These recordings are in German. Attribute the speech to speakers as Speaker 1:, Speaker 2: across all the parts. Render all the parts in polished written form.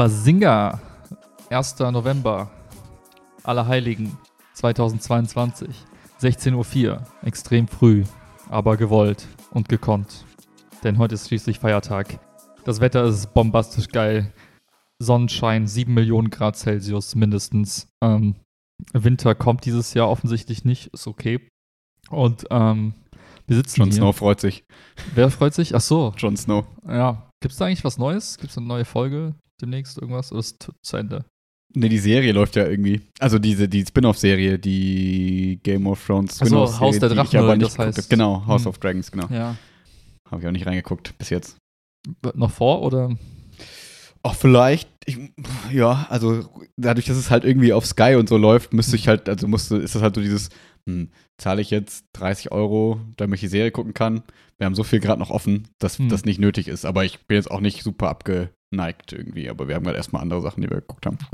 Speaker 1: Bazinga, 1. November, Allerheiligen 2022, 16:04 Uhr, extrem früh, aber gewollt und gekonnt. Denn heute ist schließlich Feiertag. Das Wetter ist bombastisch geil. Sonnenschein, 7 Millionen Grad Celsius mindestens. Winter kommt dieses Jahr offensichtlich nicht, ist okay. Und wir sitzen
Speaker 2: Jon
Speaker 1: hier.
Speaker 2: Snow freut sich.
Speaker 1: Wer freut sich? Ach so.
Speaker 2: Jon Snow.
Speaker 1: Ja. Gibt es da eigentlich was Neues? Gibt es eine neue Folge demnächst, irgendwas? Oder ist es zu Ende?
Speaker 2: Ne, die Serie läuft ja irgendwie. Also die Spin-off-Serie, die Game of Thrones Spin-off-Serie.
Speaker 1: Achso, Haus der
Speaker 2: die
Speaker 1: Drachen,
Speaker 2: ich aber
Speaker 1: oder
Speaker 2: nicht
Speaker 1: das heißt.
Speaker 2: geguckt habe. Genau, House of Dragons, genau.
Speaker 1: Ja.
Speaker 2: Habe ich auch nicht reingeguckt bis jetzt.
Speaker 1: Noch vor, oder?
Speaker 2: Auch vielleicht, ja, also dadurch, dass es halt irgendwie auf Sky und so läuft, ist das halt so dieses, zahle ich jetzt 30 €, damit ich die Serie gucken kann. Wir haben so viel gerade noch offen, dass das nicht nötig ist. Aber ich bin jetzt auch nicht super abgeneigt irgendwie. Aber wir haben gerade erstmal andere Sachen, die wir geguckt haben.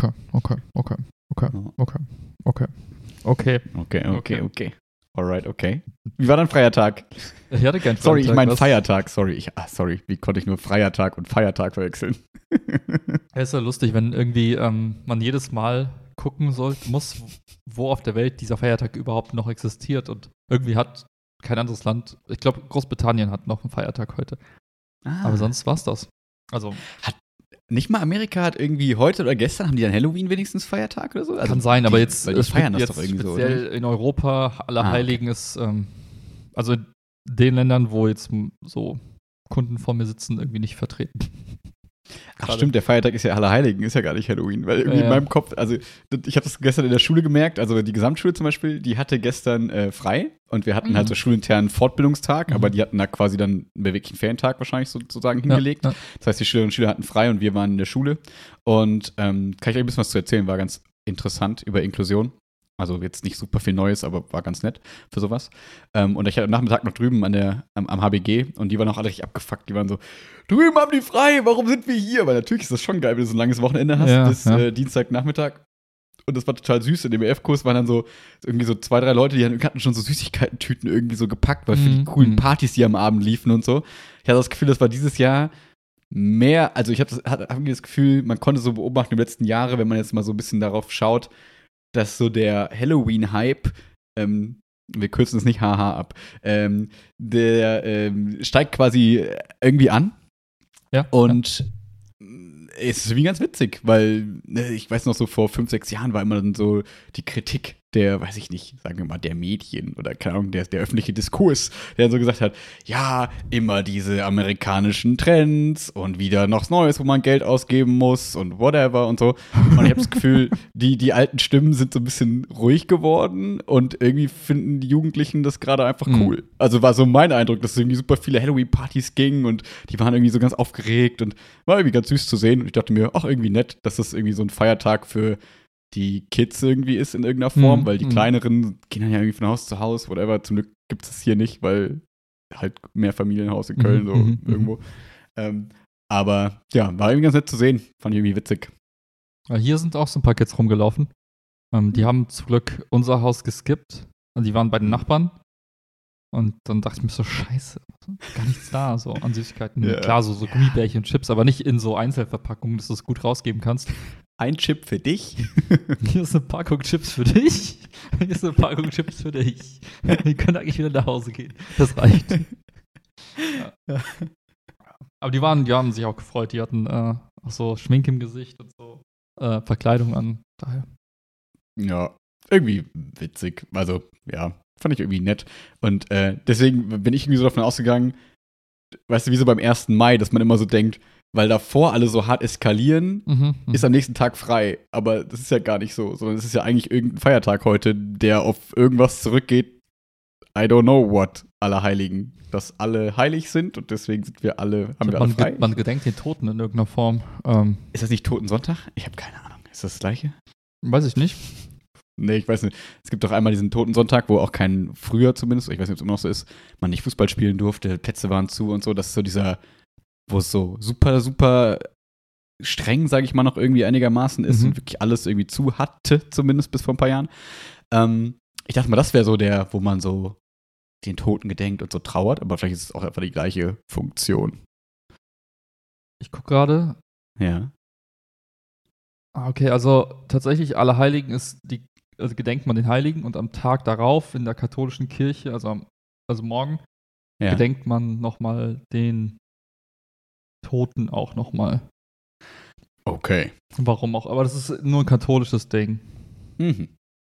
Speaker 2: Okay. Alright, okay. Wie war dein freier Tag?
Speaker 1: Ich hatte keinen
Speaker 2: Sorry, ich meine
Speaker 1: was?
Speaker 2: Feiertag. Sorry, wie konnte ich nur freier Tag und Feiertag verwechseln?
Speaker 1: Ja, ist ja lustig, wenn irgendwie man jedes Mal gucken muss, wo auf der Welt dieser Feiertag überhaupt noch existiert. Und irgendwie hat kein anderes Land, ich glaube Großbritannien hat noch einen Feiertag heute. Aber sonst war's das. Also
Speaker 2: Nicht mal Amerika hat irgendwie heute oder gestern, haben die dann Halloween wenigstens Feiertag oder so? Also
Speaker 1: kann sein, aber jetzt
Speaker 2: weil die feiern das
Speaker 1: jetzt
Speaker 2: doch irgendwie so,
Speaker 1: speziell
Speaker 2: oder?
Speaker 1: in Europa, Allerheiligen
Speaker 2: Okay.
Speaker 1: ist, also in den Ländern, wo jetzt so Kunden vor mir sitzen, irgendwie nicht vertreten.
Speaker 2: Ach stimmt, der Feiertag ist ja Allerheiligen, ist ja gar nicht Halloween, weil irgendwie in meinem Kopf, also ich habe das gestern in der Schule gemerkt, also die Gesamtschule zum Beispiel, die hatte gestern frei und wir hatten halt so schulinternen Fortbildungstag, aber die hatten da quasi dann einen beweglichen Ferientag wahrscheinlich sozusagen hingelegt.
Speaker 1: Ja.
Speaker 2: Das heißt, die Schülerinnen und Schüler hatten frei und wir waren in der Schule und kann ich euch ein bisschen was zu erzählen, war ganz interessant über Inklusion. Also jetzt nicht super viel Neues, aber war ganz nett für sowas. Und ich hatte am Nachmittag noch drüben am HBG und die waren auch alle richtig abgefuckt. Die waren so, drüben haben die frei, warum sind wir hier? Weil natürlich ist das schon geil, wenn du so ein langes Wochenende hast, bis Dienstagnachmittag. Und das war total süß. In dem EF-Kurs waren dann so irgendwie so 2, 3 Leute, die hatten schon so Süßigkeiten-Tüten irgendwie so gepackt, weil für die coolen Partys, die am Abend liefen und so. Ich hatte das Gefühl, das war dieses Jahr mehr, also ich hatte das Gefühl, man konnte so beobachten im letzten Jahre, wenn man jetzt mal so ein bisschen darauf schaut, dass so der Halloween-Hype, wir kürzen es nicht haha ab, der steigt quasi irgendwie an.
Speaker 1: Ja.
Speaker 2: Und es ist irgendwie ganz witzig, weil ich weiß noch so, vor 5, 6 Jahren war immer dann so die Kritik der, weiß ich nicht, sagen wir mal, der Medien oder keine Ahnung, der öffentliche Diskurs, der dann so gesagt hat, ja, immer diese amerikanischen Trends und wieder noch Neues, wo man Geld ausgeben muss und whatever und so. Und ich habe das Gefühl, die alten Stimmen sind so ein bisschen ruhig geworden und irgendwie finden die Jugendlichen das gerade einfach cool. Also war so mein Eindruck, dass es irgendwie super viele Halloween-Partys gingen und die waren irgendwie so ganz aufgeregt und war irgendwie ganz süß zu sehen. Und ich dachte mir, ach, irgendwie nett, dass das irgendwie so ein Feiertag für die Kids irgendwie ist in irgendeiner Form, weil die Kleineren gehen dann ja irgendwie von Haus zu Haus, whatever. Zum Glück gibt es das hier nicht, weil halt mehr Familienhaus in Köln, so irgendwo. Aber ja, war irgendwie ganz nett zu sehen. Fand ich irgendwie witzig.
Speaker 1: Ja, hier sind auch so ein paar Kids rumgelaufen. Die haben zum Glück unser Haus geskippt. Und die waren bei den Nachbarn. Und dann dachte ich mir so, scheiße, gar nichts da, so an Süßigkeiten.
Speaker 2: Ja.
Speaker 1: Klar, so Gummibärchen, Chips, aber nicht in so Einzelverpackungen, dass du es gut rausgeben kannst.
Speaker 2: Ein Chip für dich.
Speaker 1: Hier ist eine Packung Chips für dich. Hier ist eine Packung Chips für dich. Wir können eigentlich wieder nach Hause gehen. Das reicht. Ja. Aber die haben sich auch gefreut. Die hatten auch so Schminke im Gesicht und so Verkleidung an. Daher.
Speaker 2: Ja, irgendwie witzig. Also, ja, fand ich irgendwie nett. Und deswegen bin ich irgendwie so davon ausgegangen, weißt du, wie so beim 1. Mai, dass man immer so denkt, weil davor alle so hart eskalieren, ist am nächsten Tag frei. Aber das ist ja gar nicht so, sondern es ist ja eigentlich irgendein Feiertag heute, der auf irgendwas zurückgeht. I don't know what, Allerheiligen. Dass alle heilig sind und deswegen haben wir alle frei.
Speaker 1: Man gedenkt den Toten in irgendeiner Form.
Speaker 2: Ist das nicht Totensonntag? Ich habe keine Ahnung. Ist das Gleiche?
Speaker 1: Weiß ich nicht.
Speaker 2: Nee, ich weiß nicht. Es gibt doch einmal diesen Totensonntag, wo auch früher zumindest, ich weiß nicht, ob es immer noch so ist, man nicht Fußball spielen durfte, Plätze waren zu und so. Das ist so dieser, wo es so super, super streng, sage ich mal, noch irgendwie einigermaßen ist und wirklich alles irgendwie zu hatte, zumindest bis vor ein paar Jahren. Ich dachte mal, das wäre so der, wo man so den Toten gedenkt und so trauert, aber vielleicht ist es auch einfach die gleiche Funktion.
Speaker 1: Ich gucke gerade.
Speaker 2: Ja.
Speaker 1: Okay, also tatsächlich Allerheiligen also gedenkt man den Heiligen und am Tag darauf in der katholischen Kirche, also morgen,
Speaker 2: Ja.
Speaker 1: gedenkt man nochmal den Toten auch nochmal.
Speaker 2: Okay.
Speaker 1: Warum auch, aber das ist nur ein katholisches Ding.
Speaker 2: Mhm.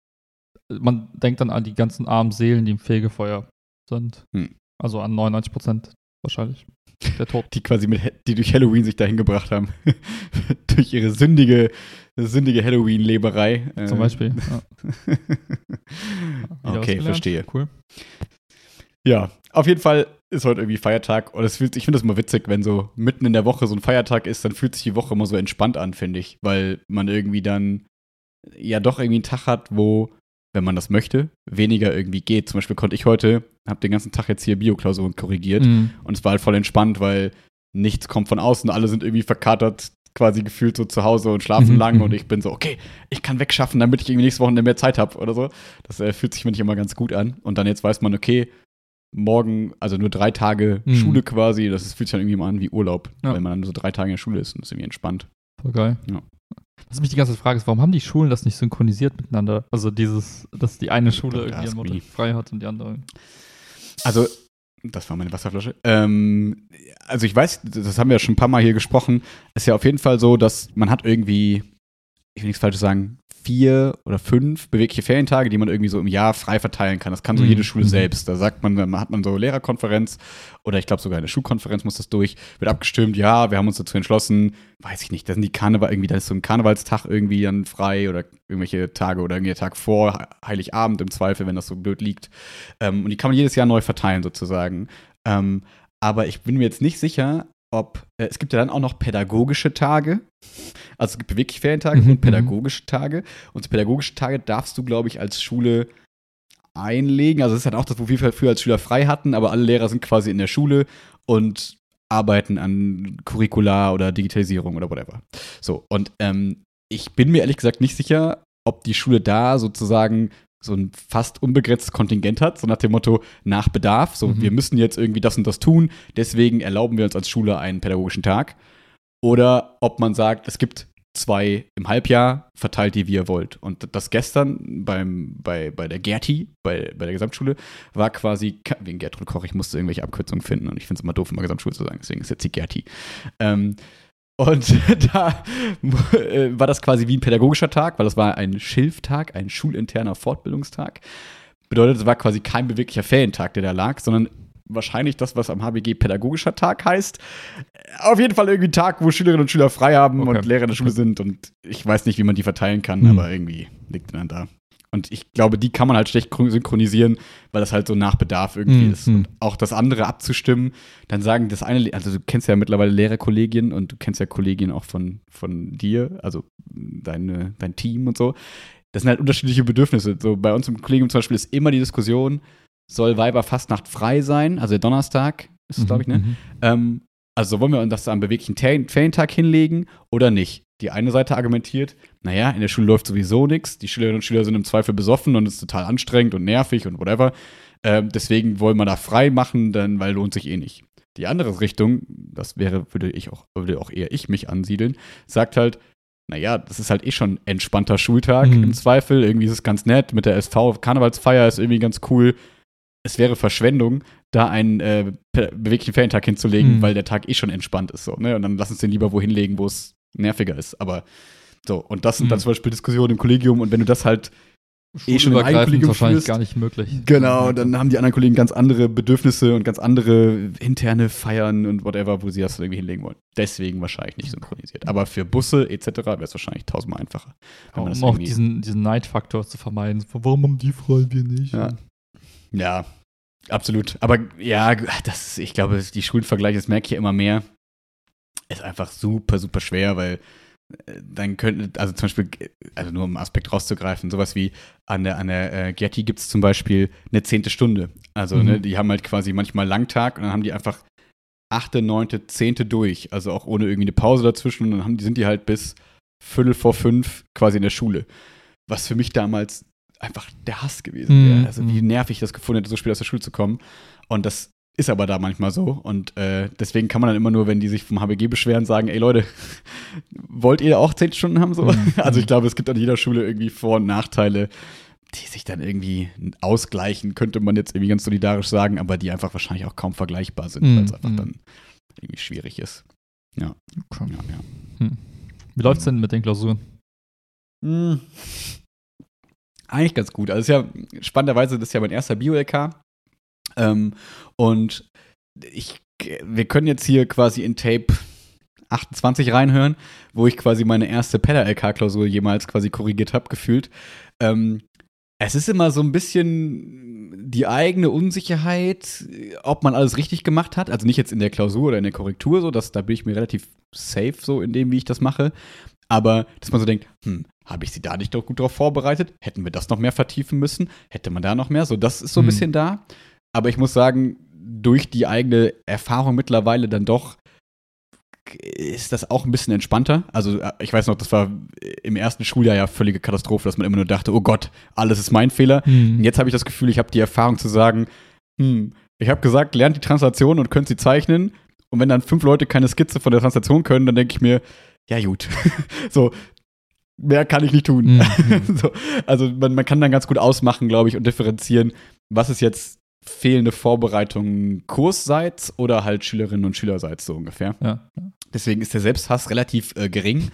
Speaker 1: Man denkt dann an die ganzen armen Seelen, die im Fegefeuer sind. Also an 99% wahrscheinlich der Toten.
Speaker 2: Die durch Halloween sich dahin gebracht haben. Durch ihre sündige Halloween-Leberei.
Speaker 1: Zum Beispiel. Ja.
Speaker 2: Okay, verstehe.
Speaker 1: Cool.
Speaker 2: Ja, auf jeden Fall ist heute irgendwie Feiertag. Und ich finde das immer witzig, wenn so mitten in der Woche so ein Feiertag ist, dann fühlt sich die Woche immer so entspannt an, finde ich. Weil man irgendwie dann ja doch irgendwie einen Tag hat, wo, wenn man das möchte, weniger irgendwie geht. Zum Beispiel konnte ich heute, habe den ganzen Tag jetzt hier Bio-Klausuren korrigiert. Und es war halt voll entspannt, weil nichts kommt von außen. Alle sind irgendwie verkatert, quasi gefühlt so zu Hause und schlafen lang. Und ich bin so, okay, ich kann wegschaffen, damit ich irgendwie nächste Woche mehr Zeit habe oder so. Das fühlt sich, finde ich, immer ganz gut an. Und dann jetzt weiß man, okay, morgen, also nur 3 Tage Schule quasi, das fühlt sich dann irgendwie immer an wie Urlaub, wenn man dann so 3 Tage in der Schule ist und das ist irgendwie entspannt.
Speaker 1: Voll geil.
Speaker 2: Ja.
Speaker 1: Was mich die ganze Zeit frage, ist, warum haben die Schulen das nicht synchronisiert miteinander? Also dass die eine Schule irgendwie am Montag frei hat und die andere.
Speaker 2: Also, das war meine Wasserflasche. Also ich weiß, das haben wir ja schon ein paar Mal hier gesprochen, ist ja auf jeden Fall so, dass man hat irgendwie, ich will nichts Falsches sagen, 4 oder 5 bewegliche Ferientage, die man irgendwie so im Jahr frei verteilen kann. Das kann so jede Schule selbst. Da sagt man, dann hat man so Lehrerkonferenz oder ich glaube sogar eine Schulkonferenz muss das durch, wird abgestimmt, ja, wir haben uns dazu entschlossen, weiß ich nicht, da sind die da ist so ein Karnevalstag irgendwie dann frei oder irgendwelche Tage oder irgendwie der Tag vor Heiligabend im Zweifel, wenn das so blöd liegt. Und die kann man jedes Jahr neu verteilen sozusagen. Aber ich bin mir jetzt nicht sicher, ob, es gibt ja dann auch noch pädagogische Tage. Also es gibt bewegliche Ferientage und pädagogische Tage. Und so pädagogische Tage darfst du, glaube ich, als Schule einlegen. Also das ist halt auch das, wo wir früher als Schüler frei hatten, aber alle Lehrer sind quasi in der Schule und arbeiten an Curricula oder Digitalisierung oder whatever. So, und ich bin mir ehrlich gesagt nicht sicher, ob die Schule da sozusagen so ein fast unbegrenztes Kontingent hat, so nach dem Motto nach Bedarf, so wir müssen jetzt irgendwie das und das tun, deswegen erlauben wir uns als Schule einen pädagogischen Tag. Oder ob man sagt, es gibt 2 im Halbjahr, verteilt die, wie ihr wollt. Und das gestern bei der Gerti, bei der Gesamtschule, war quasi, wegen Gertrud Koch, ich musste irgendwelche Abkürzungen finden und ich finde es immer doof, immer Gesamtschule zu sagen, deswegen ist jetzt die Gerti. Und da war das quasi wie ein pädagogischer Tag, weil das war ein Schilftag, ein schulinterner Fortbildungstag. Bedeutet, es war quasi kein beweglicher Ferientag, der da lag, sondern wahrscheinlich das, was am HBG pädagogischer Tag heißt. Auf jeden Fall irgendwie ein Tag, wo Schülerinnen und Schüler frei haben und Lehrer in der Schule sind. Und ich weiß nicht, wie man die verteilen kann, aber irgendwie liegt dann da. Und ich glaube, die kann man halt schlecht synchronisieren, weil das halt so nach Bedarf irgendwie ist. Und auch das andere abzustimmen, dann sagen das eine, also du kennst ja mittlerweile Lehrerkollegien und du kennst ja Kollegien auch von dir, also dein Team und so. Das sind halt unterschiedliche Bedürfnisse. So bei uns im Kollegium zum Beispiel ist immer die Diskussion, soll Weiberfastnacht frei sein, also der Donnerstag ist es, glaube ich, ne? Also wollen wir das am beweglichen Ferientag hinlegen oder nicht? Die eine Seite argumentiert, naja, in der Schule läuft sowieso nichts, die Schülerinnen und Schüler sind im Zweifel besoffen und es ist total anstrengend und nervig und whatever. Deswegen wollen wir da frei machen, weil lohnt sich eh nicht. Die andere Richtung, das würde auch eher ich mich ansiedeln, sagt halt, naja, das ist halt eh schon entspannter Schultag im Zweifel. Irgendwie ist es ganz nett, mit der SV-Karnevalsfeier ist irgendwie ganz cool. Es wäre Verschwendung, da einen beweglichen Ferientag hinzulegen, weil der Tag eh schon entspannt ist. So, ne? Und dann lass uns den lieber wohin legen, wo es nerviger ist. Aber so, und das sind dann zum Beispiel Diskussionen im Kollegium. Und wenn du das halt schon im eigenen Kollegium
Speaker 1: wahrscheinlich
Speaker 2: führst,
Speaker 1: gar nicht möglich.
Speaker 2: Genau, dann haben die anderen Kollegen ganz andere Bedürfnisse und ganz andere interne Feiern und whatever, wo sie das irgendwie hinlegen wollen. Deswegen wahrscheinlich nicht synchronisiert. Aber für Busse etc. wäre es wahrscheinlich 1000-mal einfacher.
Speaker 1: Um auch diesen Neidfaktor zu vermeiden. Warum haben die frei, wir nicht?
Speaker 2: Ja, absolut. Aber ja, ich glaube, die Schulvergleiche, das merke ich ja immer mehr, ist einfach super, super schwer, weil dann also zum Beispiel, also nur um einen Aspekt rauszugreifen, sowas wie an der Gerti gibt es zum Beispiel eine 10. Stunde. Also ne, die haben halt quasi manchmal Langtag und dann haben die einfach 8., 9., 10. durch, also auch ohne irgendwie eine Pause dazwischen und dann sind die halt bis 4:45 quasi in der Schule. Was für mich damals einfach der Hass gewesen wäre. Also wie nervig ich das gefunden hätte, so spät aus der Schule zu kommen. Und das ist aber da manchmal so. Und deswegen kann man dann immer nur, wenn die sich vom HBG beschweren, sagen, ey Leute, wollt ihr auch 10 Stunden haben? So? Also ich glaube, es gibt an jeder Schule irgendwie Vor- und Nachteile, die sich dann irgendwie ausgleichen, könnte man jetzt irgendwie ganz solidarisch sagen, aber die einfach wahrscheinlich auch kaum vergleichbar sind, weil es einfach dann irgendwie schwierig ist. Ja.
Speaker 1: Okay.
Speaker 2: Ja.
Speaker 1: Wie läuft's denn mit den Klausuren?
Speaker 2: Eigentlich ganz gut. Also es ist ja spannenderweise, das ist ja mein erster Bio-LK. Und wir können jetzt hier quasi in Tape 28 reinhören, wo ich quasi meine erste PEDA-LK-Klausur jemals quasi korrigiert habe, gefühlt. Es ist immer so ein bisschen die eigene Unsicherheit, ob man alles richtig gemacht hat. Also nicht jetzt in der Klausur oder in der Korrektur, so, da bin ich mir relativ safe so in dem, wie ich das mache. Aber dass man so denkt, habe ich sie da nicht doch gut drauf vorbereitet? Hätten wir das noch mehr vertiefen müssen? Hätte man da noch mehr? So, das ist so ein bisschen da. Aber ich muss sagen, durch die eigene Erfahrung mittlerweile dann doch ist das auch ein bisschen entspannter. Also ich weiß noch, das war im ersten Schuljahr ja völlige Katastrophe, dass man immer nur dachte, oh Gott, alles ist mein Fehler. Und jetzt habe ich das Gefühl, ich habe die Erfahrung zu sagen, ich habe gesagt, lernt die Translation und könnt sie zeichnen. Und wenn dann 5 Leute keine Skizze von der Translation können, dann denke ich mir, ja gut, so, mehr kann ich nicht tun. So, also man kann dann ganz gut ausmachen, glaube ich, und differenzieren, was ist jetzt fehlende Vorbereitung kursseits oder halt Schülerinnen und Schülerseits so ungefähr.
Speaker 1: Ja.
Speaker 2: Deswegen ist der Selbsthass relativ gering.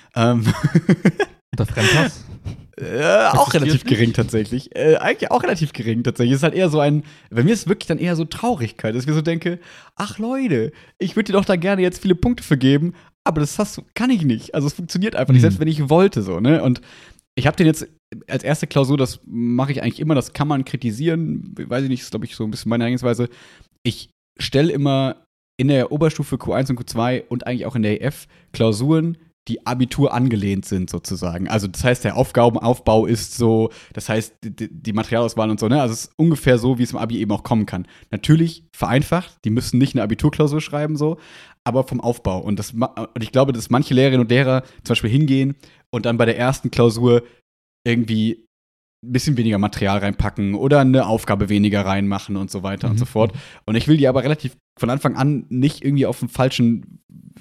Speaker 1: Der Fremdhass?
Speaker 2: Auch relativ gering tatsächlich. Eigentlich auch relativ gering tatsächlich. Es ist halt eher so bei mir ist es wirklich dann eher so Traurigkeit, dass ich mir so denke, ach Leute, ich würde dir doch da gerne jetzt viele Punkte für geben, aber kann ich nicht. Also es funktioniert einfach nicht, selbst wenn ich wollte so, ne? Und ich habe den jetzt als erste Klausur, das mache ich eigentlich immer, das kann man kritisieren, weiß ich nicht, ist glaube ich so ein bisschen meine Herangehensweise. Ich stelle immer in der Oberstufe Q1 und Q2 und eigentlich auch in der EF Klausuren, die Abitur angelehnt sind sozusagen. Also das heißt, der Aufgabenaufbau ist so, das heißt, die Materialauswahl und so, ne? Also es ist ungefähr so, wie es im Abi eben auch kommen kann. Natürlich vereinfacht, die müssen nicht eine Abiturklausur schreiben, so, aber vom Aufbau. Und ich glaube, dass manche Lehrerinnen und Lehrer zum Beispiel hingehen und dann bei der ersten Klausur irgendwie ein bisschen weniger Material reinpacken oder eine Aufgabe weniger reinmachen und so weiter und so fort. Und ich will die aber relativ von Anfang an nicht irgendwie auf den falschen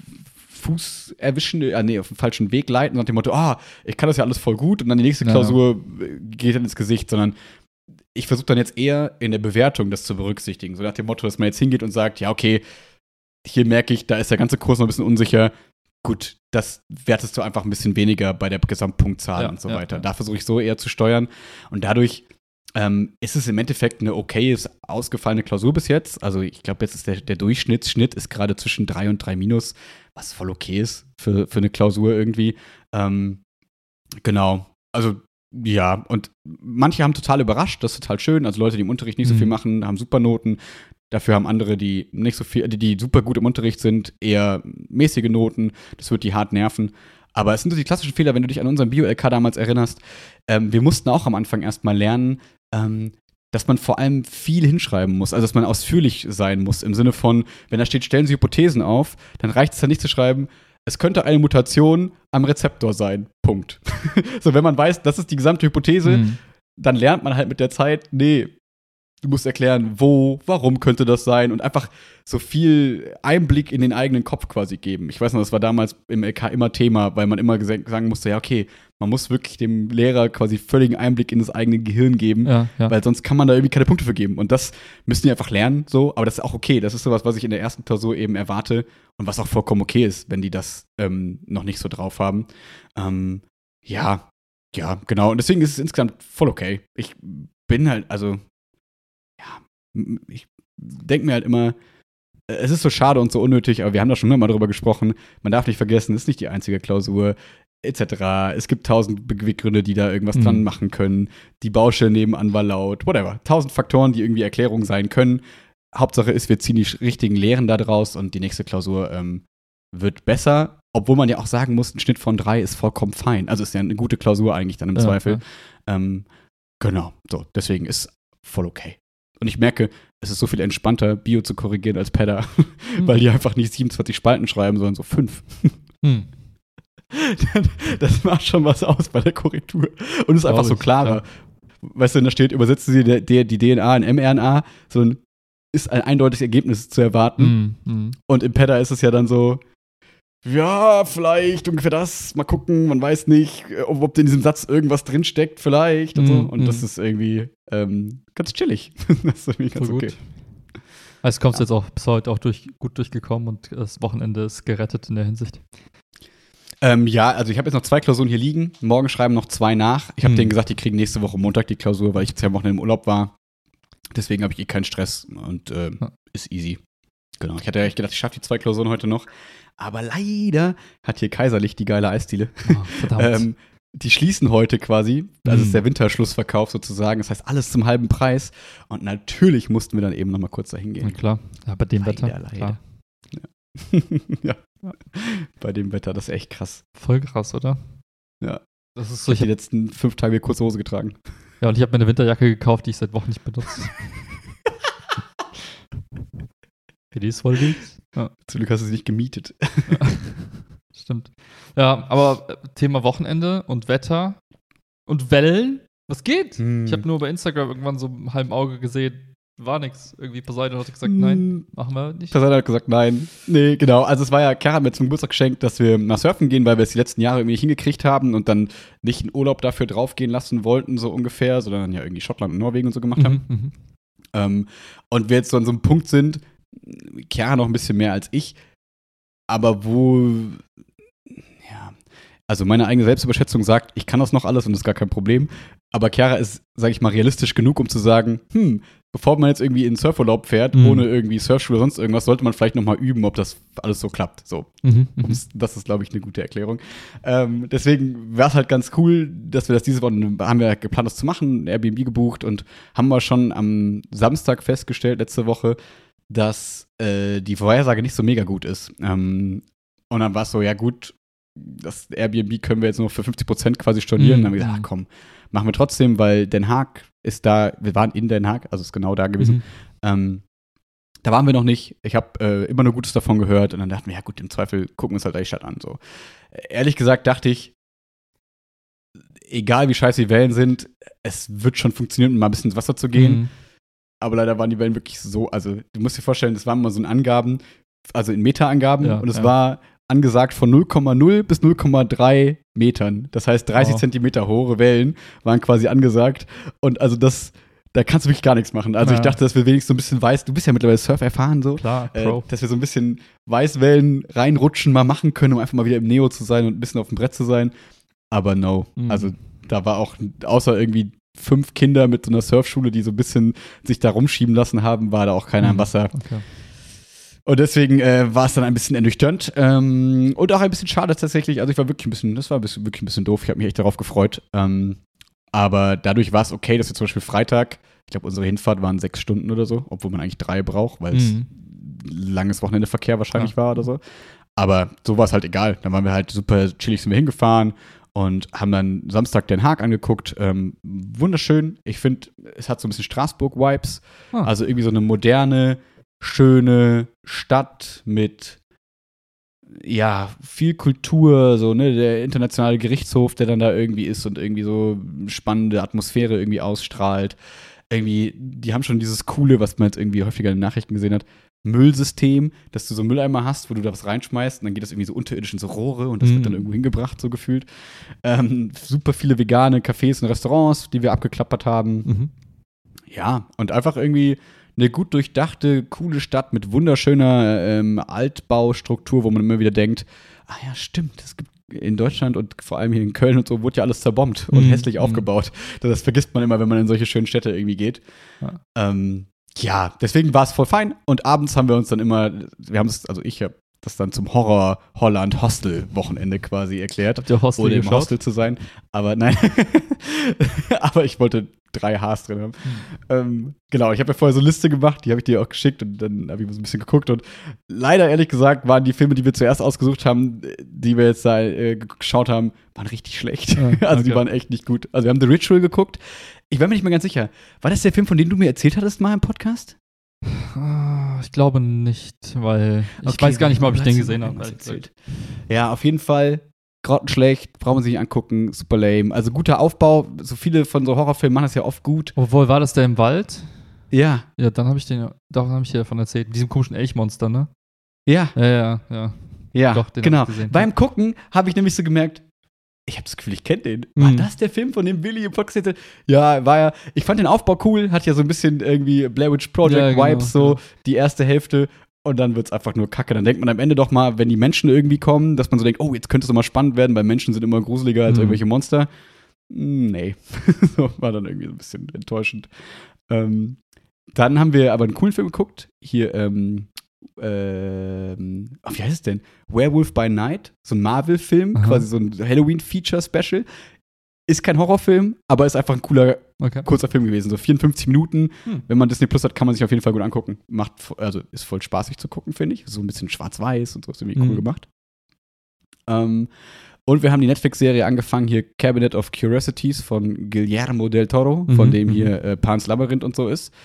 Speaker 2: Fuß erwischen, auf den falschen Weg leiten, nach dem Motto, ich kann das ja alles voll gut und dann die nächste Klausur geht dann ins Gesicht, sondern ich versuche dann jetzt eher in der Bewertung das zu berücksichtigen. So nach dem Motto, dass man jetzt hingeht und sagt, ja, okay, hier merke ich, da ist der ganze Kurs noch ein bisschen unsicher. Gut, das wertest du einfach ein bisschen weniger bei der Gesamtpunktzahl und so weiter. Da versuche ich so eher zu steuern. Und dadurch ist es im Endeffekt eine ausgefallene Klausur bis jetzt. Also ich glaube, jetzt ist der Durchschnitt ist gerade zwischen 3 und 3-, was voll okay ist für eine Klausur irgendwie. Genau. Also ja, und manche haben total überrascht, das ist total schön. Also Leute, die im Unterricht nicht so viel machen, haben super Noten. Dafür haben andere, die nicht so viel, die super gut im Unterricht sind, eher mäßige Noten. Das wird die hart nerven. Aber es sind so die klassischen Fehler, wenn du dich an unseren Bio-LK damals erinnerst. Wir mussten auch am Anfang erstmal lernen, dass man vor allem viel hinschreiben muss. Also, dass man ausführlich sein muss. Im Sinne von, wenn da steht, stellen Sie Hypothesen auf, dann reicht es dann nicht zu schreiben, es könnte eine Mutation am Rezeptor sein. Punkt. So, wenn man weiß, das ist die gesamte Hypothese, dann lernt man halt mit der Zeit, nee, du musst erklären, warum könnte das sein und einfach so viel Einblick in den eigenen Kopf quasi geben. Ich weiß noch, das war damals im LK immer Thema, weil man immer sagen musste, ja, okay, man muss wirklich dem Lehrer quasi völligen Einblick in das eigene Gehirn geben, weil sonst kann man da irgendwie keine Punkte für geben. Und das müssen die einfach lernen, so. Aber das ist auch okay. Das ist sowas, was ich in der ersten Klausur eben erwarte und was auch vollkommen okay ist, wenn die das noch nicht so drauf haben. Ja, genau. Und deswegen ist es insgesamt voll okay. Ich bin halt, also ich denke mir halt immer, es ist so schade und so unnötig, aber wir haben da schon mal drüber gesprochen. Man darf nicht vergessen, es ist nicht die einzige Klausur, etc. Es gibt 1000 Beweggründe, die da irgendwas dran machen können. Die Baustelle nebenan war laut, whatever. 1000 Faktoren, die irgendwie Erklärungen sein können. Hauptsache ist, wir ziehen die richtigen Lehren da draus und die nächste Klausur wird besser. Obwohl man ja auch sagen muss, ein Schnitt von 3 ist vollkommen fein. Also ist ja eine gute Klausur eigentlich dann im Zweifel. Genau, so. Deswegen ist voll okay. Und ich merke, es ist so viel entspannter, Bio zu korrigieren als PEDA, weil die einfach nicht 27 Spalten schreiben, sondern so 5. Das macht schon was aus bei der Korrektur. Und es ist einfach so klarer. Weißt du, da steht, übersetzen Sie die DNA in mRNA, so ein ist ein eindeutiges Ergebnis zu erwarten. Und im Pedder ist es ja dann so, ja, vielleicht ungefähr das, mal gucken, man weiß nicht, ob in diesem Satz irgendwas drinsteckt, vielleicht und so. Und das ist irgendwie ganz chillig. Das ist irgendwie ganz okay.
Speaker 1: Also kommst du jetzt auch bis heute auch gut durchgekommen und das Wochenende ist gerettet in der Hinsicht.
Speaker 2: Ja, also ich habe jetzt noch 2 Klausuren hier liegen. Morgen schreiben noch 2 nach. Ich habe denen gesagt, die kriegen nächste Woche Montag die Klausur, weil ich jetzt ja am Wochenende im Urlaub war. Deswegen habe ich keinen Stress und ist easy. Genau, ich hatte ja echt gedacht, ich schaffe die 2 Klausuren heute noch. Aber leider hat hier Kaiserlich die geile Eisdiele.
Speaker 1: Oh, verdammt.
Speaker 2: Die schließen heute quasi. Also ist der Winterschlussverkauf sozusagen. Das heißt, alles zum halben Preis. Und natürlich mussten wir dann eben noch mal kurz dahin gehen.
Speaker 1: Na klar, ja, bei dem Wetter.
Speaker 2: Leider. Ja. Bei dem Wetter, das ist echt krass.
Speaker 1: Voll krass, oder?
Speaker 2: Ja.
Speaker 1: Das ist so,
Speaker 2: ich habe die letzten 5 Tage kurze Hose getragen.
Speaker 1: Ja, und ich habe mir eine Winterjacke gekauft, die ich seit Wochen nicht benutze. It is what it is. Ja.
Speaker 2: Zum Glück hast du sie nicht gemietet.
Speaker 1: Ja. Stimmt. Ja, aber Thema Wochenende und Wetter und Wellen, was geht? Ich habe nur bei Instagram irgendwann so im halben Auge gesehen, war nix. Irgendwie Poseidon hat gesagt, nein, machen wir nicht.
Speaker 2: Poseidon hat gesagt, nein. Nee, genau. Also es war ja, Chiara hat mir zum Geburtstag geschenkt, dass wir mal surfen gehen, weil wir es die letzten Jahre irgendwie nicht hingekriegt haben und dann nicht einen Urlaub dafür draufgehen lassen wollten, so ungefähr, sondern ja irgendwie Schottland und Norwegen und so gemacht haben. Und wir jetzt so an so einem Punkt sind, Chiara noch ein bisschen mehr als ich, aber also meine eigene Selbstüberschätzung sagt, ich kann das noch alles und das ist gar kein Problem. Aber Chiara ist, sage ich mal, realistisch genug, um zu sagen, bevor man jetzt irgendwie in den Surfurlaub fährt, ohne irgendwie Surfschule oder sonst irgendwas, sollte man vielleicht noch mal üben, ob das alles so klappt. So. Das ist, glaube ich, eine gute Erklärung. Deswegen wäre es halt ganz cool, dass wir das diese Woche, haben wir geplant, das zu machen, Airbnb gebucht und haben wir schon am Samstag festgestellt, letzte Woche, dass die Vorhersage nicht so mega gut ist. Und dann war es so, ja gut, das Airbnb können wir jetzt nur für 50% quasi stornieren. Dann haben wir gesagt, komm, machen wir trotzdem, weil Den Haag ist da, wir waren in Den Haag, also ist genau da gewesen. Da waren wir noch nicht. Ich habe immer nur Gutes davon gehört und dann dachten wir, ja gut, im Zweifel gucken wir uns halt die Stadt an. So. Ehrlich gesagt dachte ich, egal wie scheiße die Wellen sind, es wird schon funktionieren, um mal ein bisschen ins Wasser zu gehen. Aber leider waren die Wellen wirklich so, also du musst dir vorstellen, das waren mal so in Angaben, also in Meterangaben und es war angesagt von 0,0 bis 0,3 Metern. Das heißt 30 Zentimeter hohe Wellen waren quasi angesagt und also da kannst du wirklich gar nichts machen. Also ich dachte, dass wir wenigstens so ein bisschen du bist ja mittlerweile Surf erfahren so.
Speaker 1: Klar, Pro.
Speaker 2: Dass wir so ein bisschen Weißwellen reinrutschen mal machen können, um einfach mal wieder im Neo zu sein und ein bisschen auf dem Brett zu sein. Aber no. Also da war auch, außer irgendwie 5 Kinder mit so einer Surfschule, die so ein bisschen sich da rumschieben lassen haben, war da auch keiner im Wasser.
Speaker 1: Okay.
Speaker 2: Und deswegen war es dann ein bisschen ernüchternd und auch ein bisschen schade tatsächlich. Also wirklich ein bisschen doof. Ich habe mich echt darauf gefreut. Aber dadurch war es okay, dass wir zum Beispiel Freitag, ich glaube, unsere Hinfahrt waren 6 Stunden oder so, obwohl man eigentlich 3 braucht, weil es langes Wochenendeverkehr wahrscheinlich war oder so. Aber so war es halt egal. Dann waren wir halt super chillig, sind wir hingefahren und haben dann Samstag Den Haag angeguckt. Wunderschön. Ich finde, es hat so ein bisschen Straßburg-Vibes. Also irgendwie so eine moderne, schöne Stadt mit viel Kultur, so, ne, der internationale Gerichtshof, der dann da irgendwie ist und irgendwie so spannende Atmosphäre irgendwie ausstrahlt. Irgendwie, die haben schon dieses Coole, was man jetzt irgendwie häufiger in den Nachrichten gesehen hat, Müllsystem, dass du so Mülleimer hast, wo du da was reinschmeißt und dann geht das irgendwie so unterirdisch in so Rohre und das wird dann irgendwo hingebracht, so gefühlt. Super viele vegane Cafés und Restaurants, die wir abgeklappert haben. Ja, und einfach irgendwie eine gut durchdachte, coole Stadt mit wunderschöner Altbaustruktur, wo man immer wieder denkt, ja, stimmt, es gibt in Deutschland und vor allem hier in Köln und so wurde ja alles zerbombt und hässlich aufgebaut. Das vergisst man immer, wenn man in solche schönen Städte irgendwie geht. Deswegen war es voll fein. Und abends haben wir uns dann immer, ich habe das dann zum Horror-Holland-Hostel-Wochenende quasi erklärt.
Speaker 1: Habt ihr Hostel
Speaker 2: ohne im
Speaker 1: geschaut?
Speaker 2: Hostel zu sein. Aber nein. Aber ich wollte 3 Hs drin haben. Genau, ich habe ja vorher so eine Liste gemacht, die habe ich dir auch geschickt und dann habe ich so ein bisschen geguckt und leider, ehrlich gesagt, waren die Filme, die wir zuerst ausgesucht haben, die wir jetzt da geschaut haben, waren richtig schlecht. Also die waren echt nicht gut. Also wir haben The Ritual geguckt. Ich war mir nicht mehr ganz sicher. War das der Film, von dem du mir erzählt hattest mal im Podcast?
Speaker 1: Ich glaube nicht, weil ich weiß gar nicht mal, ob ich den gesehen habe.
Speaker 2: Ja, auf jeden Fall grottenschlecht, braucht man sich nicht angucken, super lame. Also guter Aufbau, so viele von so Horrorfilmen machen das ja oft gut.
Speaker 1: Obwohl, war das der im Wald?
Speaker 2: Ja.
Speaker 1: Ja, dann habe ich dir davon erzählt. Mit diesem komischen Elchmonster, ne?
Speaker 2: Ja.
Speaker 1: Ja.
Speaker 2: Ja,
Speaker 1: Doch, den
Speaker 2: genau.
Speaker 1: hab ich gesehen.
Speaker 2: Beim Gucken habe ich nämlich so gemerkt, ich habe das Gefühl, ich kenne den. War das der Film, von dem Willi im Podcast hatte? Ja, war ja. Ich fand den Aufbau cool, hat ja so ein bisschen irgendwie Blair Witch Project Vibes, so die erste Hälfte. Und dann wird's einfach nur kacke. Dann denkt man am Ende doch mal, wenn die Menschen irgendwie kommen, dass man so denkt, oh, jetzt könnte es doch mal spannend werden, weil Menschen sind immer gruseliger als irgendwelche Monster. Nee. So, war dann irgendwie so ein bisschen enttäuschend. Dann haben wir aber einen coolen Film geguckt. Hier, wie heißt es denn? Werewolf by Night, so ein Marvel-Film, quasi so ein Halloween-Feature-Special. Ist kein Horrorfilm, aber ist einfach ein cooler, kurzer Film gewesen. So 54 Minuten. Wenn man Disney Plus hat, kann man sich auf jeden Fall gut angucken. Ist voll spaßig zu gucken, finde ich. So ein bisschen schwarz-weiß und so, ist irgendwie cool gemacht. Und wir haben die Netflix-Serie angefangen, hier Cabinet of Curiosities von Guillermo del Toro, von dem hier Pan's Labyrinth und so ist.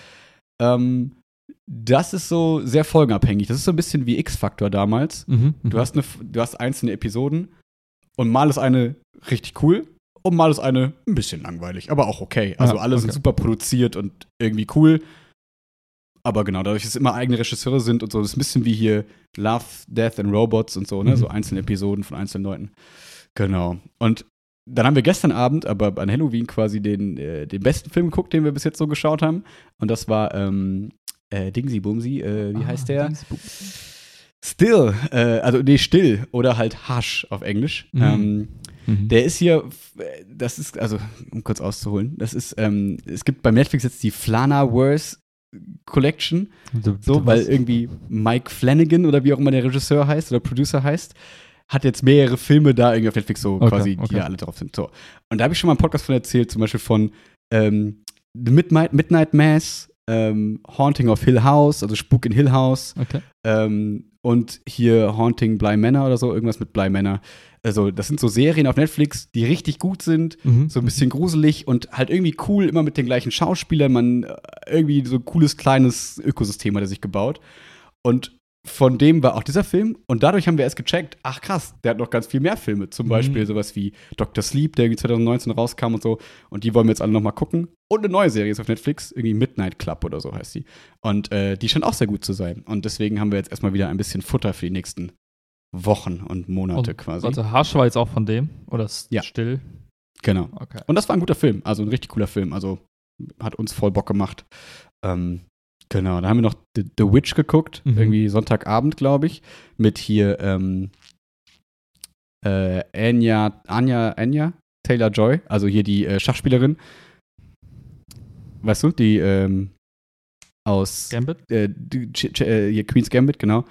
Speaker 2: Das ist so sehr folgenabhängig. Das ist so ein bisschen wie X-Factor damals. Du hast einzelne Episoden und mal ist eine richtig cool und mal ist eine ein bisschen langweilig, aber auch okay. Also alle sind super produziert und irgendwie cool. Aber genau, dadurch, dass es immer eigene Regisseure sind und so, das ist ein bisschen wie hier Love, Death and Robots und so, ne? So einzelne Episoden von einzelnen Leuten. Genau. Und dann haben wir gestern Abend, aber an Halloween quasi den besten Film geguckt, den wir bis jetzt so geschaut haben. Und das war Dingsy Bumsy, wie heißt der? Still, Still oder halt Hush auf Englisch. Der ist hier, das ist, also, um kurz auszuholen, das ist, es gibt bei Netflix jetzt die Flanaverse Collection, so, weil irgendwie Mike Flanagan oder wie auch immer der Regisseur heißt oder Producer heißt, hat jetzt mehrere Filme da irgendwie auf Netflix so quasi, die da alle drauf sind. So. Und da habe ich schon mal einen Podcast von erzählt, zum Beispiel von The Midnight Mass, Haunting of Hill House, also Spuk in Hill House. Und hier Haunting Bly Manor oder so, irgendwas mit Bly Manor. Also, das sind so Serien auf Netflix, die richtig gut sind, so ein bisschen gruselig und halt irgendwie cool, immer mit den gleichen Schauspielern. Man irgendwie so ein cooles, kleines Ökosystem hat er sich gebaut. Und von dem war auch dieser Film. Und dadurch haben wir erst gecheckt, ach krass, der hat noch ganz viel mehr Filme. Zum Beispiel sowas wie Dr. Sleep, der irgendwie 2019 rauskam und so. Und die wollen wir jetzt alle noch mal gucken. Und eine neue Serie ist auf Netflix, irgendwie Midnight Club oder so heißt die. Und die scheint auch sehr gut zu sein. Und deswegen haben wir jetzt erstmal wieder ein bisschen Futter für die nächsten Wochen und Monate quasi.
Speaker 1: Also Hush war jetzt auch von dem? Oder Still?
Speaker 2: Genau. Okay. Und das war ein guter Film, also ein richtig cooler Film. Also hat uns voll Bock gemacht. Genau, dann haben wir noch The Witch geguckt, irgendwie Sonntagabend, glaube ich, mit hier Anya Taylor-Joy, also hier die Schachspielerin. Weißt du, die aus
Speaker 1: Gambit?
Speaker 2: Hier Queen's Gambit, genau.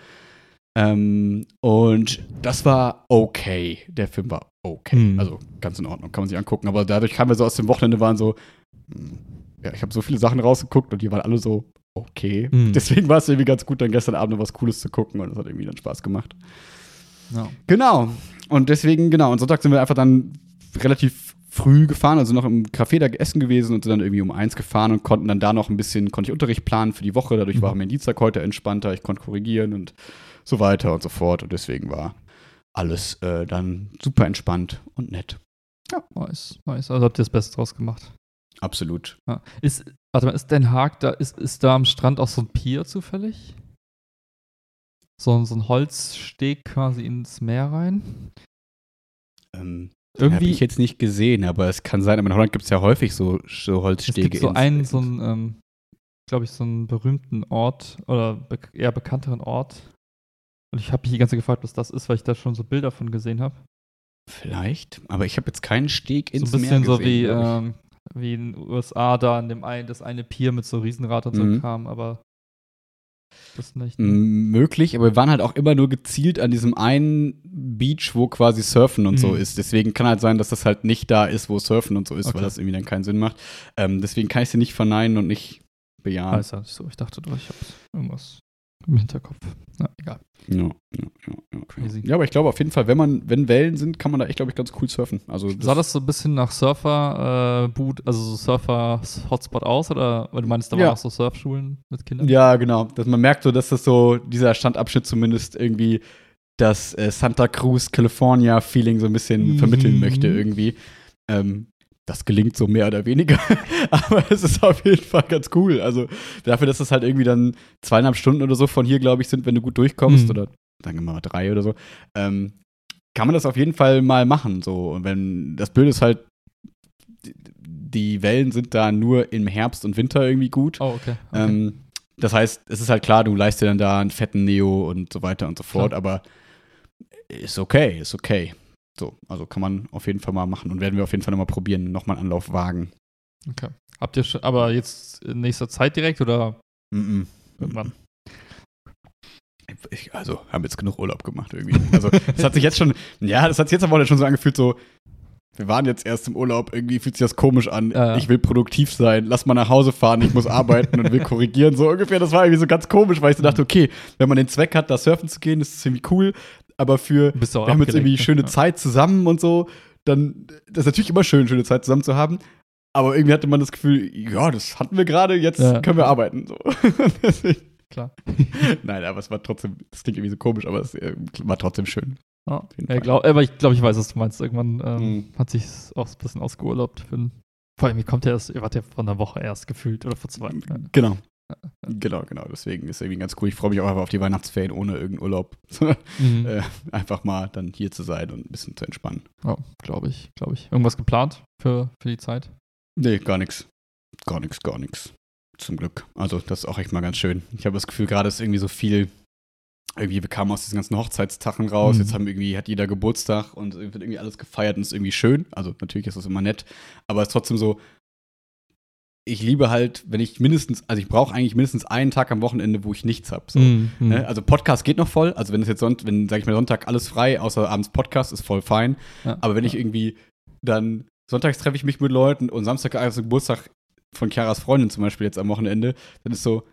Speaker 2: Und das war okay. Der Film war okay. Also ganz in Ordnung, kann man sich angucken. Aber dadurch kamen wir so aus dem Wochenende, waren so, ja, ich habe so viele Sachen rausgeguckt und die waren alle so okay. Deswegen war es irgendwie ganz gut, dann gestern Abend noch was Cooles zu gucken und das hat irgendwie dann Spaß gemacht. No. Genau. Und deswegen, und Sonntag sind wir einfach dann relativ früh gefahren, also noch im Café da essen gewesen und sind dann irgendwie um 1 gefahren und konnten dann da noch konnte ich Unterricht planen für die Woche. Dadurch war mein Dienstag heute entspannter, ich konnte korrigieren und so weiter und so fort. Und deswegen war alles dann super entspannt und nett.
Speaker 1: Ja, nice. Also habt ihr das Beste draus gemacht.
Speaker 2: Absolut.
Speaker 1: Ja. Ist Den Haag da, ist da am Strand auch so ein Pier zufällig? So ein Holzsteg quasi ins Meer rein?
Speaker 2: Irgendwie habe ich jetzt nicht gesehen, aber es kann sein, aber in Holland gibt es ja häufig so Holzstege.
Speaker 1: Es gibt glaube ich, so einen berühmten Ort oder eher bekannteren Ort. Und ich habe mich die ganze Zeit gefragt, was das ist, weil ich da schon so Bilder von gesehen habe.
Speaker 2: Vielleicht, aber ich habe jetzt keinen Steg ins
Speaker 1: Meer gesehen. So ein
Speaker 2: bisschen
Speaker 1: so wie in den USA da an das eine Pier mit so Riesenrad und so kam, aber das nicht. Ne?
Speaker 2: Möglich, aber wir waren halt auch immer nur gezielt an diesem einen Beach, wo quasi Surfen und so ist. Deswegen kann halt sein, dass das halt nicht da ist, wo Surfen und so ist, weil das irgendwie dann keinen Sinn macht. Deswegen kann ich sie nicht verneinen und nicht bejahen.
Speaker 1: Ist ja nicht so. Ich dachte doch, ich habe irgendwas im Hinterkopf. Na, egal.
Speaker 2: Ja. Crazy. Ja, aber ich glaube auf jeden Fall, wenn Wellen sind, kann man da echt, glaube ich, ganz cool surfen. Also
Speaker 1: sah das so ein bisschen nach Surfer-Boot, also so Surfer-Hotspot aus? Oder weil du meinst, da waren auch so Surfschulen mit Kindern?
Speaker 2: Ja, genau. Man merkt so, dass das so, dieser Strandabschnitt zumindest irgendwie das Santa Cruz, California-Feeling so ein bisschen vermitteln möchte irgendwie. das gelingt so mehr oder weniger. Aber es ist auf jeden Fall ganz cool. Also dafür, dass es halt irgendwie dann 2,5 Stunden oder so von hier, glaube ich, sind, wenn du gut durchkommst, oder sagen wir mal 3 oder so, kann man das auf jeden Fall mal machen. So. Und wenn das Blöde ist halt, die Wellen sind da nur im Herbst und Winter irgendwie gut.
Speaker 1: Oh, okay.
Speaker 2: Das heißt, es ist halt klar, du leihst dir dann da einen fetten Neo und so weiter und so fort, aber ist okay. So, also kann man auf jeden Fall mal machen und werden wir auf jeden Fall nochmal probieren, nochmal einen Anlauf wagen.
Speaker 1: Okay. Habt ihr schon, aber jetzt in nächster Zeit direkt oder irgendwann?
Speaker 2: Also, haben jetzt genug Urlaub gemacht irgendwie. Also, das hat sich jetzt aber schon so angefühlt, so, wir waren jetzt erst im Urlaub, irgendwie fühlt sich das komisch an.
Speaker 1: Ja.
Speaker 2: Ich will produktiv sein, lass mal nach Hause fahren, ich muss arbeiten und will korrigieren, so ungefähr. Das war irgendwie so ganz komisch, weil ich so dachte, okay, wenn man den Zweck hat, da surfen zu gehen, ist es ziemlich cool, aber wir haben jetzt irgendwie schöne Zeit zusammen und so, dann, das ist natürlich immer schön, schöne Zeit zusammen zu haben, aber irgendwie hatte man das Gefühl, ja, das hatten wir gerade, jetzt können wir arbeiten, so.
Speaker 1: Klar.
Speaker 2: Nein, aber es war trotzdem, das klingt irgendwie so komisch, aber es war trotzdem schön.
Speaker 1: Ja, aber ich glaube, ich weiß, was du meinst. Irgendwann hat sich auch ein bisschen ausgeurlaubt. Vor allem, ihr wart ja vor einer Woche erst gefühlt oder vor 2.
Speaker 2: Genau. Genau. Deswegen ist irgendwie ganz cool. Ich freue mich auch einfach auf die Weihnachtsferien ohne irgendeinen Urlaub. Einfach mal dann hier zu sein und ein bisschen zu entspannen.
Speaker 1: Ja, glaube ich. Irgendwas geplant für die Zeit?
Speaker 2: Nee, gar nichts. Gar nichts. Zum Glück. Also, das ist auch echt mal ganz schön. Ich habe das Gefühl, gerade ist irgendwie so viel. Irgendwie, wir kamen aus diesen ganzen Hochzeitstagen raus, jetzt hat jeder Geburtstag und wird irgendwie alles gefeiert und ist irgendwie schön. Also natürlich ist das immer nett, aber es ist trotzdem so, ich liebe halt, ich brauche eigentlich mindestens einen Tag am Wochenende, wo ich nichts habe. So. Ne? Also Podcast geht noch voll, also wenn sag ich mal, Sonntag alles frei, außer abends Podcast, ist voll fein. Ja, aber wenn ich irgendwie dann, sonntags treffe ich mich mit Leuten und Samstag also Geburtstag von Chiaras Freundin zum Beispiel jetzt am Wochenende, dann ist so,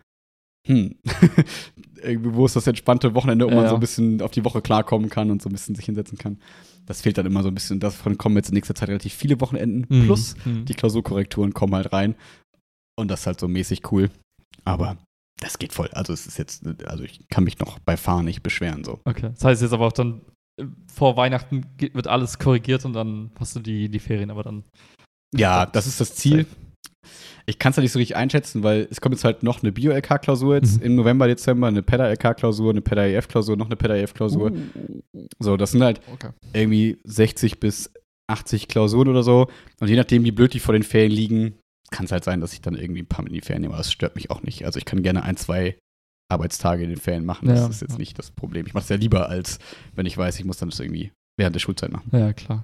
Speaker 2: irgendwie, wo ist das entspannte Wochenende, wo man so ein bisschen auf die Woche klarkommen kann und so ein bisschen sich hinsetzen kann. Das fehlt dann immer so ein bisschen. Davon kommen jetzt in nächster Zeit relativ viele Wochenenden. Plus die Klausurkorrekturen kommen halt rein. Und das ist halt so mäßig cool. Aber das geht voll. Also ich kann mich noch bei Fahren nicht beschweren. So.
Speaker 1: Okay. Das heißt jetzt aber auch dann, vor Weihnachten wird alles korrigiert und dann hast du die Ferien aber dann.
Speaker 2: Ja, das ist das Ziel. Ich kann es ja nicht so richtig einschätzen, weil es kommt jetzt halt noch eine Bio-LK-Klausur jetzt im November, Dezember, eine PEDA-LK-Klausur, eine PEDA-EF-Klausur, noch eine PEDA-EF-Klausur. So, das sind halt irgendwie 60 bis 80 Klausuren oder so. Und je nachdem, wie blöd die vor den Ferien liegen, kann es halt sein, dass ich dann irgendwie ein paar in die Ferien nehme. Aber das stört mich auch nicht. Also ich kann gerne 1-2 Arbeitstage in den Ferien machen. Das ist jetzt nicht das Problem. Ich mache es ja lieber, als wenn ich weiß, ich muss dann das irgendwie während der Schulzeit machen.
Speaker 1: Ja, klar.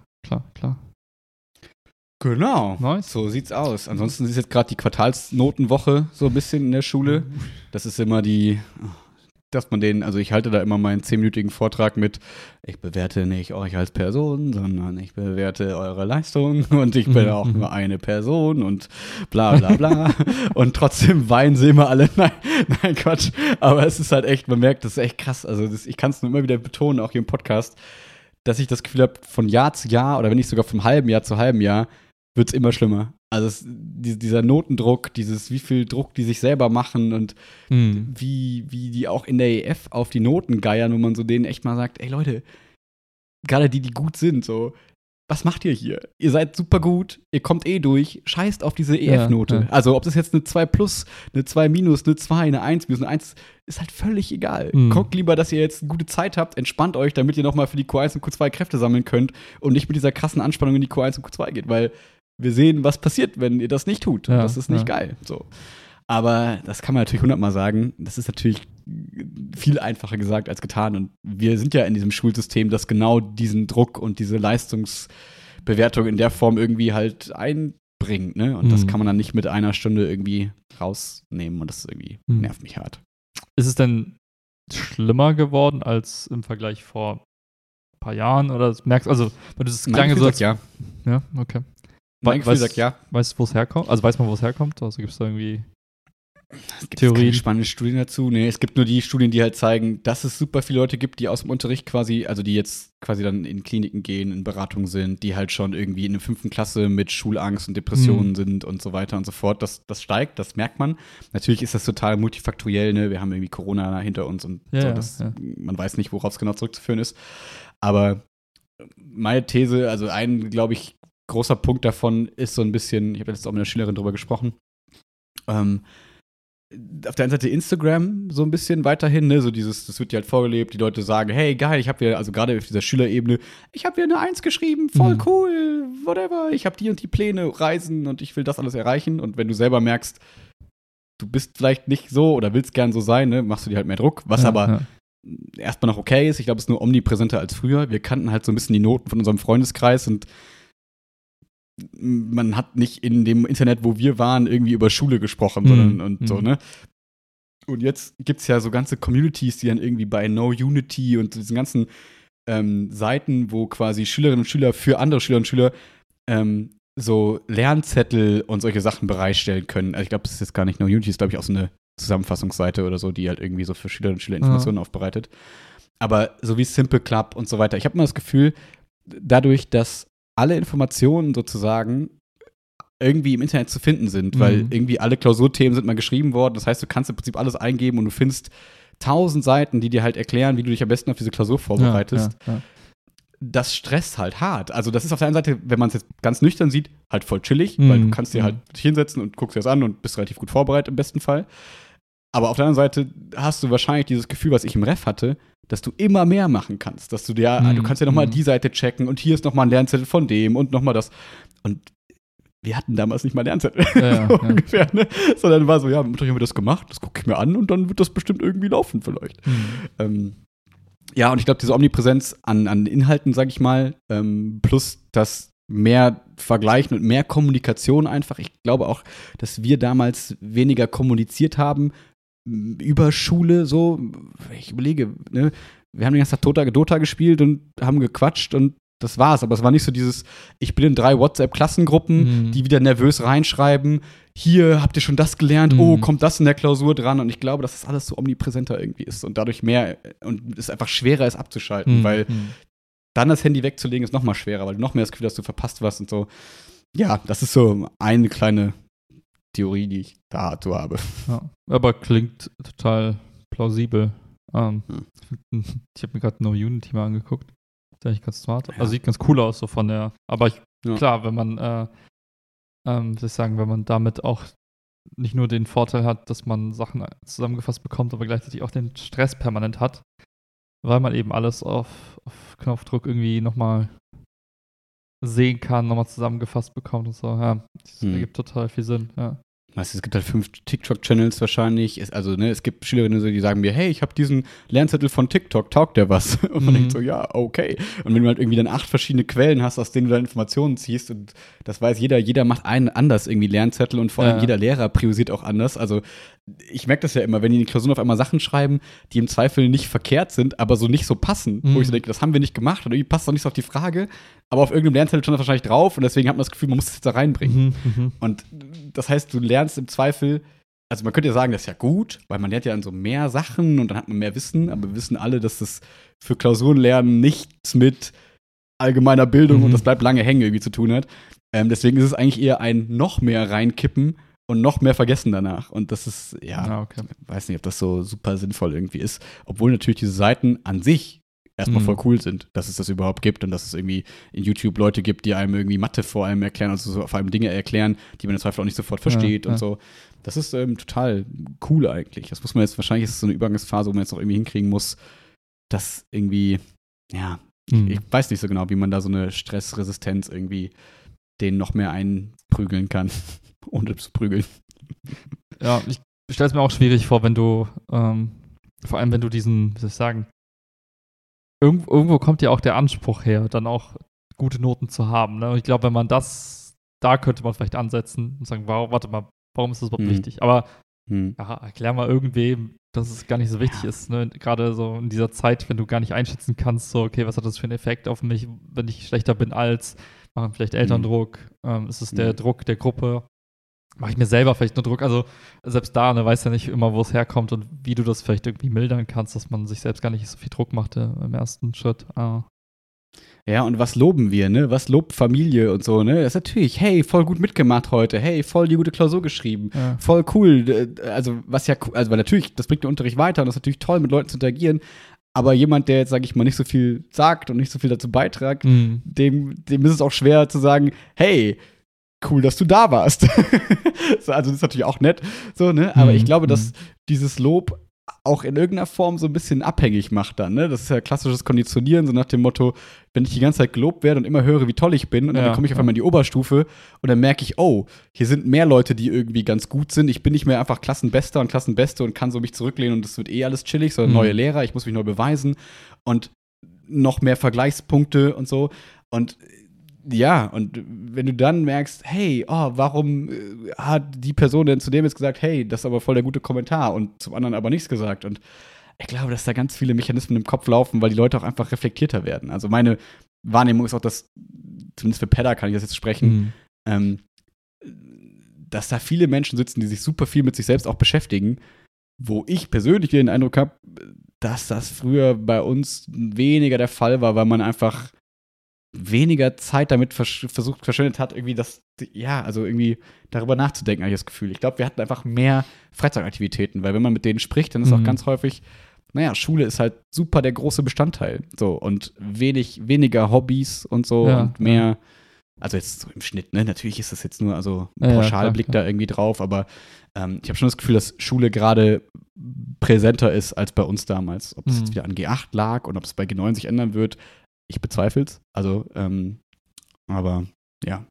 Speaker 2: Genau,
Speaker 1: nice.
Speaker 2: So sieht's aus. Ansonsten ist jetzt gerade die Quartalsnotenwoche so ein bisschen in der Schule. Das ist immer also ich halte da immer meinen 10-minütigen Vortrag mit, ich bewerte nicht euch als Person, sondern ich bewerte eure Leistung und ich bin auch nur eine Person und bla bla bla. Und trotzdem weinen sie immer alle. Nein, Quatsch. Aber es ist halt echt, man merkt, das ist echt krass. Also ich kann es nur immer wieder betonen, auch hier im Podcast, dass ich das Gefühl habe, von Jahr zu Jahr oder wenn nicht sogar vom halben Jahr zu halben Jahr, wird es immer schlimmer. Also dieser Notendruck, wie viel Druck die sich selber machen und wie die auch in der EF auf die Noten geiern, wo man so denen echt mal sagt, ey Leute, gerade die gut sind, so, was macht ihr hier? Ihr seid super gut, ihr kommt durch, scheißt auf diese EF-Note. Ja. Also ob das jetzt eine 2 plus, eine 2 minus, eine 2, eine 1 minus, eine 1, ist halt völlig egal. Guckt lieber, dass ihr jetzt eine gute Zeit habt, entspannt euch, damit ihr nochmal für die Q1 und Q2 Kräfte sammeln könnt und nicht mit dieser krassen Anspannung in die Q1 und Q2 geht, weil wir sehen, was passiert, wenn ihr das nicht tut. Ja, das ist nicht geil. So. Aber das kann man natürlich 100-mal sagen. Das ist natürlich viel einfacher gesagt als getan. Und wir sind ja in diesem Schulsystem, das genau diesen Druck und diese Leistungsbewertung in der Form irgendwie halt einbringt. Ne? Und das kann man dann nicht mit einer Stunde irgendwie rausnehmen. Und das irgendwie nervt mich hart.
Speaker 1: Ist es denn schlimmer geworden als im Vergleich vor ein paar Jahren? Oder merkst weil du es klang so,
Speaker 2: ja.
Speaker 1: Ja, okay.
Speaker 2: Mein Gefühl sagt ja.
Speaker 1: Weißt du, wo es herkommt? Also weiß man, wo es herkommt? Also gibt es da irgendwie
Speaker 2: Es gibt keine spannenden Studien dazu. Nee, es gibt nur die Studien, die halt zeigen, dass es super viele Leute gibt, die aus dem Unterricht quasi, also die jetzt quasi dann in Kliniken gehen, in Beratung sind, die halt schon irgendwie in der 5. Klasse mit Schulangst und Depressionen sind und so weiter und so fort. Das steigt, das merkt man. Natürlich ist das total multifaktoriell, ne? Wir haben irgendwie Corona hinter uns und man weiß nicht, worauf es genau zurückzuführen ist. Aber meine These, also glaube ich, großer Punkt davon ist so ein bisschen, ich habe jetzt auch mit einer Schülerin drüber gesprochen, auf der einen Seite Instagram so ein bisschen weiterhin, ne, so das wird dir halt vorgelebt, die Leute sagen, hey, geil, ich habe ja, also gerade auf dieser Schülerebene, ich habe dir eine 1 geschrieben, voll cool, whatever, ich habe die und die Pläne, Reisen und ich will das alles erreichen. Und wenn du selber merkst, du bist vielleicht nicht so oder willst gern so sein, ne, machst du dir halt mehr Druck, was aber erstmal noch okay ist. Ich glaube, es ist nur omnipräsenter als früher. Wir kannten halt so ein bisschen die Noten von unserem Freundeskreis und man hat nicht in dem Internet, wo wir waren, irgendwie über Schule gesprochen, sondern so, ne? Und jetzt gibt's ja so ganze Communities, die dann irgendwie bei No Unity und diesen ganzen Seiten, wo quasi Schülerinnen und Schüler für andere Schülerinnen und Schüler so Lernzettel und solche Sachen bereitstellen können. Also ich glaube, das ist jetzt gar nicht No Unity, ist glaube ich auch so eine Zusammenfassungsseite oder so, die halt irgendwie so für Schülerinnen und Schüler Informationen aufbereitet. Aber so wie Simple Club und so weiter. Ich habe immer das Gefühl, dadurch, dass alle Informationen sozusagen irgendwie im Internet zu finden sind, weil irgendwie alle Klausurthemen sind mal geschrieben worden. Das heißt, du kannst im Prinzip alles eingeben und du findest 1000 Seiten, die dir halt erklären, wie du dich am besten auf diese Klausur vorbereitest. Ja. Das stresst halt hart. Also das ist auf der einen Seite, wenn man es jetzt ganz nüchtern sieht, halt voll chillig, weil du kannst dir halt dich hinsetzen und guckst dir das an und bist relativ gut vorbereitet im besten Fall. Aber auf der anderen Seite hast du wahrscheinlich dieses Gefühl, was ich im Ref hatte, dass du immer mehr machen kannst. Dass du dir, du kannst ja nochmal die Seite checken und hier ist nochmal ein Lernzettel von dem und nochmal das. Und wir hatten damals nicht mal Lernzettel, so ungefähr, ne? Sondern war so, ja, mit euch haben wir das gemacht, das gucke ich mir an und dann wird das bestimmt irgendwie laufen vielleicht. Ja, und ich glaube, diese Omnipräsenz an Inhalten, sag ich mal, plus das mehr Vergleichen und mehr Kommunikation einfach. Ich glaube auch, dass wir damals weniger kommuniziert haben über Schule, so. Ich überlege, ne? Wir haben den ganzen Tag Dota gespielt und haben gequatscht und das war's. Aber es war nicht so dieses, ich bin in 3 WhatsApp-Klassengruppen, die wieder nervös reinschreiben, hier habt ihr schon das gelernt, oh, kommt das in der Klausur dran? Und ich glaube, dass das alles so omnipräsenter irgendwie ist und dadurch mehr und es einfach schwerer ist abzuschalten, weil dann das Handy wegzulegen ist noch mal schwerer, weil du noch mehr das Gefühl hast, du verpasst was und so. Ja, das ist so eine kleine Theorie, die ich dazu habe.
Speaker 1: Ja, aber klingt total plausibel. Ich habe mir gerade No Unity mal angeguckt. Ist eigentlich ganz smart. Ja. Also sieht ganz cool aus, so von der. Aber klar, wenn man, soll ich sagen, wenn man damit auch nicht nur den Vorteil hat, dass man Sachen zusammengefasst bekommt, aber gleichzeitig auch den Stress permanent hat, weil man eben alles auf Knopfdruck irgendwie nochmal sehen kann, nochmal zusammengefasst bekommt und so. Ja, das ergibt total viel Sinn, ja.
Speaker 2: Weißt du, es gibt halt 5 TikTok-Channels wahrscheinlich. Es gibt Schülerinnen, die sagen mir, hey, ich habe diesen Lernzettel von TikTok, taugt der was? Und man denkt so, ja, okay. Und wenn du halt irgendwie dann 8 verschiedene Quellen hast, aus denen du dann Informationen ziehst und das weiß jeder macht einen anders irgendwie Lernzettel und vor allem jeder Lehrer priorisiert auch anders. Also ich merke das ja immer, wenn die in den Klausuren auf einmal Sachen schreiben, die im Zweifel nicht verkehrt sind, aber so nicht so passen. Wo ich so denke, das haben wir nicht gemacht oder irgendwie passt doch nicht so auf die Frage. Aber auf irgendeinem Lernzettel stand das wahrscheinlich drauf und deswegen hat man das Gefühl, man muss das jetzt da reinbringen. Und das heißt, du lernst im Zweifel, also man könnte ja sagen, das ist ja gut, weil man lernt ja dann so mehr Sachen und dann hat man mehr Wissen, aber wir wissen alle, dass das für Klausurenlernen nichts mit allgemeiner Bildung und das bleibt lange hängen irgendwie zu tun hat. Deswegen ist es eigentlich eher ein noch mehr reinkippen und noch mehr vergessen danach. Und das ist, weiß nicht, ob das so super sinnvoll irgendwie ist. Obwohl natürlich diese Seiten an sich erstmal voll cool sind, dass es das überhaupt gibt und dass es irgendwie in YouTube Leute gibt, die einem irgendwie Mathe vor allem erklären, also so vor allem Dinge erklären, die man im Zweifel auch nicht sofort versteht und so. Das ist total cool eigentlich. Das muss man jetzt, wahrscheinlich ist es so eine Übergangsphase, wo man jetzt noch irgendwie hinkriegen muss, dass irgendwie, ich weiß nicht so genau, wie man da so eine Stressresistenz irgendwie denen noch mehr einprügeln kann, ohne zu prügeln.
Speaker 1: Ja, ich stelle es mir auch schwierig vor, wenn du, vor allem wenn du diesen, wie soll ich sagen, irgendwo kommt ja auch der Anspruch her, dann auch gute Noten zu haben. Ne? Und ich glaube, wenn man da könnte man vielleicht ansetzen und sagen, warum ist das überhaupt wichtig? Aber erklär mal irgendwem, dass es gar nicht so wichtig ist. Ne? Gerade so in dieser Zeit, wenn du gar nicht einschätzen kannst, so, okay, was hat das für einen Effekt auf mich, wenn ich schlechter bin als, machen vielleicht Eltern Druck, ist es der Druck der Gruppe, mache ich mir selber vielleicht nur Druck, also selbst da, ne, weiß ja nicht immer, wo es herkommt und wie du das vielleicht irgendwie mildern kannst, dass man sich selbst gar nicht so viel Druck macht im ersten Schritt.
Speaker 2: Ja, und was loben wir, ne? Was lobt Familie und so, ne? Das ist natürlich, hey, voll gut mitgemacht heute, hey, voll die gute Klausur geschrieben, voll cool, also weil natürlich, das bringt den Unterricht weiter und das ist natürlich toll, mit Leuten zu interagieren, Aber jemand, der jetzt, sage ich mal, nicht so viel sagt und nicht so viel dazu beiträgt, dem ist es auch schwer zu sagen, hey, cool, dass du da warst. So, also das ist natürlich auch nett, so, ne? Aber ich glaube, dass dieses Lob auch in irgendeiner Form so ein bisschen abhängig macht dann, ne? Das ist ja klassisches Konditionieren, so nach dem Motto, wenn ich die ganze Zeit gelobt werde und immer höre, wie toll ich bin, und dann komme ich auf einmal in die Oberstufe und dann merke ich, oh, hier sind mehr Leute, die irgendwie ganz gut sind. Ich bin nicht mehr einfach Klassenbester und Klassenbeste und kann so mich zurücklehnen und es wird alles chillig, sondern neue Lehrer, ich muss mich neu beweisen und noch mehr Vergleichspunkte und so. Und ja, und wenn du dann merkst, hey, warum hat die Person denn zu dem jetzt gesagt, hey, das ist aber voll der gute Kommentar und zum anderen aber nichts gesagt. Und ich glaube, dass da ganz viele Mechanismen im Kopf laufen, weil die Leute auch einfach reflektierter werden. Also meine Wahrnehmung ist auch, dass, zumindest für Pedda kann ich das jetzt sprechen, dass da viele Menschen sitzen, die sich super viel mit sich selbst auch beschäftigen, wo ich persönlich den Eindruck habe, dass das früher bei uns weniger der Fall war, weil man einfach weniger Zeit damit verschwendet hat, irgendwie also irgendwie darüber nachzudenken, habe ich das Gefühl. Ich glaube, wir hatten einfach mehr Freizeitaktivitäten, weil wenn man mit denen spricht, dann ist auch ganz häufig, Schule ist halt super der große Bestandteil. So, und weniger Hobbys und so und mehr, also jetzt so im Schnitt, ne? Natürlich ist das jetzt nur, also ein Pauschalblick da irgendwie drauf, aber ich habe schon das Gefühl, dass Schule gerade präsenter ist als bei uns damals. Ob es jetzt wieder an G8 lag und ob es bei G9 sich ändern wird, ich bezweifle es. Also, aber ja.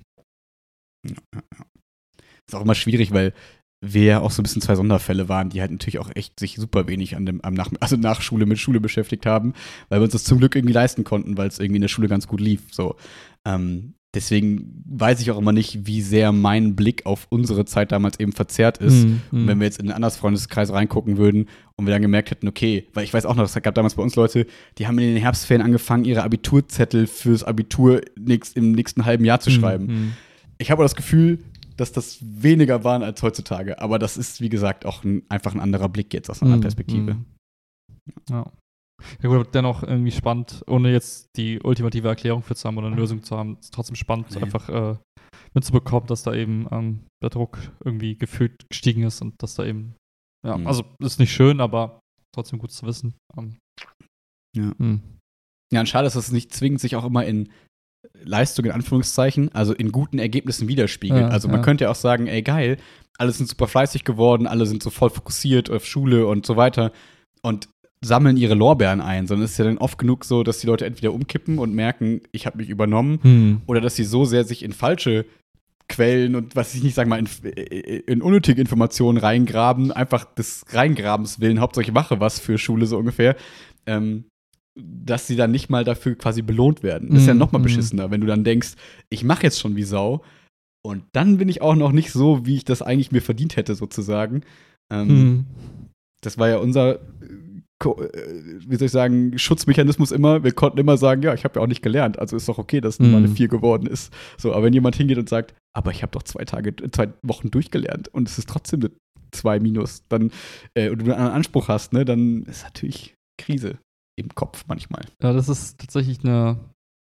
Speaker 2: Ist auch immer schwierig, weil wir ja auch so ein bisschen zwei Sonderfälle waren, die halt natürlich auch echt sich super wenig nach Schule mit Schule beschäftigt haben, weil wir uns das zum Glück irgendwie leisten konnten, weil es irgendwie in der Schule ganz gut lief. So. Deswegen weiß ich auch immer nicht, wie sehr mein Blick auf unsere Zeit damals eben verzerrt ist. Und wenn wir jetzt in einen anderen Freundeskreis reingucken würden und wir dann gemerkt hätten, okay, weil ich weiß auch noch, es gab damals bei uns Leute, die haben in den Herbstferien angefangen, ihre Abiturzettel fürs Abitur im nächsten halben Jahr zu schreiben. Ich habe das Gefühl, dass das weniger waren als heutzutage. Aber das ist, wie gesagt, auch einfach ein anderer Blick jetzt aus einer Perspektive.
Speaker 1: Ja. Ja gut, dennoch irgendwie spannend, ohne jetzt die ultimative Erklärung für zu haben oder eine Lösung zu haben, ist trotzdem spannend, einfach mitzubekommen, dass da eben der Druck irgendwie gefühlt gestiegen ist und dass da eben, also ist nicht schön, aber trotzdem gut zu wissen.
Speaker 2: Ja, und schade, dass es nicht zwingend sich auch immer in Leistung in Anführungszeichen, also in guten Ergebnissen widerspiegelt. Also man könnte ja auch sagen, ey geil, alle sind super fleißig geworden, alle sind so voll fokussiert auf Schule und so weiter und sammeln ihre Lorbeeren ein, sondern es ist ja dann oft genug so, dass die Leute entweder umkippen und merken, ich habe mich übernommen, oder dass sie so sehr sich in falsche Quellen und was ich nicht sagen mal in unnötige Informationen reingraben, einfach des Reingrabens willen, Hauptsache ich mache was für Schule so ungefähr, dass sie dann nicht mal dafür quasi belohnt werden. Das ist ja noch mal beschissener, wenn du dann denkst, ich mache jetzt schon wie Sau und dann bin ich auch noch nicht so, wie ich das eigentlich mir verdient hätte sozusagen. Das war ja unser wie soll ich sagen, Schutzmechanismus immer. Wir konnten immer sagen, ja, ich habe ja auch nicht gelernt, also ist doch okay, dass nur mal eine 4 geworden ist. So, aber wenn jemand hingeht und sagt, aber ich habe doch 2 Wochen durchgelernt und es ist trotzdem eine 2 minus, dann, und du einen Anspruch hast, ne, dann ist natürlich Krise im Kopf manchmal.
Speaker 1: Ja, das ist tatsächlich eine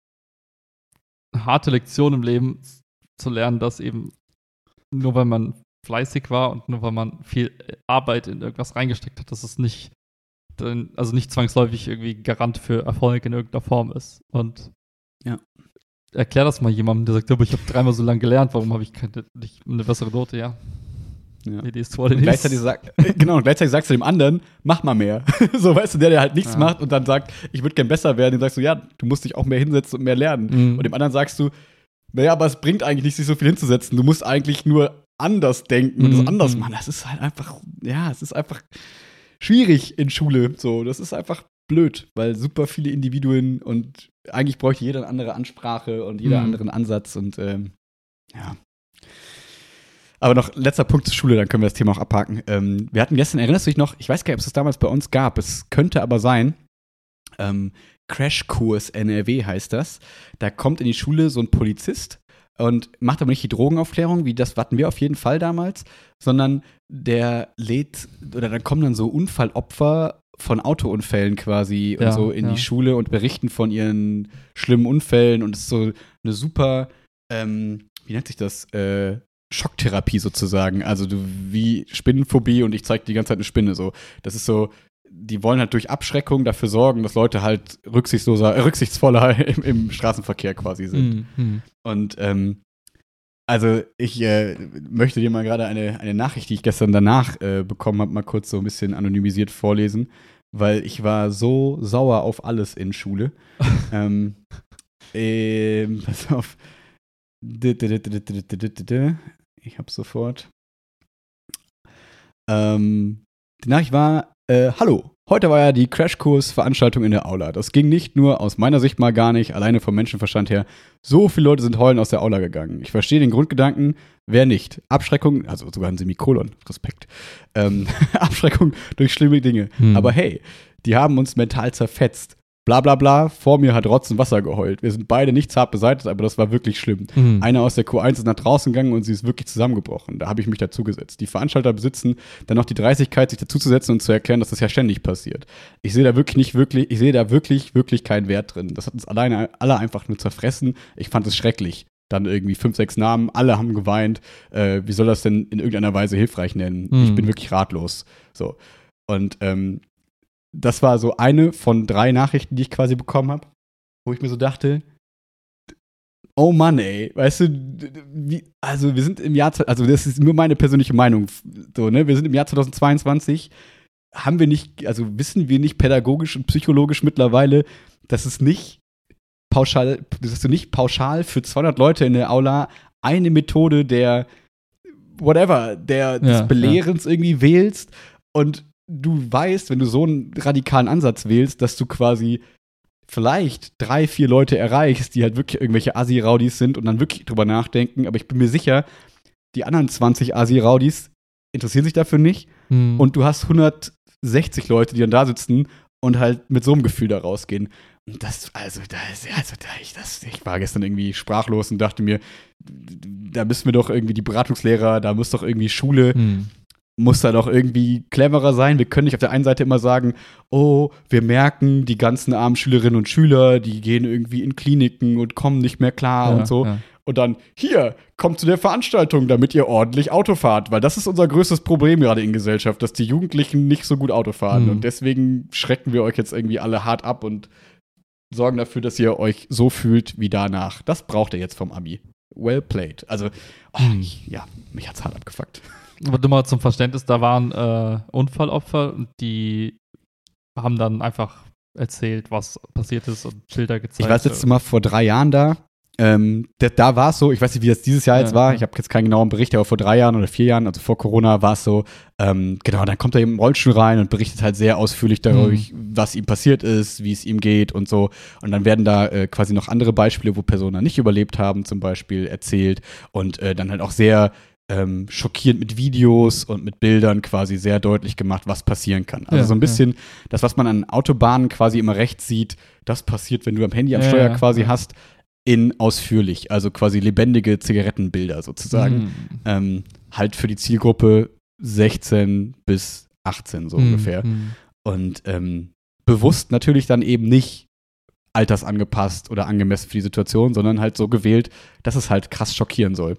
Speaker 1: harte Lektion im Leben, zu lernen, dass eben nur weil man fleißig war und nur weil man viel Arbeit in irgendwas reingesteckt hat, dass es nicht zwangsläufig irgendwie Garant für Erfolg in irgendeiner Form ist. Und erklär das mal jemandem, der sagt, aber ich habe 3-mal so lange gelernt, warum habe ich nicht eine bessere Note? Ja. Gleichzeitig
Speaker 2: sagst du dem anderen, mach mal mehr. So, weißt du, der halt nichts macht und dann sagt, ich würde gern besser werden, dann sagst du, ja, du musst dich auch mehr hinsetzen und mehr lernen. Und dem anderen sagst du, naja, aber es bringt eigentlich nicht, sich so viel hinzusetzen. Du musst eigentlich nur anders denken und das anders machen. Das ist halt einfach, es ist einfach schwierig in Schule. So, das ist einfach blöd, weil super viele Individuen und eigentlich bräuchte jeder eine andere Ansprache und jeder anderen Ansatz und Aber noch letzter Punkt zur Schule, dann können wir das Thema auch abhaken. Wir hatten gestern, erinnerst du dich noch, ich weiß gar nicht, ob es das damals bei uns gab, es könnte aber sein, Crashkurs NRW heißt das. Da kommt in die Schule so ein Polizist und macht aber nicht die Drogenaufklärung, wie das hatten wir auf jeden Fall damals, sondern da kommen dann so Unfallopfer von Autounfällen quasi und so in die Schule und berichten von ihren schlimmen Unfällen und es ist so eine super, wie nennt sich das, Schocktherapie sozusagen. Also wie Spinnenphobie und ich zeige die ganze Zeit eine Spinne so. Das ist so die wollen halt durch Abschreckung dafür sorgen, dass Leute halt rücksichtsvoller im Straßenverkehr quasi sind. Und also ich möchte dir mal gerade eine Nachricht, die ich gestern danach bekommen habe, mal kurz so ein bisschen anonymisiert vorlesen, weil ich war so sauer auf alles in Schule. Pass auf. Ich hab's sofort. Die Nachricht war, hallo, heute war ja die Crashkurs-Veranstaltung in der Aula. Das ging nicht nur aus meiner Sicht mal gar nicht, alleine vom Menschenverstand her. So viele Leute sind heulend aus der Aula gegangen. Ich verstehe den Grundgedanken, wer nicht. Abschreckung, also sogar ein Semikolon, Respekt. Abschreckung durch schlimme Dinge. Aber hey, die haben uns mental zerfetzt. Bla bla bla, vor mir hat Rotz und Wasser geheult. Wir sind beide nicht zart beseitigt, aber das war wirklich schlimm. Einer aus der Q1 ist nach draußen gegangen und sie ist wirklich zusammengebrochen. Da habe ich mich dazugesetzt. Die Veranstalter besitzen dann noch die Dreistigkeit, sich dazuzusetzen und zu erklären, dass das ja ständig passiert. Ich sehe da wirklich keinen Wert drin. Das hat uns alle einfach nur zerfressen. Ich fand es schrecklich. Dann irgendwie 5, 6 Namen, alle haben geweint. Wie soll das denn in irgendeiner Weise hilfreich nennen? Ich bin wirklich ratlos. So. Und das war so eine von 3 Nachrichten, die ich quasi bekommen habe, wo ich mir so dachte, oh Mann, ey, weißt du, also wir sind im Jahr, also das ist nur meine persönliche Meinung, so, ne, wir sind im Jahr 2022, wissen wir nicht pädagogisch und psychologisch mittlerweile, dass du nicht pauschal für 200 Leute in der Aula eine Methode des Belehrens irgendwie wählst und du weißt, wenn du so einen radikalen Ansatz wählst, dass du quasi vielleicht 3, 4 Leute erreichst, die halt wirklich irgendwelche Assi-Raudis sind und dann wirklich drüber nachdenken. Aber ich bin mir sicher, die anderen 20 Assi-Raudis interessieren sich dafür nicht. Und du hast 160 Leute, die dann da sitzen und halt mit so einem Gefühl da rausgehen. Und ich war gestern irgendwie sprachlos und dachte mir, da müssen wir doch irgendwie die Beratungslehrer, da muss doch irgendwie Schule muss da doch irgendwie cleverer sein. Wir können nicht auf der einen Seite immer sagen, oh, wir merken, die ganzen armen Schülerinnen und Schüler, die gehen irgendwie in Kliniken und kommen nicht mehr klar und so. Ja. Und dann, hier, kommt zu der Veranstaltung, damit ihr ordentlich Auto fahrt. Weil das ist unser größtes Problem gerade in Gesellschaft, dass die Jugendlichen nicht so gut Auto fahren. Und deswegen schrecken wir euch jetzt irgendwie alle hart ab und sorgen dafür, dass ihr euch so fühlt wie danach. Das braucht ihr jetzt vom Abi. Well played. Also, mich hat's hart abgefuckt.
Speaker 1: Aber nur mal zum Verständnis, da waren Unfallopfer und die haben dann einfach erzählt, was passiert ist und Bilder gezeigt.
Speaker 2: Ich war das letzte Mal vor 3 Jahren da. Da war es so, ich weiß nicht, wie das dieses Jahr jetzt war, ich habe jetzt keinen genauen Bericht, aber vor 3 Jahren oder 4 Jahren, also vor Corona, war es so, genau, dann kommt er im Rollstuhl rein und berichtet halt sehr ausführlich darüber, was ihm passiert ist, wie es ihm geht und so. Und dann werden da quasi noch andere Beispiele, wo Personen dann nicht überlebt haben, zum Beispiel erzählt und dann halt auch sehr schockierend mit Videos und mit Bildern quasi sehr deutlich gemacht, was passieren kann. Also so ein bisschen das, was man an Autobahnen quasi immer rechts sieht, das passiert, wenn du am Handy am Steuer quasi hast, in ausführlich, also quasi lebendige Zigarettenbilder sozusagen. Halt für die Zielgruppe 16 bis 18 so ungefähr. Und bewusst natürlich dann eben nicht altersangepasst oder angemessen für die Situation, sondern halt so gewählt, dass es halt krass schockieren soll.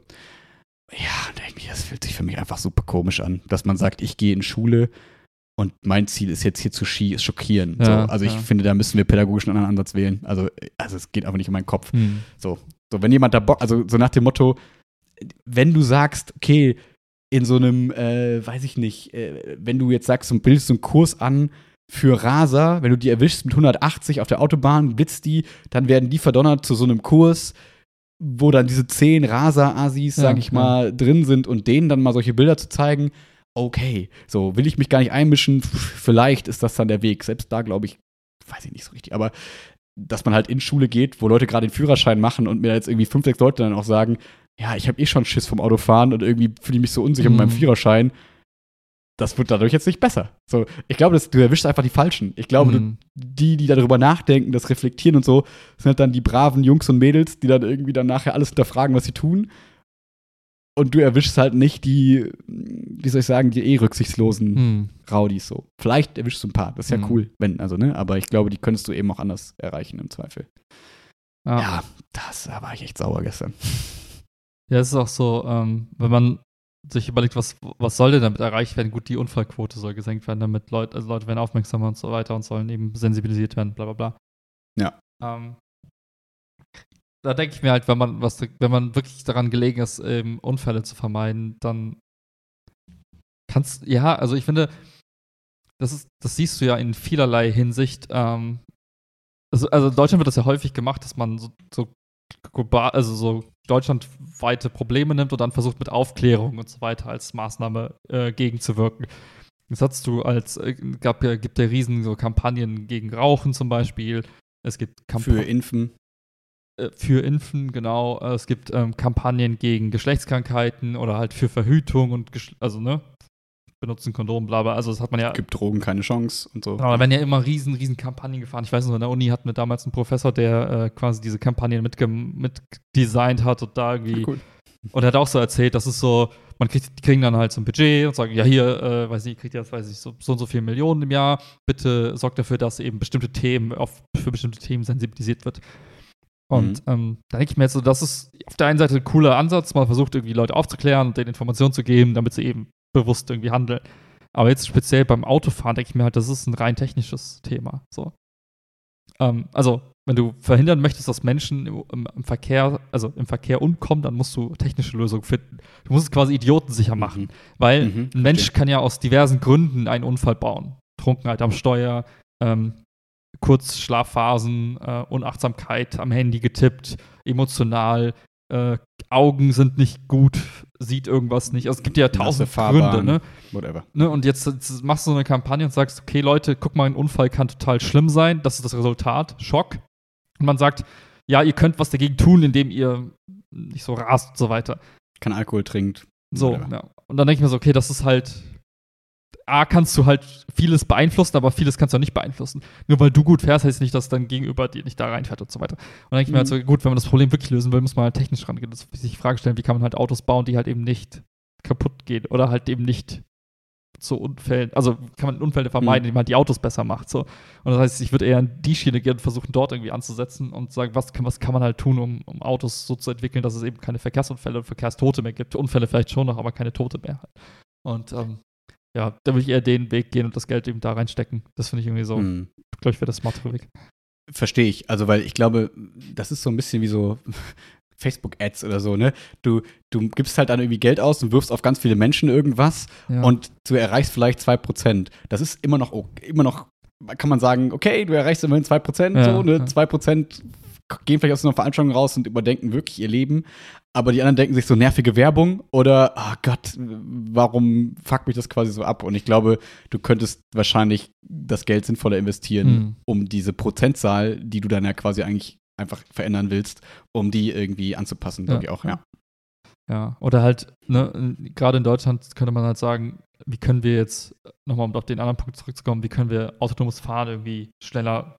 Speaker 2: Ja, und irgendwie, das fühlt sich für mich einfach super komisch an, dass man sagt, ich gehe in Schule und mein Ziel ist jetzt hier zu schockieren. Ja, so, also ich finde, da müssen wir pädagogisch einen anderen Ansatz wählen. Also es geht einfach nicht in meinen Kopf. So, wenn jemand da Bock, also so nach dem Motto, wenn du sagst, okay, in so einem, weiß ich nicht, wenn du jetzt sagst und bildest so einen Kurs an für Raser, wenn du die erwischst mit 180 auf der Autobahn, blitzt die, dann werden die verdonnert zu so einem Kurs, wo dann diese 10 Raser-Assis, sag ich mal, drin sind und denen dann mal solche Bilder zu zeigen, okay, so will ich mich gar nicht einmischen, vielleicht ist das dann der Weg. Selbst da glaube ich, weiß ich nicht so richtig, aber dass man halt in Schule geht, wo Leute gerade den Führerschein machen und mir jetzt irgendwie 5, 6 Leute dann auch sagen, ja, ich habe schon Schiss vom Autofahren und irgendwie fühle ich mich so unsicher mit meinem Führerschein, das wird dadurch jetzt nicht besser. So, ich glaube, du erwischst einfach die Falschen. Ich glaube, die darüber nachdenken, das reflektieren und so, sind halt dann die braven Jungs und Mädels, die dann irgendwie dann nachher alles hinterfragen, was sie tun. Und du erwischst halt nicht die, wie soll ich sagen, die rücksichtslosen Raudis so. Vielleicht erwischst du ein paar, das ist ja cool, aber ich glaube, die könntest du eben auch anders erreichen im Zweifel. Ja, da war ich echt sauer gestern.
Speaker 1: Ja, es ist auch so, wenn man sich überlegt, was soll denn damit erreicht werden? Gut, die Unfallquote soll gesenkt werden, damit Leute werden aufmerksamer und so weiter und sollen eben sensibilisiert werden, bla bla bla.
Speaker 2: Ja.
Speaker 1: Da denke ich mir halt, wenn man wirklich daran gelegen ist, Unfälle zu vermeiden, dann also ich finde, das siehst du ja in vielerlei Hinsicht. Also in Deutschland wird das ja häufig gemacht, dass man so global, also so deutschlandweite Probleme nimmt und dann versucht mit Aufklärung und so weiter als Maßnahme gegenzuwirken. Das hast du gibt ja riesen so Kampagnen gegen Rauchen zum Beispiel. Es gibt
Speaker 2: Für Impfen.
Speaker 1: Für Impfen, genau. Es gibt Kampagnen gegen Geschlechtskrankheiten oder halt für Verhütung und benutzen Kondom, bla bla. Also das hat man ja.
Speaker 2: Gibt Drogen keine Chance und so.
Speaker 1: Genau, da werden ja immer riesen Kampagnen gefahren. Ich weiß noch, in der Uni hatten wir damals einen Professor, der quasi diese Kampagnen mitdesignt hat und da irgendwie. Cool. Und er hat auch so erzählt, dass es so, die kriegen dann halt so ein Budget und sagen, ja hier, kriegt ihr jetzt, so und so viele Millionen im Jahr. Bitte sorgt dafür, dass eben für bestimmte Themen sensibilisiert wird. Und da denke ich mir jetzt so, das ist auf der einen Seite ein cooler Ansatz, man versucht irgendwie Leute aufzuklären und denen Informationen zu geben, damit sie eben bewusst irgendwie handeln. Aber jetzt speziell beim Autofahren denke ich mir halt, das ist ein rein technisches Thema. So. Also, wenn du verhindern möchtest, dass Menschen im Verkehr umkommen, dann musst du technische Lösungen finden. Du musst es quasi idiotensicher machen. Weil ein Mensch kann ja aus diversen Gründen einen Unfall bauen. Trunkenheit am Steuer, Kurzschlafphasen, Unachtsamkeit am Handy getippt, emotional, Augen sind nicht gut, sieht irgendwas nicht. Also es gibt ja 1000 Gründe, ne?
Speaker 2: Whatever.
Speaker 1: Ne? Und jetzt machst du so eine Kampagne und sagst, okay, Leute, guck mal, ein Unfall kann total schlimm sein. Das ist das Resultat. Schock. Und man sagt, ja, ihr könnt was dagegen tun, indem ihr nicht so rast und so weiter.
Speaker 2: Kein Alkohol trinkt.
Speaker 1: So, ja. Und dann denke ich mir so, okay, das ist halt kannst du halt vieles beeinflussen, aber vieles kannst du auch nicht beeinflussen. Nur weil du gut fährst, heißt nicht, dass dein Gegenüber dir nicht da reinfährt und so weiter. Und dann denke ich mir halt so, gut, wenn man das Problem wirklich lösen will, muss man halt technisch rangehen. Das sich die Frage stellen, wie kann man halt Autos bauen, die halt eben nicht kaputt gehen oder halt eben nicht zu Unfällen, also kann man Unfälle vermeiden, indem man die Autos besser macht. So. Und das heißt, ich würde eher in die Schiene gehen und versuchen, dort irgendwie anzusetzen und sagen, was kann man halt tun, um Autos so zu entwickeln, dass es eben keine Verkehrsunfälle und Verkehrstote mehr gibt. Unfälle vielleicht schon noch, aber keine Tote mehr. Und ja, da würde ich eher den Weg gehen und das Geld eben da reinstecken. Das finde ich irgendwie so, glaube ich, wäre der smartere Weg.
Speaker 2: Verstehe ich. Also, weil ich glaube, das ist so ein bisschen wie so Facebook-Ads oder so, ne? Du gibst halt dann irgendwie Geld aus und wirfst auf ganz viele Menschen irgendwas und du erreichst vielleicht 2%. Das ist immer noch, kann man sagen, okay, du erreichst immerhin 2%, so, ne? 2% gehen vielleicht aus so einer Veranstaltung raus und überdenken wirklich ihr Leben. Aber die anderen denken sich so nervige Werbung oder, oh Gott, warum fuckt mich das quasi so ab? Und ich glaube, du könntest wahrscheinlich das Geld sinnvoller investieren, um diese Prozentzahl, die du dann ja quasi eigentlich einfach verändern willst, um die irgendwie anzupassen, glaube ich auch, ja.
Speaker 1: Ja, oder halt, ne, gerade in Deutschland könnte man halt sagen, wie können wir jetzt, nochmal um auf den anderen Punkt zurückzukommen, wie können wir autonomes Fahren irgendwie schneller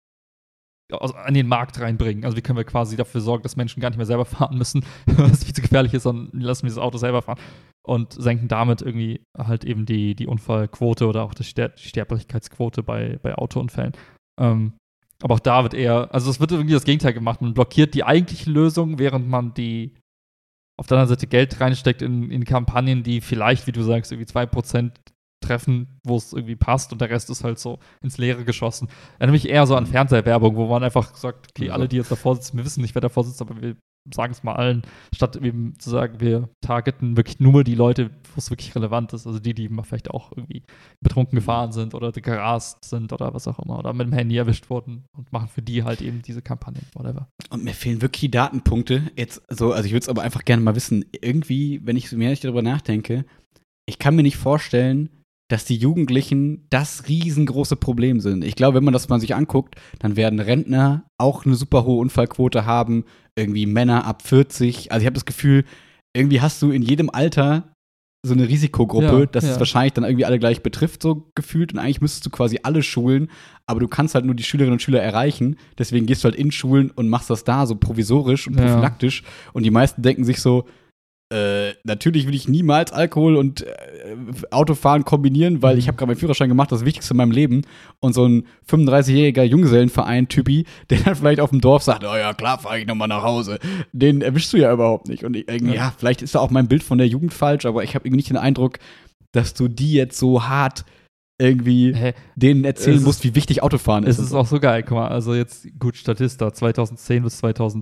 Speaker 1: an den Markt reinbringen. Also wie können wir quasi dafür sorgen, dass Menschen gar nicht mehr selber fahren müssen, was viel zu gefährlich ist, sondern lassen wir das Auto selber fahren und senken damit irgendwie halt eben die Unfallquote oder auch die Sterblichkeitsquote bei Autounfällen. Aber auch da wird es wird irgendwie das Gegenteil gemacht. Man blockiert die eigentliche Lösung, während man auf der anderen Seite Geld reinsteckt in Kampagnen, die vielleicht, wie du sagst, irgendwie 2% treffen, wo es irgendwie passt und der Rest ist halt so ins Leere geschossen. Erinnere mich eher so an Fernsehwerbung, wo man einfach sagt, okay, alle, die jetzt davor sitzen, wir wissen nicht, wer davor sitzt, aber wir sagen es mal allen, statt eben zu sagen, wir targeten wirklich nur die Leute, wo es wirklich relevant ist, also die mal vielleicht auch irgendwie betrunken gefahren sind oder gerast sind oder was auch immer oder mit dem Handy erwischt wurden und machen für die halt eben diese Kampagnen, whatever.
Speaker 2: Und mir fehlen wirklich die Datenpunkte jetzt so, also ich würde es aber einfach gerne mal wissen, irgendwie, wenn ich mehr darüber nachdenke, ich kann mir nicht vorstellen, dass die Jugendlichen das riesengroße Problem sind. Ich glaube, wenn man das mal sich anguckt, dann werden Rentner auch eine super hohe Unfallquote haben, irgendwie Männer ab 40. Also ich habe das Gefühl, irgendwie hast du in jedem Alter so eine Risikogruppe, dass es wahrscheinlich dann irgendwie alle gleich betrifft, so gefühlt. Und eigentlich müsstest du quasi alle schulen, aber du kannst halt nur die Schülerinnen und Schüler erreichen. Deswegen gehst du halt in Schulen und machst das da so provisorisch und prophylaktisch. Und die meisten denken sich so, natürlich will ich niemals Alkohol und Autofahren kombinieren, weil ich habe gerade meinen Führerschein gemacht, das Wichtigste in meinem Leben. Und so ein 35-jähriger Junggesellenverein-Typi, der dann vielleicht auf dem Dorf sagt, oh ja, klar, fahre ich nochmal nach Hause. Den erwischst du ja überhaupt nicht. Und ja, vielleicht ist da auch mein Bild von der Jugend falsch, aber ich habe irgendwie nicht den Eindruck, dass du die jetzt so hart irgendwie denen erzählen musst, wie wichtig Autofahren ist.
Speaker 1: Es ist auch so geil, guck mal, also jetzt, gut, Statista, 2010 bis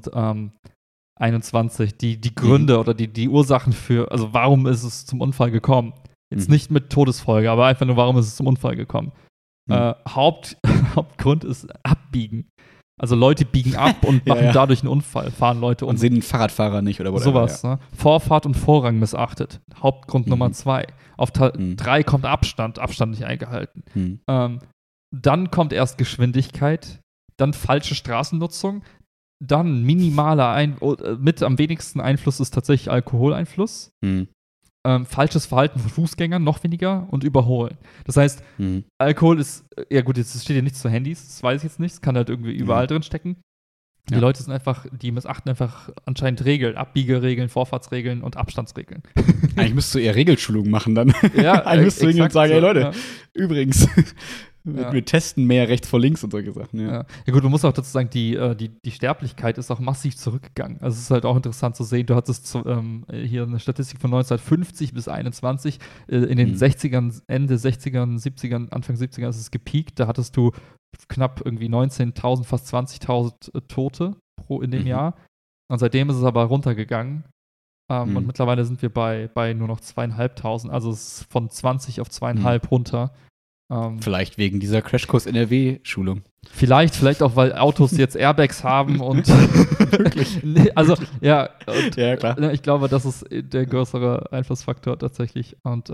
Speaker 1: 2021, die Gründe oder die Ursachen für, also warum ist es zum Unfall gekommen? Jetzt nicht mit Todesfolge, aber einfach nur, warum ist es zum Unfall gekommen? Hauptgrund ist Abbiegen. Also Leute biegen ab und machen dadurch einen Unfall, fahren Leute um.
Speaker 2: Und sehen den Fahrradfahrer nicht oder whatever.
Speaker 1: Sowas, ne? Vorfahrt und Vorrang missachtet. Hauptgrund Nummer 2. Auf 3 kommt Abstand nicht eingehalten. Dann kommt erst Geschwindigkeit, dann falsche Straßennutzung, dann mit am wenigsten Einfluss ist tatsächlich Alkoholeinfluss. Falsches Verhalten von Fußgängern, noch weniger, und Überholen. Das heißt, Alkohol ist, ja gut, jetzt steht hier nichts zu Handys, das weiß ich jetzt nicht, es kann halt irgendwie überall drin stecken. Die Leute sind einfach, die missachten einfach anscheinend Regeln, Abbiegeregeln, Vorfahrtsregeln und Abstandsregeln.
Speaker 2: Eigentlich müsstest du eher Regelschulung machen dann.
Speaker 1: Ja,
Speaker 2: eigentlich müsstest du hingehen und sagen, hey Leute, übrigens, wir testen mehr rechts vor links und solche Sachen. Ja
Speaker 1: gut, man muss auch dazu sagen, die Sterblichkeit ist auch massiv zurückgegangen. Also es ist halt auch interessant zu sehen, du hattest hier eine Statistik von 1950 bis 21, in den 60ern, Ende 60ern, 70ern, Anfang 70ern ist es gepiekt, da hattest du knapp irgendwie 19.000, fast 20.000 Tote in dem Jahr. Und seitdem ist es aber runtergegangen. Und mittlerweile sind wir bei nur noch 2.500. Also es ist von 20 auf 2,5 runter.
Speaker 2: Vielleicht wegen dieser Crashkurs-NRW-Schulung.
Speaker 1: Vielleicht auch, weil Autos jetzt Airbags haben und wirklich? Also, ja. Und,
Speaker 2: ja, klar.
Speaker 1: Ich glaube, das ist der größere Einflussfaktor tatsächlich. Und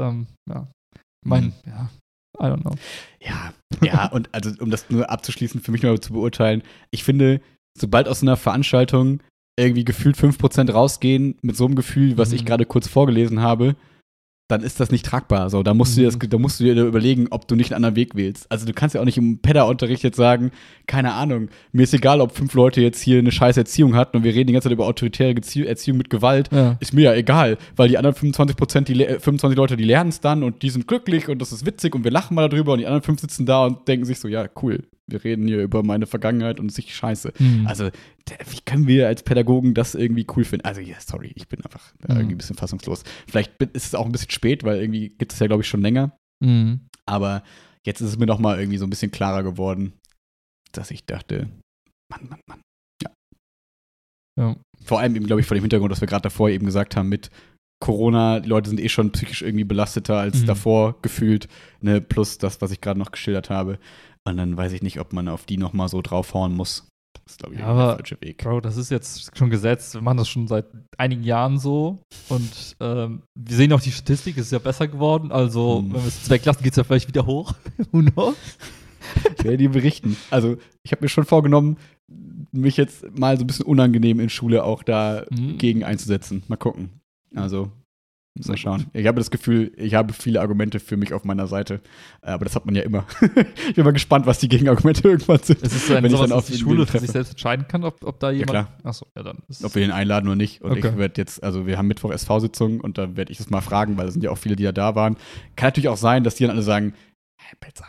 Speaker 1: I don't know.
Speaker 2: Ja, und also um das nur abzuschließen, für mich nur zu beurteilen, ich finde, sobald aus einer Veranstaltung irgendwie gefühlt 5% rausgehen mit so einem Gefühl, was ich gerade kurz vorgelesen habe, dann ist das nicht tragbar. So, da musst du dir überlegen, ob du nicht einen anderen Weg wählst. Also du kannst ja auch nicht im Pedda-Unterricht jetzt sagen, keine Ahnung, mir ist egal, ob 5 Leute jetzt hier eine scheiß Erziehung hatten und wir reden die ganze Zeit über autoritäre Erziehung mit Gewalt. Ja. Ist mir ja egal, weil die anderen 25 Leute, die lernen es dann und die sind glücklich und das ist witzig und wir lachen mal darüber und die anderen 5 sitzen da und denken sich so, ja, cool, wir reden hier über meine Vergangenheit und es ist scheiße. Also, wie können wir als Pädagogen das irgendwie cool finden? Also, ja, sorry, ich bin einfach irgendwie ein bisschen fassungslos. Vielleicht ist es auch ein bisschen spät, weil irgendwie gibt es ja, glaube ich, schon länger. Aber jetzt ist es mir noch mal irgendwie so ein bisschen klarer geworden, dass ich dachte, Mann. Ja. Vor allem eben, glaube ich, vor dem Hintergrund, was wir gerade davor eben gesagt haben mit Corona, die Leute sind eh schon psychisch irgendwie belasteter als davor gefühlt, ne, plus das, was ich gerade noch geschildert habe. Und dann weiß ich nicht, ob man auf die noch mal so draufhauen muss. Das ist, glaube ich, der falsche Weg.
Speaker 1: Bro, das ist jetzt schon gesetzt. Wir machen das schon seit einigen Jahren so. Und wir sehen auch, die Statistik ist ja besser geworden. Also, wenn wir es jetzt weglassen, geht es ja vielleicht wieder hoch. Who knows?
Speaker 2: Ich werde dir berichten. Also, ich habe mir schon vorgenommen, mich jetzt mal so ein bisschen unangenehm in Schule auch da gegen einzusetzen. Mal gucken. Also, mal schauen. Ich habe das Gefühl, ich habe viele Argumente für mich auf meiner Seite. Aber das hat man ja immer. Ich bin mal gespannt, was die Gegenargumente irgendwann sind.
Speaker 1: Ist es so, wenn ich dann auf die Schule für sich selbst entscheiden kann, ob da jemand.
Speaker 2: Ja, klar.
Speaker 1: Achso, ja, dann ist
Speaker 2: ob wir den einladen oder nicht. Und ich werde jetzt, also wir haben Mittwoch SV-Sitzung und da werde ich das mal fragen, weil es sind ja auch viele, die da waren. Kann natürlich auch sein, dass die dann alle sagen, hey, Petzer,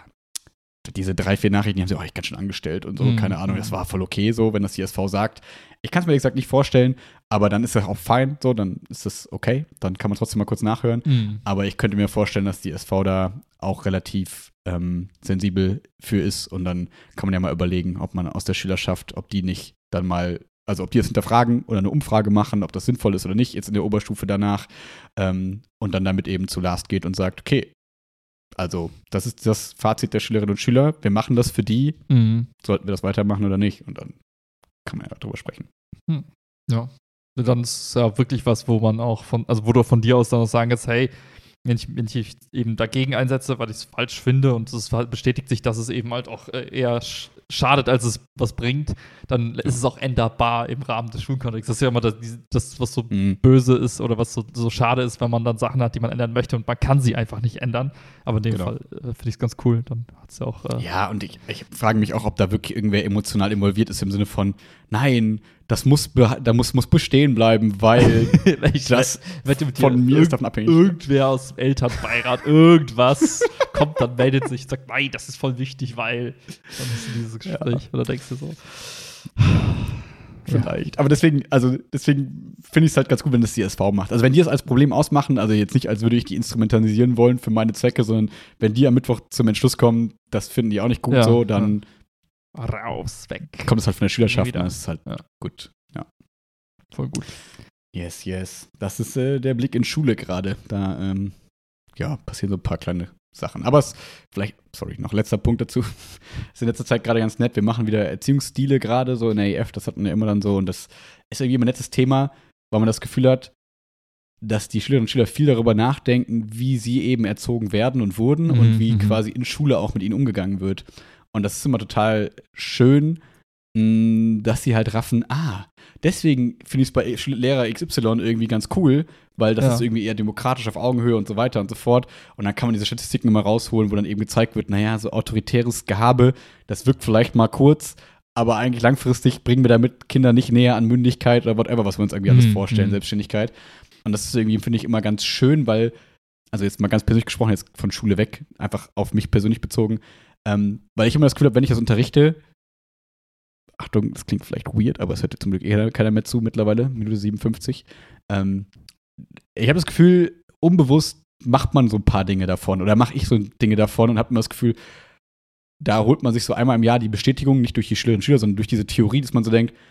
Speaker 2: diese 3-4 Nachrichten, die haben sie auch ganz schön angestellt und so, keine Ahnung, das war voll okay so, wenn das die SV sagt. Ich kann es mir, wie gesagt, nicht vorstellen, aber dann ist das auch fein, so, dann ist das okay, dann kann man trotzdem mal kurz nachhören. Aber ich könnte mir vorstellen, dass die SV da auch relativ sensibel für ist und dann kann man ja mal überlegen, ob man aus der Schülerschaft, ob die nicht dann mal, also ob die das hinterfragen oder eine Umfrage machen, ob das sinnvoll ist oder nicht, jetzt in der Oberstufe danach und dann damit eben zu Last geht und sagt, okay, also, das ist das Fazit der Schülerinnen und Schüler. Wir machen das für die. Sollten wir das weitermachen oder nicht? Und dann kann man ja darüber sprechen.
Speaker 1: Ja. Dann ist es ja wirklich was, wo man auch wo du von dir aus dann auch sagen kannst, hey, wenn ich eben dagegen einsetze, weil ich es falsch finde und es halt bestätigt sich, dass es eben halt auch eher schadet, als es was bringt, dann ist es auch änderbar im Rahmen des Schulkontexts. Das ist ja immer das was so böse ist oder was so schade ist, wenn man dann Sachen hat, die man ändern möchte und man kann sie einfach nicht ändern. Aber in dem Fall finde ich es ganz cool. Dann hat es ja auch
Speaker 2: ja, und ich frage mich auch, ob da wirklich irgendwer emotional involviert ist im Sinne von, nein, muss bestehen bleiben, weil das von mir ist davon abhängig.
Speaker 1: Irgendwer aus dem Elternbeirat, irgendwas kommt, dann meldet sich und sagt, nein, das ist voll wichtig, weil dann ist dieses Gespräch. Oder denkst du so?
Speaker 2: Vielleicht. Aber deswegen finde ich es halt ganz gut, wenn das die SV macht. Also wenn die es als Problem ausmachen, also jetzt nicht, als würde ich die instrumentalisieren wollen für meine Zwecke, sondern wenn die am Mittwoch zum Entschluss kommen, das finden die auch nicht gut so, dann
Speaker 1: raus, weg.
Speaker 2: Kommt es halt von der Schülerschaft und das ist halt gut. Ja.
Speaker 1: Voll gut.
Speaker 2: Yes. Das ist der Blick in Schule gerade. Da passieren so ein paar kleine Sachen. Aber noch letzter Punkt dazu. Ist in letzter Zeit gerade ganz nett. Wir machen wieder Erziehungsstile gerade so in der EF. Das hatten wir immer dann so. Und das ist irgendwie immer ein nettes Thema, weil man das Gefühl hat, dass die Schülerinnen und Schüler viel darüber nachdenken, wie sie eben erzogen werden und wurden und wie quasi in Schule auch mit ihnen umgegangen wird. Und das ist immer total schön, dass sie halt raffen, deswegen finde ich es bei Lehrer XY irgendwie ganz cool, weil das ist irgendwie eher demokratisch auf Augenhöhe und so weiter und so fort. Und dann kann man diese Statistiken immer rausholen, wo dann eben gezeigt wird, naja, so autoritäres Gehabe, das wirkt vielleicht mal kurz, aber eigentlich langfristig bringen wir damit Kinder nicht näher an Mündigkeit oder whatever, was wir uns irgendwie alles vorstellen, Selbstständigkeit. Und das ist irgendwie, finde ich, immer ganz schön, weil, also jetzt mal ganz persönlich gesprochen, jetzt von Schule weg, einfach auf mich persönlich bezogen, weil ich immer das Gefühl habe, wenn ich das unterrichte, Achtung, das klingt vielleicht weird, aber es hört zum Glück keiner mehr zu mittlerweile, Minute 57. Ich habe das Gefühl, unbewusst macht man so ein paar Dinge davon oder mache ich so Dinge davon und habe immer das Gefühl, da holt man sich so einmal im Jahr die Bestätigung, nicht durch die Schülerinnen und Schüler, sondern durch diese Theorie, dass man so denkt,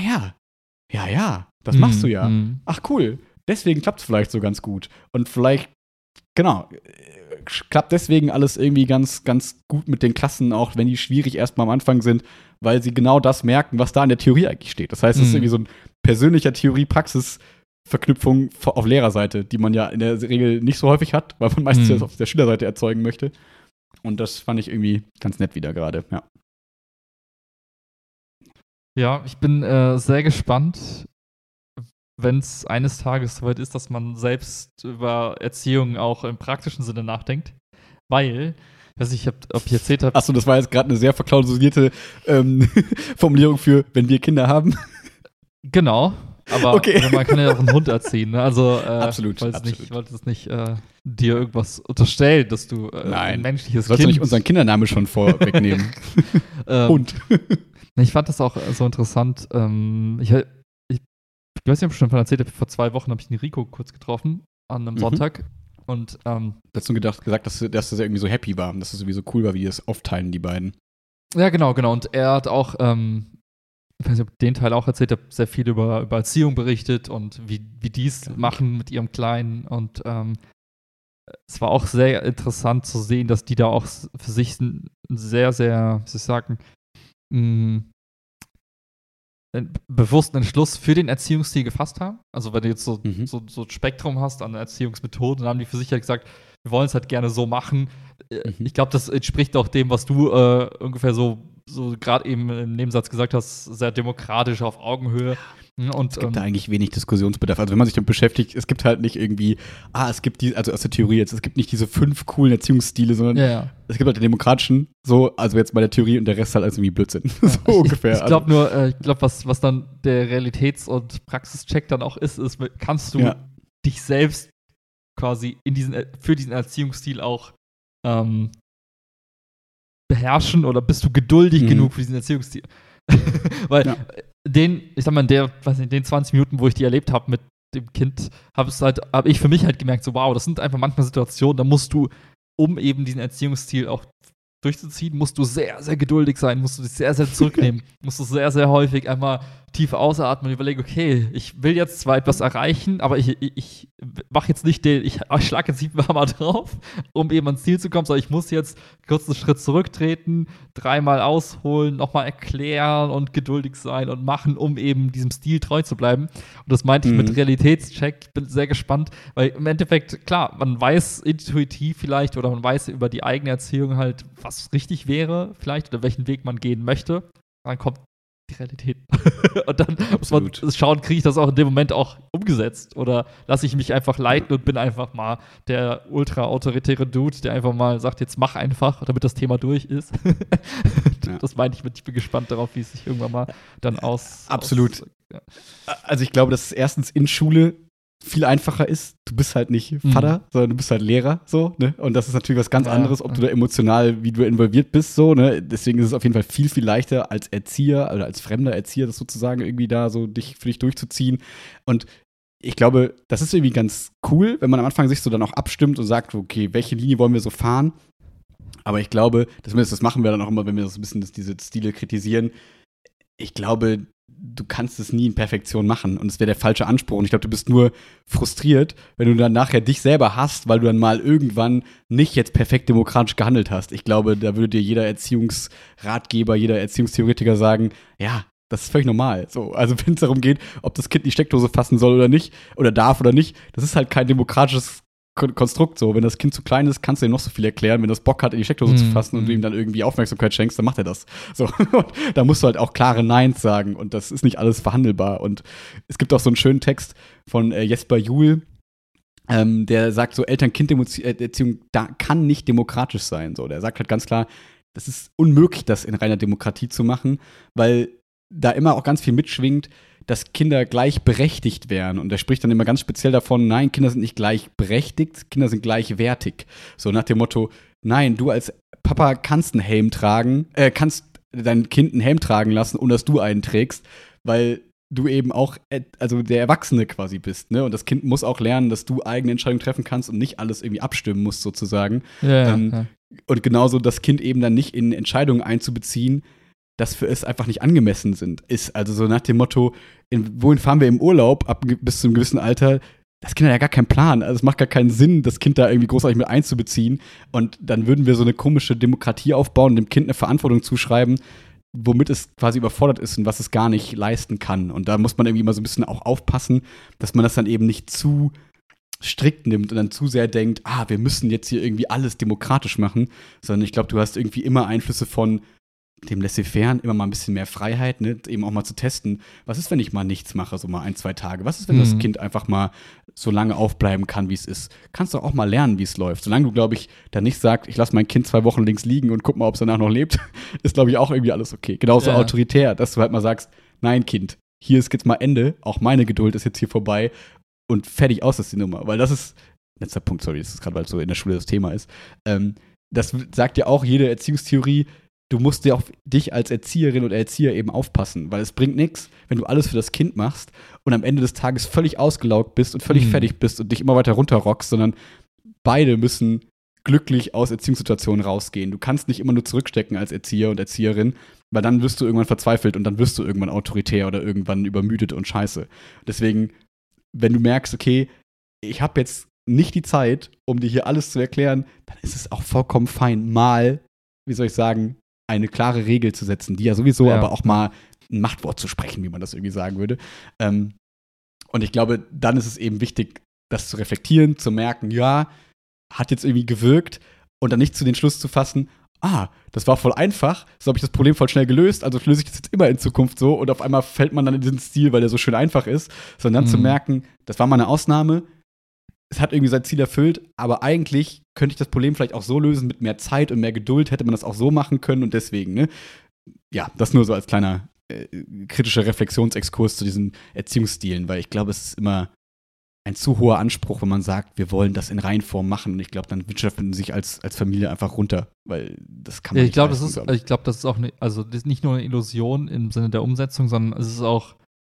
Speaker 2: das machst du ja. Ach cool, deswegen klappt es vielleicht so ganz gut. Und vielleicht, klappt deswegen alles irgendwie ganz, ganz gut mit den Klassen, auch wenn die schwierig erstmal am Anfang sind, weil sie genau das merken, was da in der Theorie eigentlich steht. Das heißt, es ist irgendwie so ein persönlicher Theorie-Praxis-Verknüpfung auf Lehrerseite, die man ja in der Regel nicht so häufig hat, weil man meistens das auf der Schülerseite erzeugen möchte. Und das fand ich irgendwie ganz nett wieder gerade, ja.
Speaker 1: Ja, ich bin sehr gespannt, wenn es eines Tages soweit ist, dass man selbst über Erziehung auch im praktischen Sinne nachdenkt. Weil, ich weiß nicht, ob ich erzählt habe.
Speaker 2: Achso, das war jetzt gerade eine sehr verklausulierte Formulierung für, wenn wir Kinder haben.
Speaker 1: Genau, aber man kann ja auch einen Hund erziehen. Ne? Also,
Speaker 2: absolut.
Speaker 1: Ich wollte es nicht dir irgendwas unterstellen, dass du ein menschliches Kind.
Speaker 2: Sollst du nicht unseren Kindernamen schon vorwegnehmen? Hund.
Speaker 1: Ich fand das auch so interessant. Ich weiß nicht, ob ich schon davon erzählt habe, vor 2 Wochen habe ich den Rico kurz getroffen, an einem Sonntag. Und
Speaker 2: hast du gesagt, dass das irgendwie so happy war, dass es irgendwie so cool war, wie die das aufteilen, die beiden.
Speaker 1: Ja, genau. Und er hat auch, ich weiß nicht, ob ich den Teil auch erzählt habe, sehr viel über Erziehung berichtet und wie die es machen mit ihrem Kleinen. Und es war auch sehr interessant zu sehen, dass die da auch für sich einen sehr, sehr, wie soll ich sagen, einen bewussten Entschluss für den Erziehungsstil gefasst haben. Also wenn du jetzt so ein Spektrum hast an Erziehungsmethoden, dann haben die für sich halt gesagt, wir wollen es halt gerne so machen. Ich glaube, das entspricht auch dem, was du ungefähr so gerade eben im Nebensatz gesagt hast, sehr demokratisch auf Augenhöhe. Und,
Speaker 2: es gibt da eigentlich wenig Diskussionsbedarf. Also wenn man sich damit beschäftigt, es gibt halt nicht irgendwie, also aus der Theorie jetzt, es gibt nicht diese 5 coolen Erziehungsstile, sondern es gibt halt den demokratischen, so, also jetzt bei der Theorie und der Rest halt als irgendwie Blödsinn. So ungefähr.
Speaker 1: Ich glaube was dann der Realitäts- und Praxischeck dann auch ist, kannst du dich selbst quasi für diesen Erziehungsstil auch beherrschen oder bist du geduldig genug für diesen Erziehungsstil? Weil in den 20 Minuten, wo ich die erlebt habe mit dem Kind, habe ich für mich halt gemerkt, so wow, das sind einfach manchmal Situationen, da musst du, um eben diesen Erziehungsstil auch durchzuziehen, musst du sehr, sehr geduldig sein, musst du dich sehr, sehr zurücknehmen, musst du sehr, sehr häufig einmal tief ausatmen und überlegen, okay, ich will jetzt zwar etwas erreichen, aber ich mache jetzt nicht ich schlage jetzt nicht mal drauf, um eben ans Ziel zu kommen, sondern ich muss jetzt kurz einen Schritt zurücktreten, 3-mal ausholen, nochmal erklären und geduldig sein und machen, um eben diesem Stil treu zu bleiben. Und das meinte ich mit Realitätscheck. Ich bin sehr gespannt, weil im Endeffekt, klar, man weiß intuitiv vielleicht oder man weiß über die eigene Erziehung halt, was richtig wäre vielleicht oder welchen Weg man gehen möchte. Dann kommt die Realität. Und dann muss man schauen, kriege ich das auch in dem Moment auch umgesetzt oder lasse ich mich einfach leiten und bin einfach mal der ultra-autoritäre Dude, der einfach mal sagt, jetzt mach einfach, damit das Thema durch ist. Das meine ich mit, ich bin gespannt darauf, wie es sich irgendwann mal dann
Speaker 2: Absolut. Also ich glaube, dass es erstens in Schule viel einfacher ist. Du bist halt nicht Vater, sondern du bist halt Lehrer, so, ne? Und das ist natürlich was ganz anderes, ob du da emotional, wie du involviert bist, so, ne? Deswegen ist es auf jeden Fall viel, viel leichter als Erzieher oder als fremder Erzieher, das sozusagen irgendwie da so für dich durchzuziehen. Und ich glaube, das ist irgendwie ganz cool, wenn man am Anfang sich so dann auch abstimmt und sagt, okay, welche Linie wollen wir so fahren? Aber ich glaube, das machen wir dann auch immer, wenn wir so ein bisschen diese Stile kritisieren. Ich glaube, du kannst es nie in Perfektion machen und es wäre der falsche Anspruch. Und ich glaube, du bist nur frustriert, wenn du dann nachher dich selber hasst, weil du dann mal irgendwann nicht jetzt perfekt demokratisch gehandelt hast. Ich glaube, da würde dir jeder Erziehungsratgeber, jeder Erziehungstheoretiker sagen, ja, das ist völlig normal. So, also wenn es darum geht, ob das Kind die Steckdose fassen soll oder nicht, oder darf oder nicht, das ist halt kein demokratisches Konstrukt so. Wenn das Kind zu klein ist, kannst du ihm noch so viel erklären. Wenn das Bock hat, in die Steckdose zu fassen und du ihm dann irgendwie Aufmerksamkeit schenkst, dann macht er das. So. Und da musst du halt auch klare Neins sagen und das ist nicht alles verhandelbar. Und es gibt auch so einen schönen Text von Jesper Juhl, der sagt so, Eltern-Kind-Erziehung kann nicht demokratisch sein. So. Der sagt halt ganz klar, das ist unmöglich, das in reiner Demokratie zu machen, weil da immer auch ganz viel mitschwingt, dass Kinder gleichberechtigt wären. Und er spricht dann immer ganz speziell davon, nein, Kinder sind nicht gleichberechtigt, Kinder sind gleichwertig. So nach dem Motto, nein, du als Papa kannst einen Helm tragen, kannst dein Kind einen Helm tragen lassen, ohne dass du einen trägst, weil du eben auch, also der Erwachsene quasi bist, ne? Und das Kind muss auch lernen, dass du eigene Entscheidungen treffen kannst und nicht alles irgendwie abstimmen musst, sozusagen.
Speaker 1: Ja.
Speaker 2: Und genauso das Kind eben dann nicht in Entscheidungen einzubeziehen, das für es einfach nicht angemessen ist. Also so nach dem Motto, wohin fahren wir im Urlaub bis zu einem gewissen Alter, das Kind hat ja gar keinen Plan. Also es macht gar keinen Sinn, das Kind da irgendwie großartig mit einzubeziehen. Und dann würden wir so eine komische Demokratie aufbauen und dem Kind eine Verantwortung zuschreiben, womit es quasi überfordert ist und was es gar nicht leisten kann. Und da muss man irgendwie mal so ein bisschen auch aufpassen, dass man das dann eben nicht zu strikt nimmt und dann zu sehr denkt, wir müssen jetzt hier irgendwie alles demokratisch machen, sondern ich glaube, du hast irgendwie immer Einflüsse von dem Laissez-faire, immer mal ein bisschen mehr Freiheit, ne? Eben auch mal zu testen, was ist, wenn ich mal nichts mache, so mal 1-2 Tage? Was ist, wenn das Kind einfach mal so lange aufbleiben kann, wie es ist? Kannst du auch mal lernen, wie es läuft. Solange du, glaube ich, dann nicht sagst, ich lasse mein Kind 2 Wochen links liegen und guck mal, ob es danach noch lebt, ist, glaube ich, auch irgendwie alles okay. Genauso autoritär, dass du halt mal sagst, nein, Kind, hier ist jetzt mal Ende, auch meine Geduld ist jetzt hier vorbei und fertig aus ist die Nummer. Weil das ist, letzter Punkt, sorry, das ist gerade, weil so in der Schule das Thema ist, das sagt ja auch jede Erziehungstheorie, du musst dir auf dich als Erzieherin oder Erzieher eben aufpassen, weil es bringt nichts, wenn du alles für das Kind machst und am Ende des Tages völlig ausgelaugt bist und völlig fertig bist und dich immer weiter runterrockst, sondern beide müssen glücklich aus Erziehungssituationen rausgehen. Du kannst nicht immer nur zurückstecken als Erzieher und Erzieherin, weil dann wirst du irgendwann verzweifelt und dann wirst du irgendwann autoritär oder irgendwann übermüdet und scheiße. Deswegen, wenn du merkst, okay, ich habe jetzt nicht die Zeit, um dir hier alles zu erklären, dann ist es auch vollkommen fein, mal, wie soll ich sagen, eine klare Regel zu setzen, die ja sowieso, aber auch mal ein Machtwort zu sprechen, wie man das irgendwie sagen würde. Und ich glaube, dann ist es eben wichtig, das zu reflektieren, zu merken, ja, hat jetzt irgendwie gewirkt und dann nicht zu den Schluss zu fassen, das war voll einfach, so habe ich das Problem voll schnell gelöst, also löse ich das jetzt immer in Zukunft so und auf einmal fällt man dann in diesen Stil, weil der so schön einfach ist, sondern dann zu merken, das war mal eine Ausnahme, es hat irgendwie sein Ziel erfüllt, aber eigentlich könnte ich das Problem vielleicht auch so lösen, mit mehr Zeit und mehr Geduld hätte man das auch so machen können und deswegen, ne? Ja, das nur so als kleiner kritischer Reflexionsexkurs zu diesen Erziehungsstilen, weil ich glaube, es ist immer ein zu hoher Anspruch, wenn man sagt, wir wollen das in Reihenform machen und ich glaube, dann wirtschaften man sich als Familie einfach runter, weil das kann man nicht leisten.
Speaker 1: Ich glaube, das ist auch das ist nicht nur eine Illusion im Sinne der Umsetzung, sondern es ist auch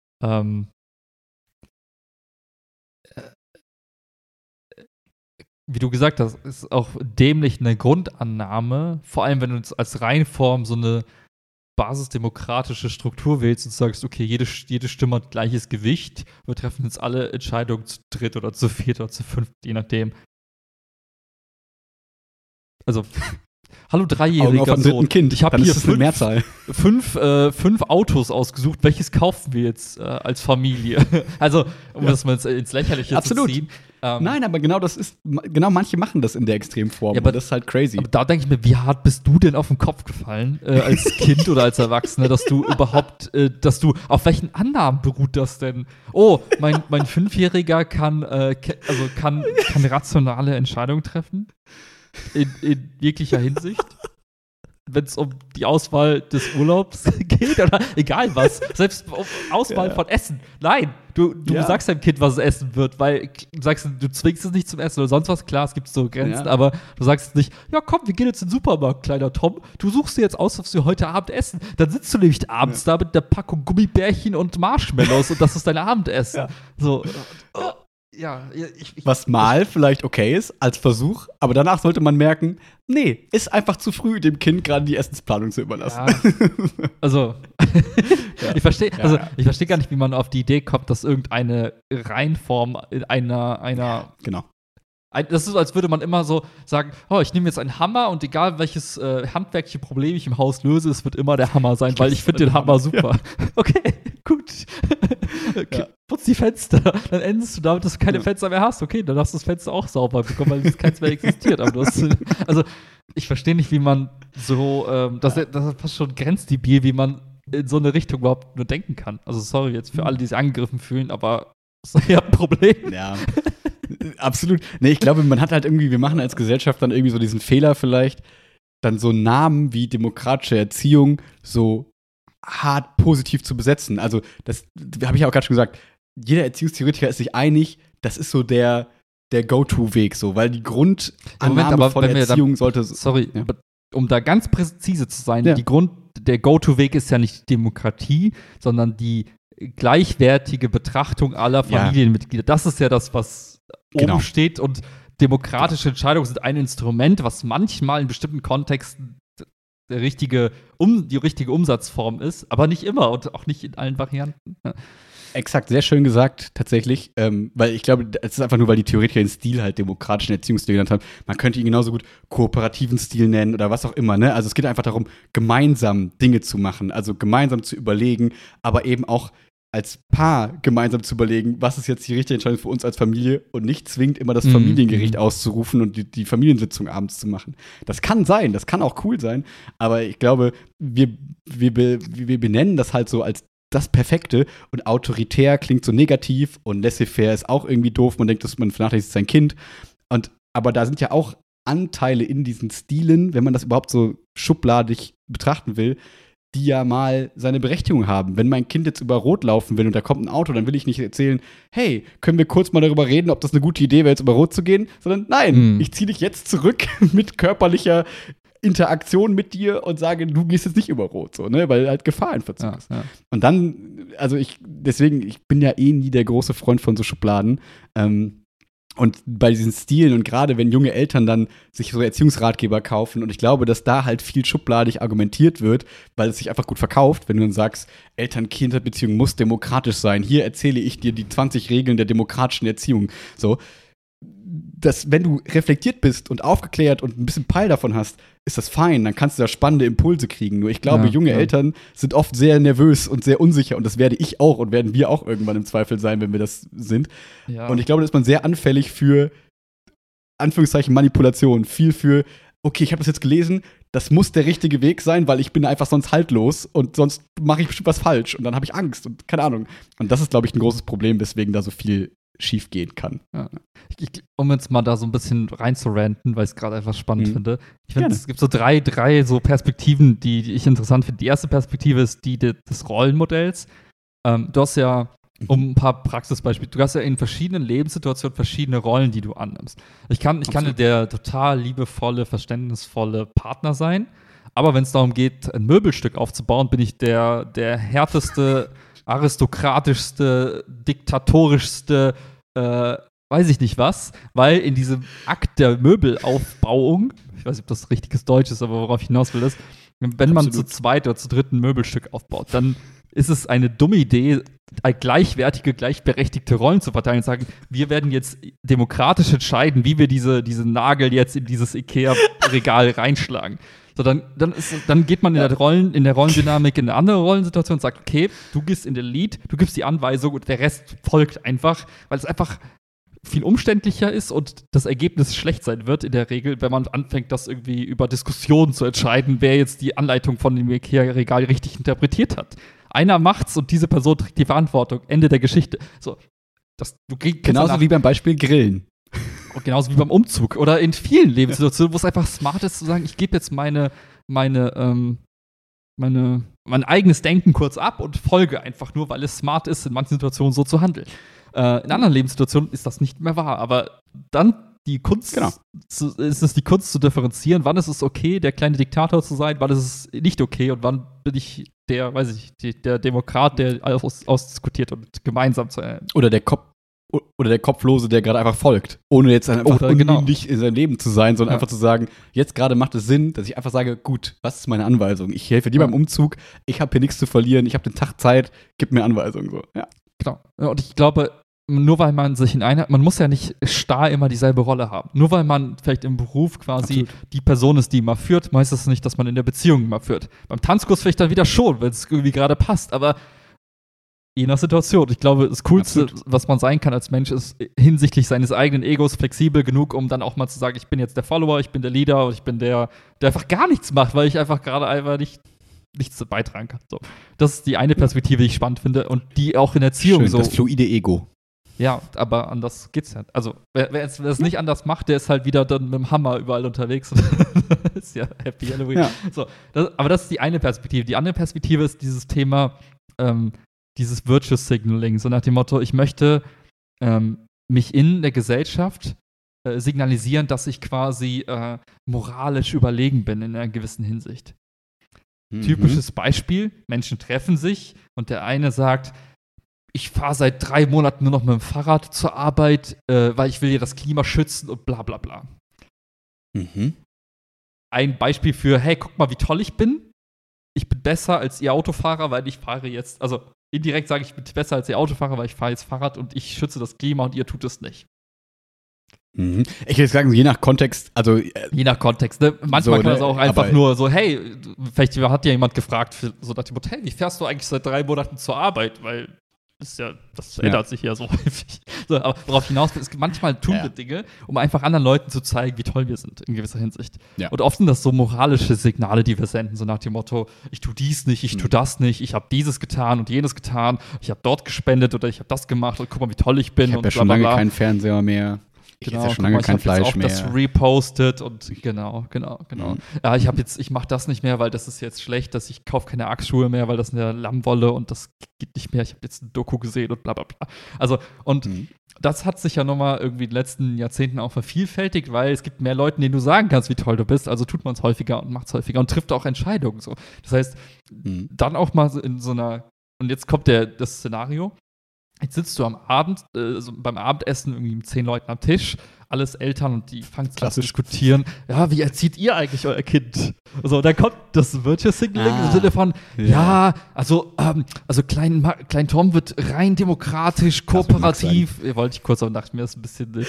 Speaker 1: wie du gesagt hast, ist auch dämlich eine Grundannahme, vor allem wenn du als Reihenform so eine basisdemokratische Struktur wählst und sagst, okay, jede Stimme hat gleiches Gewicht, wir treffen jetzt alle Entscheidungen zu dritt oder zu viert oder zu fünft, je nachdem. Also, hallo
Speaker 2: Augen auf
Speaker 1: dreijähriger
Speaker 2: am dritten
Speaker 1: Sohn,
Speaker 2: Kind.
Speaker 1: ich habe
Speaker 2: Dann
Speaker 1: hier
Speaker 2: ist es eine Mehrzahl.
Speaker 1: fünf Autos ausgesucht, welches kaufen wir jetzt als Familie? Also, um das mal ins Lächerliche
Speaker 2: Absolut.
Speaker 1: zu ziehen.
Speaker 2: Nein, aber genau manche machen das in der Extremform.
Speaker 1: Ja, aber
Speaker 2: und das ist halt crazy.
Speaker 1: Aber da denke ich mir, wie hart bist du denn auf den Kopf gefallen, als Kind oder als Erwachsener, dass du überhaupt, auf welchen Annahmen beruht das denn? Oh, mein Fünfjähriger kann rationale Entscheidungen treffen? In jeglicher Hinsicht? Wenn es um die Auswahl des Urlaubs geht oder egal was. Selbst um Auswahl von Essen. Nein, du sagst deinem Kind, was es essen wird, weil du zwingst es nicht zum Essen oder sonst was. Klar, es gibt so Grenzen, aber du sagst nicht, ja komm, wir gehen jetzt in den Supermarkt, kleiner Tom. Du suchst dir jetzt aus, was wir heute Abend essen. Dann sitzt du nämlich abends da mit der Packung Gummibärchen und Marshmallows und das ist dein Abendessen.
Speaker 2: Ja.
Speaker 1: So.
Speaker 2: Was mal vielleicht okay ist als Versuch, aber danach sollte man merken, nee, ist einfach zu früh, dem Kind gerade die Essensplanung zu überlassen.
Speaker 1: Ja. Also, ich verstehe gar nicht, wie man auf die Idee kommt, dass irgendeine Reinform in einer
Speaker 2: Genau.
Speaker 1: Das ist so, als würde man immer so sagen, oh, ich nehme jetzt einen Hammer und egal welches handwerkliche Problem ich im Haus löse, es wird immer der Hammer sein, weil ich finde den Hammer super. Ja. Okay, gut. Okay, putz die Fenster. Dann endest du damit, dass du keine Fenster mehr hast. Okay, dann hast du das Fenster auch sauber bekommen, weil keins mehr existiert. Aber also, ich verstehe nicht, wie man so, das ist fast schon grenzdebil, wie man in so eine Richtung überhaupt nur denken kann. Also, sorry jetzt für alle, die sich angegriffen fühlen, aber das ist ja ein Problem.
Speaker 2: Ja. Absolut. Nee, ich glaube, man hat halt irgendwie, wir machen als Gesellschaft dann irgendwie so diesen Fehler vielleicht, dann so Namen wie demokratische Erziehung so hart positiv zu besetzen. Also, das habe ich ja auch gerade schon gesagt, jeder Erziehungstheoretiker ist sich einig, das ist so der Go-To-Weg, so, weil die Grundannahme von Erziehung sollte.
Speaker 1: Sorry, um da ganz präzise zu sein, der Go-To-Weg ist ja nicht Demokratie, sondern die gleichwertige Betrachtung aller Familienmitglieder. Das ist ja das, was oben steht, und demokratische Entscheidungen sind ein Instrument, was manchmal in bestimmten Kontexten die richtige Umsatzform ist, aber nicht immer und auch nicht in allen Varianten. Ja.
Speaker 2: Exakt, sehr schön gesagt, tatsächlich. Weil ich glaube, es ist einfach nur, weil die Theoretiker den Stil halt demokratischen Erziehungsstil genannt haben. Man könnte ihn genauso gut kooperativen Stil nennen oder was auch immer, ne? Also es geht einfach darum, gemeinsam Dinge zu machen, also gemeinsam zu überlegen, aber eben auch als Paar gemeinsam zu überlegen, was ist jetzt die richtige Entscheidung für uns als Familie und nicht zwingend immer das Familiengericht auszurufen und die Familiensitzung abends zu machen. Das kann sein, das kann auch cool sein, aber ich glaube, wir benennen das halt so als das Perfekte, und autoritär klingt so negativ und laissez-faire ist auch irgendwie doof, man denkt, dass man vernachlässigt sein Kind, aber da sind ja auch Anteile in diesen Stilen, wenn man das überhaupt so schubladig betrachten will, die ja mal seine Berechtigung haben. Wenn mein Kind jetzt über Rot laufen will und da kommt ein Auto, dann will ich nicht erzählen, hey, können wir kurz mal darüber reden, ob das eine gute Idee wäre, jetzt über Rot zu gehen, sondern nein, ich ziehe dich jetzt zurück mit körperlicher Interaktion mit dir und sage, du gehst jetzt nicht über Rot, so, ne, weil halt Gefahr in Verzug ist. Ja. Und dann, also ich bin ja nie der große Freund von so Schubladen, und bei diesen Stilen und gerade wenn junge Eltern dann sich so Erziehungsratgeber kaufen, und ich glaube, dass da halt viel schubladig argumentiert wird, weil es sich einfach gut verkauft, wenn du dann sagst, Eltern-Kind-Beziehung muss demokratisch sein, hier erzähle ich dir die 20 Regeln der demokratischen Erziehung, so. Dass, wenn du reflektiert bist und aufgeklärt und ein bisschen Peil davon hast, ist das fein, dann kannst du da spannende Impulse kriegen. Nur ich glaube, junge Eltern sind oft sehr nervös und sehr unsicher, und das werde ich auch und werden wir auch irgendwann im Zweifel sein, wenn wir das sind. Ja. Und ich glaube, da ist man sehr anfällig für, Anführungszeichen, Manipulation. Viel für, okay, ich habe das jetzt gelesen, das muss der richtige Weg sein, weil ich bin einfach sonst haltlos und sonst mache ich bestimmt was falsch und dann habe ich Angst und keine Ahnung. Und das ist, glaube ich, ein großes Problem, weswegen da so viel schief gehen kann. Ja.
Speaker 1: Um jetzt mal da so ein bisschen reinzuranten, weil ich es gerade einfach spannend finde. Ich finde, es gibt so drei so Perspektiven, die ich interessant finde. Die erste Perspektive ist die des Rollenmodells. Du hast ja, um ein paar Praxisbeispiele, du hast ja in verschiedenen Lebenssituationen verschiedene Rollen, die du annimmst. Ich kann der total liebevolle, verständnisvolle Partner sein, aber wenn es darum geht, ein Möbelstück aufzubauen, bin ich der härteste, aristokratischste, diktatorischste, weiß ich nicht was, weil in diesem Akt der Möbelaufbauung, ich weiß nicht, ob das richtiges Deutsch ist, aber worauf ich hinaus will, ist, wenn man zu zweit oder zu dritt ein Möbelstück aufbaut, dann ist es eine dumme Idee, gleichwertige, gleichberechtigte Rollen zu verteilen und sagen, wir werden jetzt demokratisch entscheiden, wie wir diese Nagel jetzt in dieses Ikea-Regal reinschlagen. So, dann geht man in der Rollendynamik in eine andere Rollensituation und sagt, okay, du gehst in den Lead, du gibst die Anweisung und der Rest folgt einfach, weil es einfach viel umständlicher ist und das Ergebnis schlecht sein wird in der Regel, wenn man anfängt, das irgendwie über Diskussionen zu entscheiden, wer jetzt die Anleitung von dem Ikea-Regal richtig interpretiert hat. Einer macht's und diese Person trägt die Verantwortung. Ende der Geschichte. So,
Speaker 2: genauso wie beim Beispiel Grillen.
Speaker 1: Und genauso wie beim Umzug oder in vielen Lebenssituationen, wo es einfach smart ist zu sagen, ich gebe jetzt mein eigenes Denken kurz ab und folge einfach nur, weil es smart ist, in manchen Situationen so zu handeln. In anderen Lebenssituationen ist das nicht mehr wahr, aber dann die Kunst, ist es die Kunst zu differenzieren, wann ist es okay, der kleine Diktator zu sein, wann ist es nicht okay und wann bin ich der Demokrat, der alles ausdiskutiert und gemeinsam zu
Speaker 2: Oder der Kopflose, der gerade einfach folgt, ohne jetzt einfach unmündig in seinem Leben zu sein, sondern einfach zu sagen, jetzt gerade macht es Sinn, dass ich einfach sage, gut, was ist meine Anweisung? Ich helfe dir beim Umzug, ich habe hier nichts zu verlieren, ich habe den Tag Zeit, gib mir Anweisungen. So. Ja.
Speaker 1: Genau. Und ich glaube, nur weil man sich man muss ja nicht starr immer dieselbe Rolle haben. Nur weil man vielleicht im Beruf quasi die Person ist, die immer führt, heißt das nicht, dass man in der Beziehung immer führt. Beim Tanzkurs vielleicht dann wieder schon, wenn es irgendwie gerade passt, aber je nach Situation. Ich glaube, das Coolste, was man sein kann als Mensch, ist hinsichtlich seines eigenen Egos flexibel genug, um dann auch mal zu sagen, ich bin jetzt der Follower, ich bin der Leader und ich bin der einfach gar nichts macht, weil ich einfach gerade einfach nichts beitragen kann. So. Das ist die eine Perspektive, die ich spannend finde und die auch in Erziehung so.
Speaker 2: Das fluide Ego.
Speaker 1: Ja, aber anders geht's ja. Also, wer es nicht anders macht, der ist halt wieder dann mit dem Hammer überall unterwegs. Ist ja Happy Halloween. Ja. So, aber das ist die eine Perspektive. Die andere Perspektive ist dieses Thema, dieses Virtuous Signaling, so nach dem Motto, ich möchte mich in der Gesellschaft signalisieren, dass ich quasi moralisch überlegen bin in einer gewissen Hinsicht. Typisches Beispiel, Menschen treffen sich und der eine sagt, ich fahre seit 3 Monaten nur noch mit dem Fahrrad zur Arbeit, weil ich will ja das Klima schützen und bla bla bla. Ein Beispiel für, hey, guck mal, wie toll ich bin. Ich bin besser als ihr Autofahrer, weil ich fahre jetzt, also indirekt sage ich bin besser als ihr Autofahrer, weil ich fahre jetzt Fahrrad und ich schütze das Klima und ihr tut es nicht.
Speaker 2: Ich würde sagen, je nach Kontext, also
Speaker 1: je nach Kontext, ne? Manchmal kann das auch einfach nur so, hey, vielleicht hat ja jemand gefragt, so nach dem Motto, hey, wie fährst du eigentlich seit 3 Monaten zur Arbeit? Weil das ändert sich ja so häufig. So, aber worauf hinaus will, es gibt manchmal tun wir Dinge, um einfach anderen Leuten zu zeigen, wie toll wir sind, in gewisser Hinsicht. Ja. Und oft sind das so moralische Signale, die wir senden, so nach dem Motto, ich tue dies nicht, ich tue das nicht, ich habe dieses getan und jenes getan, ich habe dort gespendet oder ich habe das gemacht und guck mal, wie toll ich bin.
Speaker 2: Ich habe ja schon lange keinen Fernseher mehr.
Speaker 1: Genau,
Speaker 2: ja schon lange kein Fleisch mehr.
Speaker 1: Ich habe das repostet und genau. Ja, ich mache das nicht mehr, weil das ist jetzt schlecht, dass ich kaufe keine Achsschuhe mehr, weil das eine Lammwolle und das geht nicht mehr. Ich habe jetzt ein Doku gesehen und bla bla bla. Also, und das hat sich ja nochmal irgendwie in den letzten Jahrzehnten auch vervielfältigt, weil es gibt mehr Leuten, denen du sagen kannst, wie toll du bist, also tut man es häufiger und macht es häufiger und trifft auch Entscheidungen so. Das heißt, dann auch mal in so einer, und jetzt kommt das Szenario, jetzt sitzt du am Abend, beim Abendessen irgendwie mit 10 Leuten am Tisch, alles Eltern und die fangen an zu diskutieren. Ja, wie erzieht ihr eigentlich euer Kind? So, dann kommt das Virtuous Signaling im Sinne von, also Klein Tom wird rein demokratisch, kooperativ. Wollte ich kurz, aber dachte mir, das ist ein bisschen.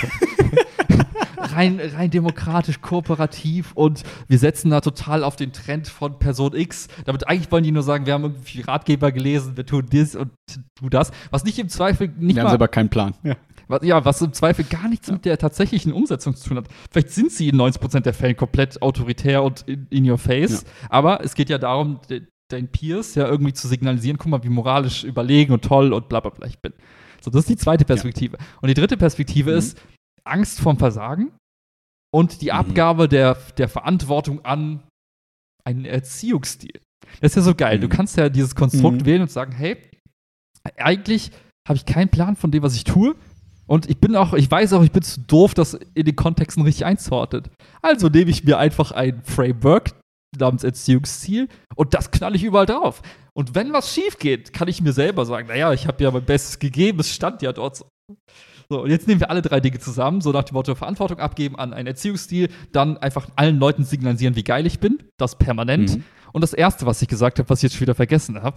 Speaker 1: rein demokratisch, kooperativ und wir setzen da total auf den Trend von Person X. Damit eigentlich wollen die nur sagen, wir haben irgendwie Ratgeber gelesen, wir tun dies und tun das. Was nicht im Zweifel nicht
Speaker 2: wir haben selber keinen Plan.
Speaker 1: Was im Zweifel gar nichts mit der tatsächlichen Umsetzung zu tun hat. Vielleicht sind sie in 90% der Fälle komplett autoritär und in your face, aber es geht ja darum, deinen Peers ja irgendwie zu signalisieren, guck mal, wie moralisch überlegen und toll und bla bla bla ich bin. So, das ist die zweite Perspektive. Und die dritte Perspektive ist Angst vorm Versagen und die Abgabe der Verantwortung an einen Erziehungsstil. Das ist ja so geil. Du kannst ja dieses Konstrukt wählen und sagen, hey, eigentlich habe ich keinen Plan von dem, was ich tue. Und ich weiß auch, ich bin zu doof, das in den Kontexten richtig einzuordnen. Also nehme ich mir einfach ein Framework namens Erziehungsziel und das knall ich überall drauf. Und wenn was schief geht, kann ich mir selber sagen, naja, ich habe ja mein Bestes gegeben, es stand ja dort so. So, und jetzt nehmen wir alle 3 Dinge zusammen, so nach dem Motto Verantwortung abgeben an einen Erziehungsstil, dann einfach allen Leuten signalisieren, wie geil ich bin, das permanent. Und das Erste, was ich gesagt habe, was ich jetzt schon wieder vergessen habe,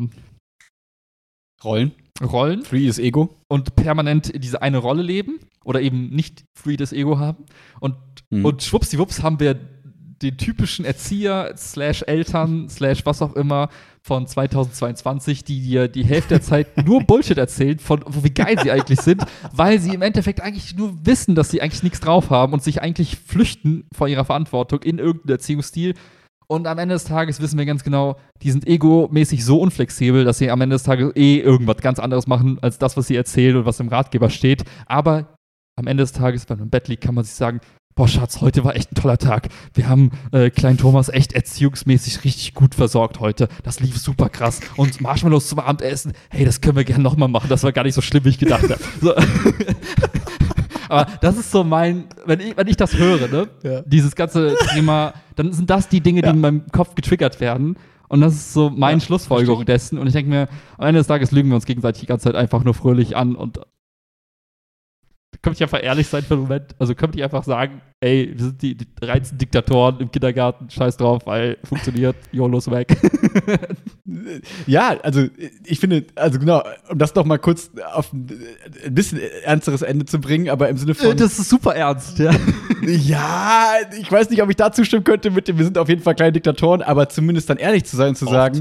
Speaker 2: Rollen. Free ist Ego.
Speaker 1: Und permanent diese eine Rolle leben oder eben nicht free das Ego haben. Und schwuppsiwupps haben wir den typischen Erzieher / Eltern / was auch immer von 2022, die dir die Hälfte der Zeit nur Bullshit erzählen, von wie geil sie eigentlich sind, weil sie im Endeffekt eigentlich nur wissen, dass sie eigentlich nichts drauf haben und sich eigentlich flüchten vor ihrer Verantwortung in irgendeinem Erziehungsstil. Und am Ende des Tages wissen wir ganz genau, die sind egomäßig so unflexibel, dass sie am Ende des Tages irgendwas ganz anderes machen, als das, was sie erzählen und was im Ratgeber steht. Aber am Ende des Tages, wenn man im Bett liegt, kann man sich sagen, boah, Schatz, heute war echt ein toller Tag. Wir haben kleinen Thomas echt erziehungsmäßig richtig gut versorgt heute. Das lief super krass. Und Marshmallows zum Abendessen, hey, das können wir gerne nochmal machen. Das war gar nicht so schlimm, wie ich gedacht habe. So. Aber das ist so wenn ich das höre, ne? Ja. Dieses ganze Thema, dann sind das die Dinge, die in meinem Kopf getriggert werden. Und das ist so meine Schlussfolgerung dessen. Und ich denke mir, am Ende des Tages lügen wir uns gegenseitig die ganze Zeit einfach nur fröhlich an. Und könnte ich einfach ehrlich sein für einen Moment? Also könnte ich einfach sagen, ey, wir sind die reinsten Diktatoren im Kindergarten, scheiß drauf, weil funktioniert, YOLO's weg.
Speaker 2: Ja, also ich finde, also genau, um das noch mal kurz auf ein bisschen ernsteres Ende zu bringen, aber im Sinne von
Speaker 1: das ist super ernst, ja.
Speaker 2: Ja, ich weiß nicht, ob ich da zustimmen könnte mit dem, wir sind auf jeden Fall kleine Diktatoren, aber zumindest dann ehrlich zu sein und zu sagen,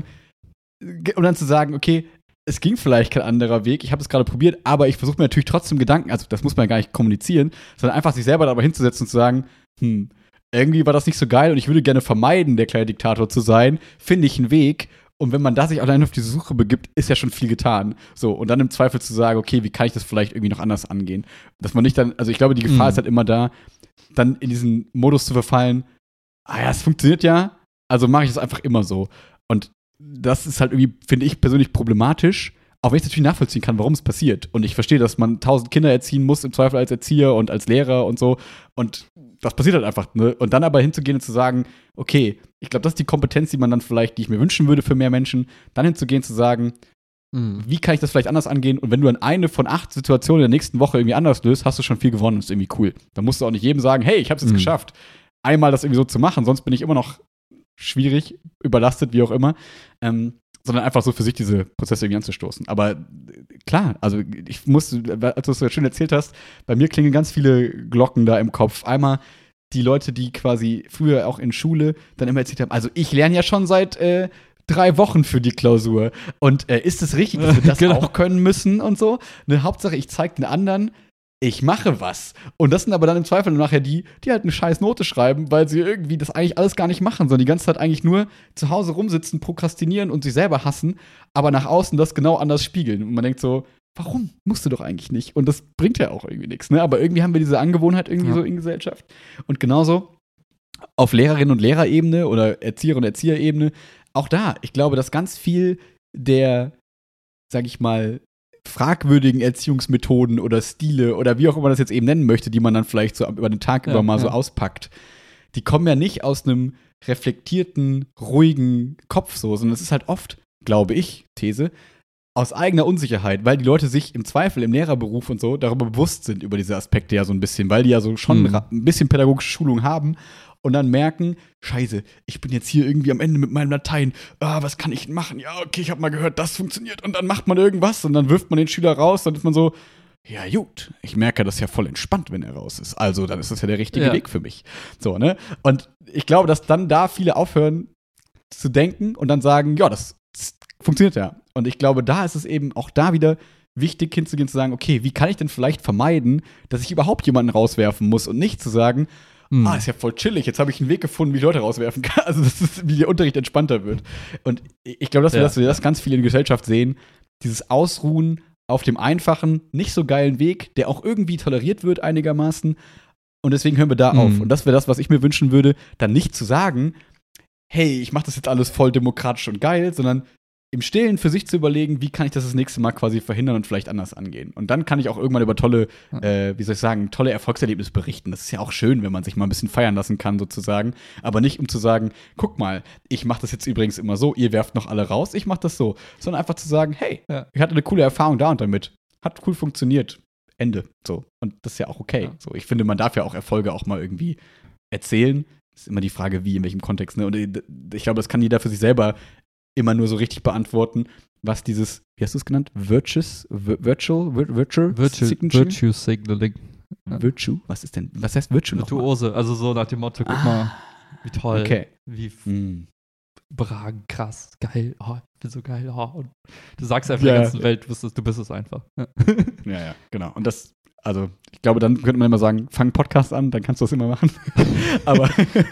Speaker 2: und dann zu sagen, okay, es ging vielleicht kein anderer Weg, ich habe es gerade probiert, aber ich versuche mir natürlich trotzdem Gedanken, also das muss man ja gar nicht kommunizieren, sondern einfach sich selber dabei hinzusetzen und zu sagen, irgendwie war das nicht so geil und ich würde gerne vermeiden, der kleine Diktator zu sein, finde ich einen Weg. Und wenn man da sich allein auf diese Suche begibt, ist ja schon viel getan. So, und dann im Zweifel zu sagen, okay, wie kann ich das vielleicht irgendwie noch anders angehen? Dass man nicht dann, also ich glaube, die Gefahr ist halt immer da, dann in diesen Modus zu verfallen, ja, es funktioniert ja, also mache ich das einfach immer so. Und das ist halt irgendwie, finde ich persönlich problematisch, auch wenn ich natürlich nachvollziehen kann, warum es passiert. Und ich verstehe, dass man 1000 Kinder erziehen muss, im Zweifel als Erzieher und als Lehrer und so. Und das passiert halt einfach, ne? Und dann aber hinzugehen und zu sagen, okay, ich glaube, das ist die Kompetenz, die ich mir wünschen würde für mehr Menschen, dann hinzugehen zu sagen, wie kann ich das vielleicht anders angehen? Und wenn du dann eine von 8 Situationen in der nächsten Woche irgendwie anders löst, hast du schon viel gewonnen. Das ist irgendwie cool. Dann musst du auch nicht jedem sagen, hey, ich habe es jetzt geschafft, einmal das irgendwie so zu machen, sonst bin ich immer noch schwierig, überlastet, wie auch immer. Sondern einfach so für sich diese Prozesse irgendwie anzustoßen. Aber klar, also ich musste, als du es so schön erzählt hast, bei mir klingen ganz viele Glocken da im Kopf. Einmal die Leute, die quasi früher auch in Schule dann immer erzählt haben, also ich lerne ja schon seit 3 Wochen für die Klausur. Und ist es richtig, dass wir das auch können müssen und so? Ne, Hauptsache, ich zeige den anderen, ich mache was. Und das sind aber dann im Zweifel nachher die halt eine scheiß Note schreiben, weil sie irgendwie das eigentlich alles gar nicht machen, sondern die ganze Zeit eigentlich nur zu Hause rumsitzen, prokrastinieren und sich selber hassen, aber nach außen das genau anders spiegeln. Und man denkt so, warum? Musst du doch eigentlich nicht. Und das bringt ja auch irgendwie nichts, ne? Aber irgendwie haben wir diese Angewohnheit irgendwie so in Gesellschaft. Und genauso auf Lehrerinnen- und Lehrerebene oder Erzieher- und Erzieherebene, auch da, ich glaube, dass ganz viel der, sag ich mal, fragwürdigen Erziehungsmethoden oder Stile oder wie auch immer man das jetzt eben nennen möchte, die man dann vielleicht so über den Tag über mal so auspackt, die kommen ja nicht aus einem reflektierten, ruhigen Kopf so, sondern es ist halt oft, glaube ich, These, aus eigener Unsicherheit, weil die Leute sich im Zweifel im Lehrerberuf und so darüber bewusst sind, über diese Aspekte ja so ein bisschen, weil die ja so schon ein bisschen pädagogische Schulung haben und dann merken, scheiße, ich bin jetzt hier irgendwie am Ende mit meinem Latein, was kann ich denn machen? Ja, okay, ich habe mal gehört, das funktioniert und dann macht man irgendwas und dann wirft man den Schüler raus, dann ist man so, ja gut, ich merke, das ist ja voll entspannt, wenn er raus ist, also dann ist das ja der richtige Weg für mich. So, ne? Und ich glaube, dass dann da viele aufhören zu denken und dann sagen, ja, das funktioniert ja. Und ich glaube, da ist es eben auch da wieder wichtig hinzugehen, zu sagen, okay, wie kann ich denn vielleicht vermeiden, dass ich überhaupt jemanden rauswerfen muss und nicht zu sagen, ist ja voll chillig, jetzt habe ich einen Weg gefunden, wie ich Leute rauswerfen kann. Also das ist, wie der Unterricht entspannter wird. Und ich glaube, dass wir das ganz viel in der Gesellschaft sehen, dieses Ausruhen auf dem einfachen, nicht so geilen Weg, der auch irgendwie toleriert wird einigermaßen. Und deswegen hören wir da auf. Und das wäre das, was ich mir wünschen würde, dann nicht zu sagen, hey, ich mache das jetzt alles voll demokratisch und geil, sondern im Stillen für sich zu überlegen, wie kann ich das nächste Mal quasi verhindern und vielleicht anders angehen. Und dann kann ich auch irgendwann über tolle Erfolgserlebnisse berichten. Das ist ja auch schön, wenn man sich mal ein bisschen feiern lassen kann, sozusagen. Aber nicht, um zu sagen, guck mal, ich mache das jetzt übrigens immer so, ihr werft noch alle raus, ich mache das so. Sondern einfach zu sagen, hey, ich hatte eine coole Erfahrung da und damit. Hat cool funktioniert. Ende. So. Und das ist ja auch okay. So, ich finde, man darf ja auch Erfolge auch mal irgendwie erzählen. Ist immer die Frage, wie, in welchem Kontext, ne? Und ich glaube, das kann jeder für sich selber immer nur so richtig beantworten, was dieses, wie hast du es genannt? Virtue
Speaker 1: Signaling.
Speaker 2: Virtue? Was heißt Virtue noch?
Speaker 1: Virtuose, also so nach dem Motto, guck mal, wie toll,
Speaker 2: okay.
Speaker 1: wie überragend, krass, geil, oh, ich bin so geil, oh. Und du sagst einfach der ganzen Welt, du bist es einfach.
Speaker 2: Ja, genau. Und das, also, ich glaube, dann könnte man immer sagen, fang einen Podcast an, dann kannst du das immer machen. Aber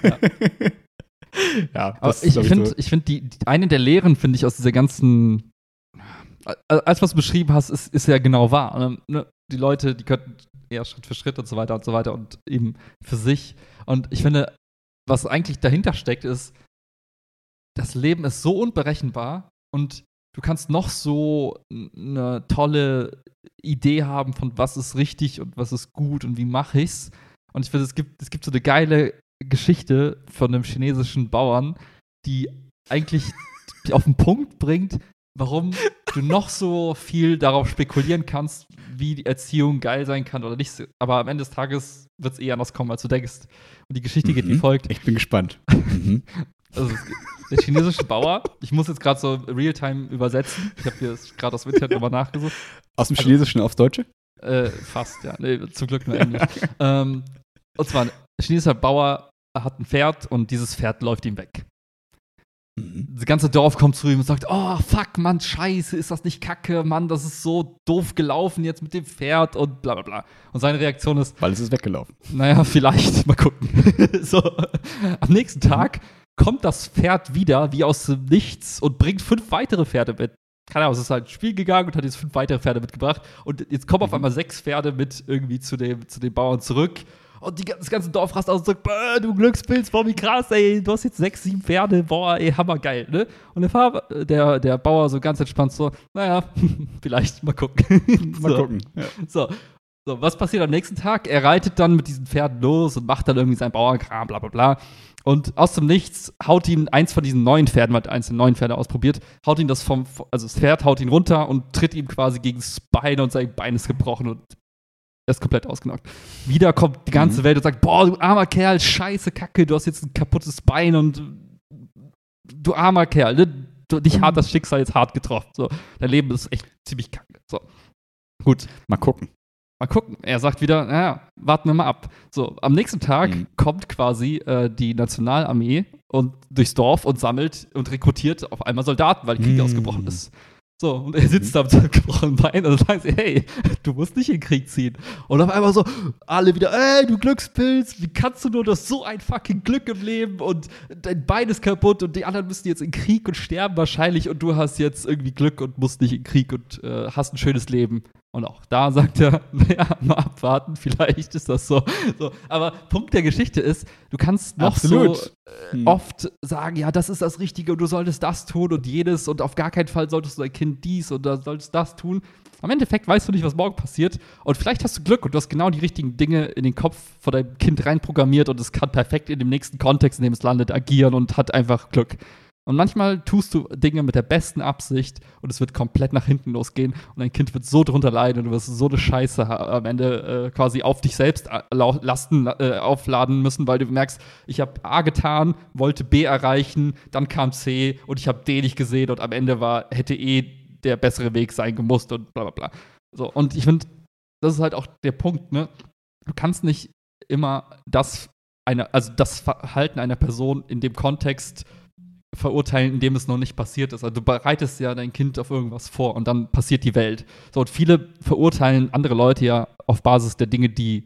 Speaker 2: ja, das
Speaker 1: ich finde, eine der Lehren, finde ich, aus dieser ganzen, alles, was du beschrieben hast, ist ja genau wahr. Ne? Die Leute, die könnten eher Schritt für Schritt und so weiter und eben für sich. Und ich finde, was eigentlich dahinter steckt, ist, das Leben ist so unberechenbar und du kannst noch so eine tolle Idee haben von was ist richtig und was ist gut und wie mache ich's. Und ich finde, es gibt so eine geile Geschichte von einem chinesischen Bauern, die eigentlich auf den Punkt bringt, warum du noch so viel darauf spekulieren kannst, wie die Erziehung geil sein kann oder nicht. Aber am Ende des Tages wird es eher anders kommen, als du denkst. Und die Geschichte geht wie folgt.
Speaker 2: Ich bin gespannt.
Speaker 1: Also der chinesische Bauer, ich muss jetzt gerade so Realtime übersetzen. Ich habe hier gerade aus dem Internet nochmal nachgesucht.
Speaker 2: Aus dem Chinesischen aufs Deutsche?
Speaker 1: Fast, ja. Nee, zum Glück nur Englisch. Und zwar, ein chinesischer Bauer hat ein Pferd und dieses Pferd läuft ihm weg. Das ganze Dorf kommt zu ihm und sagt, oh, fuck, Mann, scheiße, ist das nicht kacke, Mann, das ist so doof gelaufen jetzt mit dem Pferd und bla bla bla. Und seine Reaktion ist,
Speaker 2: weil es ist weggelaufen.
Speaker 1: Naja, vielleicht, mal gucken. So, am nächsten Tag kommt das Pferd wieder, wie aus dem Nichts, und bringt 5 weitere Pferde mit. Keine Ahnung, es ist halt ins Spiel gegangen und hat jetzt 5 weitere Pferde mitgebracht. Und jetzt kommen auf einmal 6 Pferde mit irgendwie zu dem Bauern zurück. Und das ganze Dorf rast aus und sagt, du Glückspilz, boah, wie krass, ey, du hast jetzt 6, 7 Pferde, boah, ey, hammergeil, ne? Und der Bauer so ganz entspannt so, naja, vielleicht, mal gucken.
Speaker 2: Mal gucken. Ja.
Speaker 1: So, was passiert am nächsten Tag? Er reitet dann mit diesen Pferden los und macht dann irgendwie seinen Bauernkram, bla bla bla. Und aus dem Nichts haut ihn eins von diesen neuen Pferden, hat eins der neuen Pferde ausprobiert, haut ihn das Pferd haut ihn runter und tritt ihm quasi gegen das Bein und sein Bein ist gebrochen und er ist komplett ausgenockt. Wieder kommt die ganze Welt und sagt, boah, du armer Kerl, scheiße, Kacke, du hast jetzt ein kaputtes Bein und du armer Kerl, ne? Dich hat das Schicksal jetzt hart getroffen. So, dein Leben ist echt ziemlich kacke. So, gut.
Speaker 2: Mal gucken.
Speaker 1: Er sagt wieder, naja, warten wir mal ab. So, am nächsten Tag kommt quasi die Nationalarmee und durchs Dorf und sammelt und rekrutiert auf einmal Soldaten, weil der Krieg ausgebrochen ist. So, und er sitzt da mit seinem gebrochenen Bein und dann sagen sie, hey, du musst nicht in den Krieg ziehen. Und auf einmal so, alle wieder, ey, du Glückspilz, wie kannst du nur, das so ein fucking Glück im Leben und dein Bein ist kaputt und die anderen müssen jetzt in den Krieg und sterben wahrscheinlich und du hast jetzt irgendwie Glück und musst nicht in den Krieg und hast ein schönes Leben. Und auch da sagt er, naja, mal abwarten, vielleicht ist das so. Aber Punkt der Geschichte ist, du kannst noch so oft sagen, ja, das ist das Richtige und du solltest das tun und jenes und auf gar keinen Fall solltest du dein Kind dies oder solltest das tun. Am Endeffekt weißt du nicht, was morgen passiert und vielleicht hast du Glück und du hast genau die richtigen Dinge in den Kopf von deinem Kind reinprogrammiert und es kann perfekt in dem nächsten Kontext, in dem es landet, agieren und hat einfach Glück. Und manchmal tust du Dinge mit der besten Absicht und es wird komplett nach hinten losgehen und dein Kind wird so drunter leiden und du wirst so eine Scheiße am Ende quasi auf dich selbst aufladen müssen, weil du merkst, ich habe A getan, wollte B erreichen, dann kam C und ich habe D nicht gesehen und am Ende hätte E der bessere Weg sein gemusst und bla bla bla. So, und ich finde, das ist halt auch der Punkt, ne? Du kannst nicht immer das Verhalten einer Person in dem Kontext verurteilen, indem es noch nicht passiert ist. Also du bereitest ja dein Kind auf irgendwas vor und dann passiert die Welt. So, und viele verurteilen andere Leute ja auf Basis der Dinge, die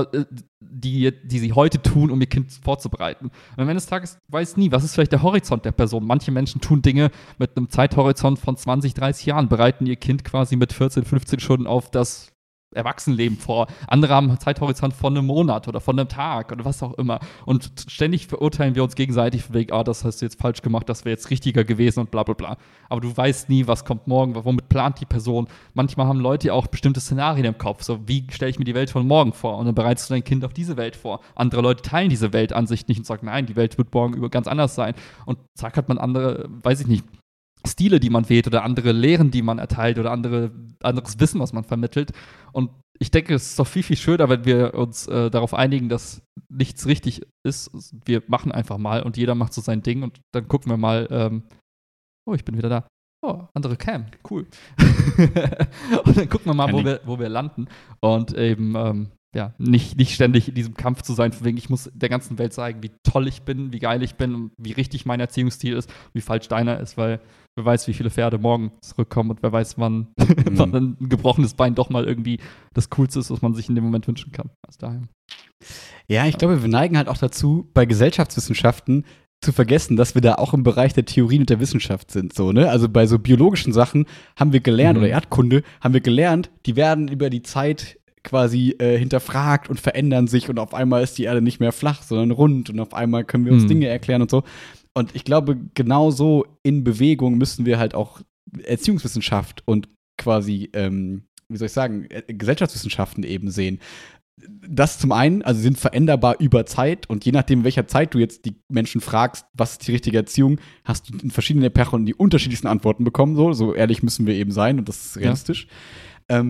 Speaker 1: sie heute tun, um ihr Kind vorzubereiten. Und am Ende des Tages weiß nie, was ist vielleicht der Horizont der Person. Manche Menschen tun Dinge mit einem Zeithorizont von 20, 30 Jahren, bereiten ihr Kind quasi mit 14, 15 Stunden auf das Erwachsenenleben vor. Andere haben einen Zeithorizont von einem Monat oder von einem Tag oder was auch immer. Und ständig verurteilen wir uns gegenseitig von wegen, das hast du jetzt falsch gemacht, das wäre jetzt richtiger gewesen und bla bla bla. Aber du weißt nie, was kommt morgen, womit plant die Person. Manchmal haben Leute auch bestimmte Szenarien im Kopf. So, wie stelle ich mir die Welt von morgen vor? Und dann bereitest du dein Kind auf diese Welt vor. Andere Leute teilen diese Weltansicht nicht und sagen, nein, die Welt wird morgen ganz anders sein. Und zack hat man andere, weiß ich nicht, Stile, die man wählt oder andere Lehren, die man erteilt oder anderes Wissen, was man vermittelt. Und ich denke, es ist doch viel, viel schöner, wenn wir uns darauf einigen, dass nichts richtig ist. Wir machen einfach mal und jeder macht so sein Ding und dann gucken wir mal, oh, ich bin wieder da. Oh, andere Cam, cool. Und dann gucken wir mal, wo wir landen. Und eben, nicht ständig in diesem Kampf zu sein, von wegen, ich muss der ganzen Welt zeigen, wie toll ich bin, wie geil ich bin und wie richtig mein Erziehungsstil ist, wie falsch deiner ist, weil wer weiß, wie viele Pferde morgen zurückkommen und wer weiß, wann ein gebrochenes Bein doch mal irgendwie das Coolste ist, was man sich in dem Moment wünschen kann. Also daher.
Speaker 2: Ja, ich glaube, wir neigen halt auch dazu, bei Gesellschaftswissenschaften zu vergessen, dass wir da auch im Bereich der Theorien und der Wissenschaft sind, so, ne? Also bei so biologischen Sachen haben wir gelernt, oder Erdkunde, haben wir gelernt, die werden über die Zeit quasi hinterfragt und verändern sich und auf einmal ist die Erde nicht mehr flach, sondern rund und auf einmal können wir uns Dinge erklären und so. Und ich glaube, genauso in Bewegung müssen wir halt auch Erziehungswissenschaft und quasi, Gesellschaftswissenschaften eben sehen. Das zum einen, also sind veränderbar über Zeit und je nachdem, in welcher Zeit du jetzt die Menschen fragst, was ist die richtige Erziehung, hast du in verschiedenen Epochen die unterschiedlichsten Antworten bekommen. So ehrlich müssen wir eben sein und das ist realistisch. Ja.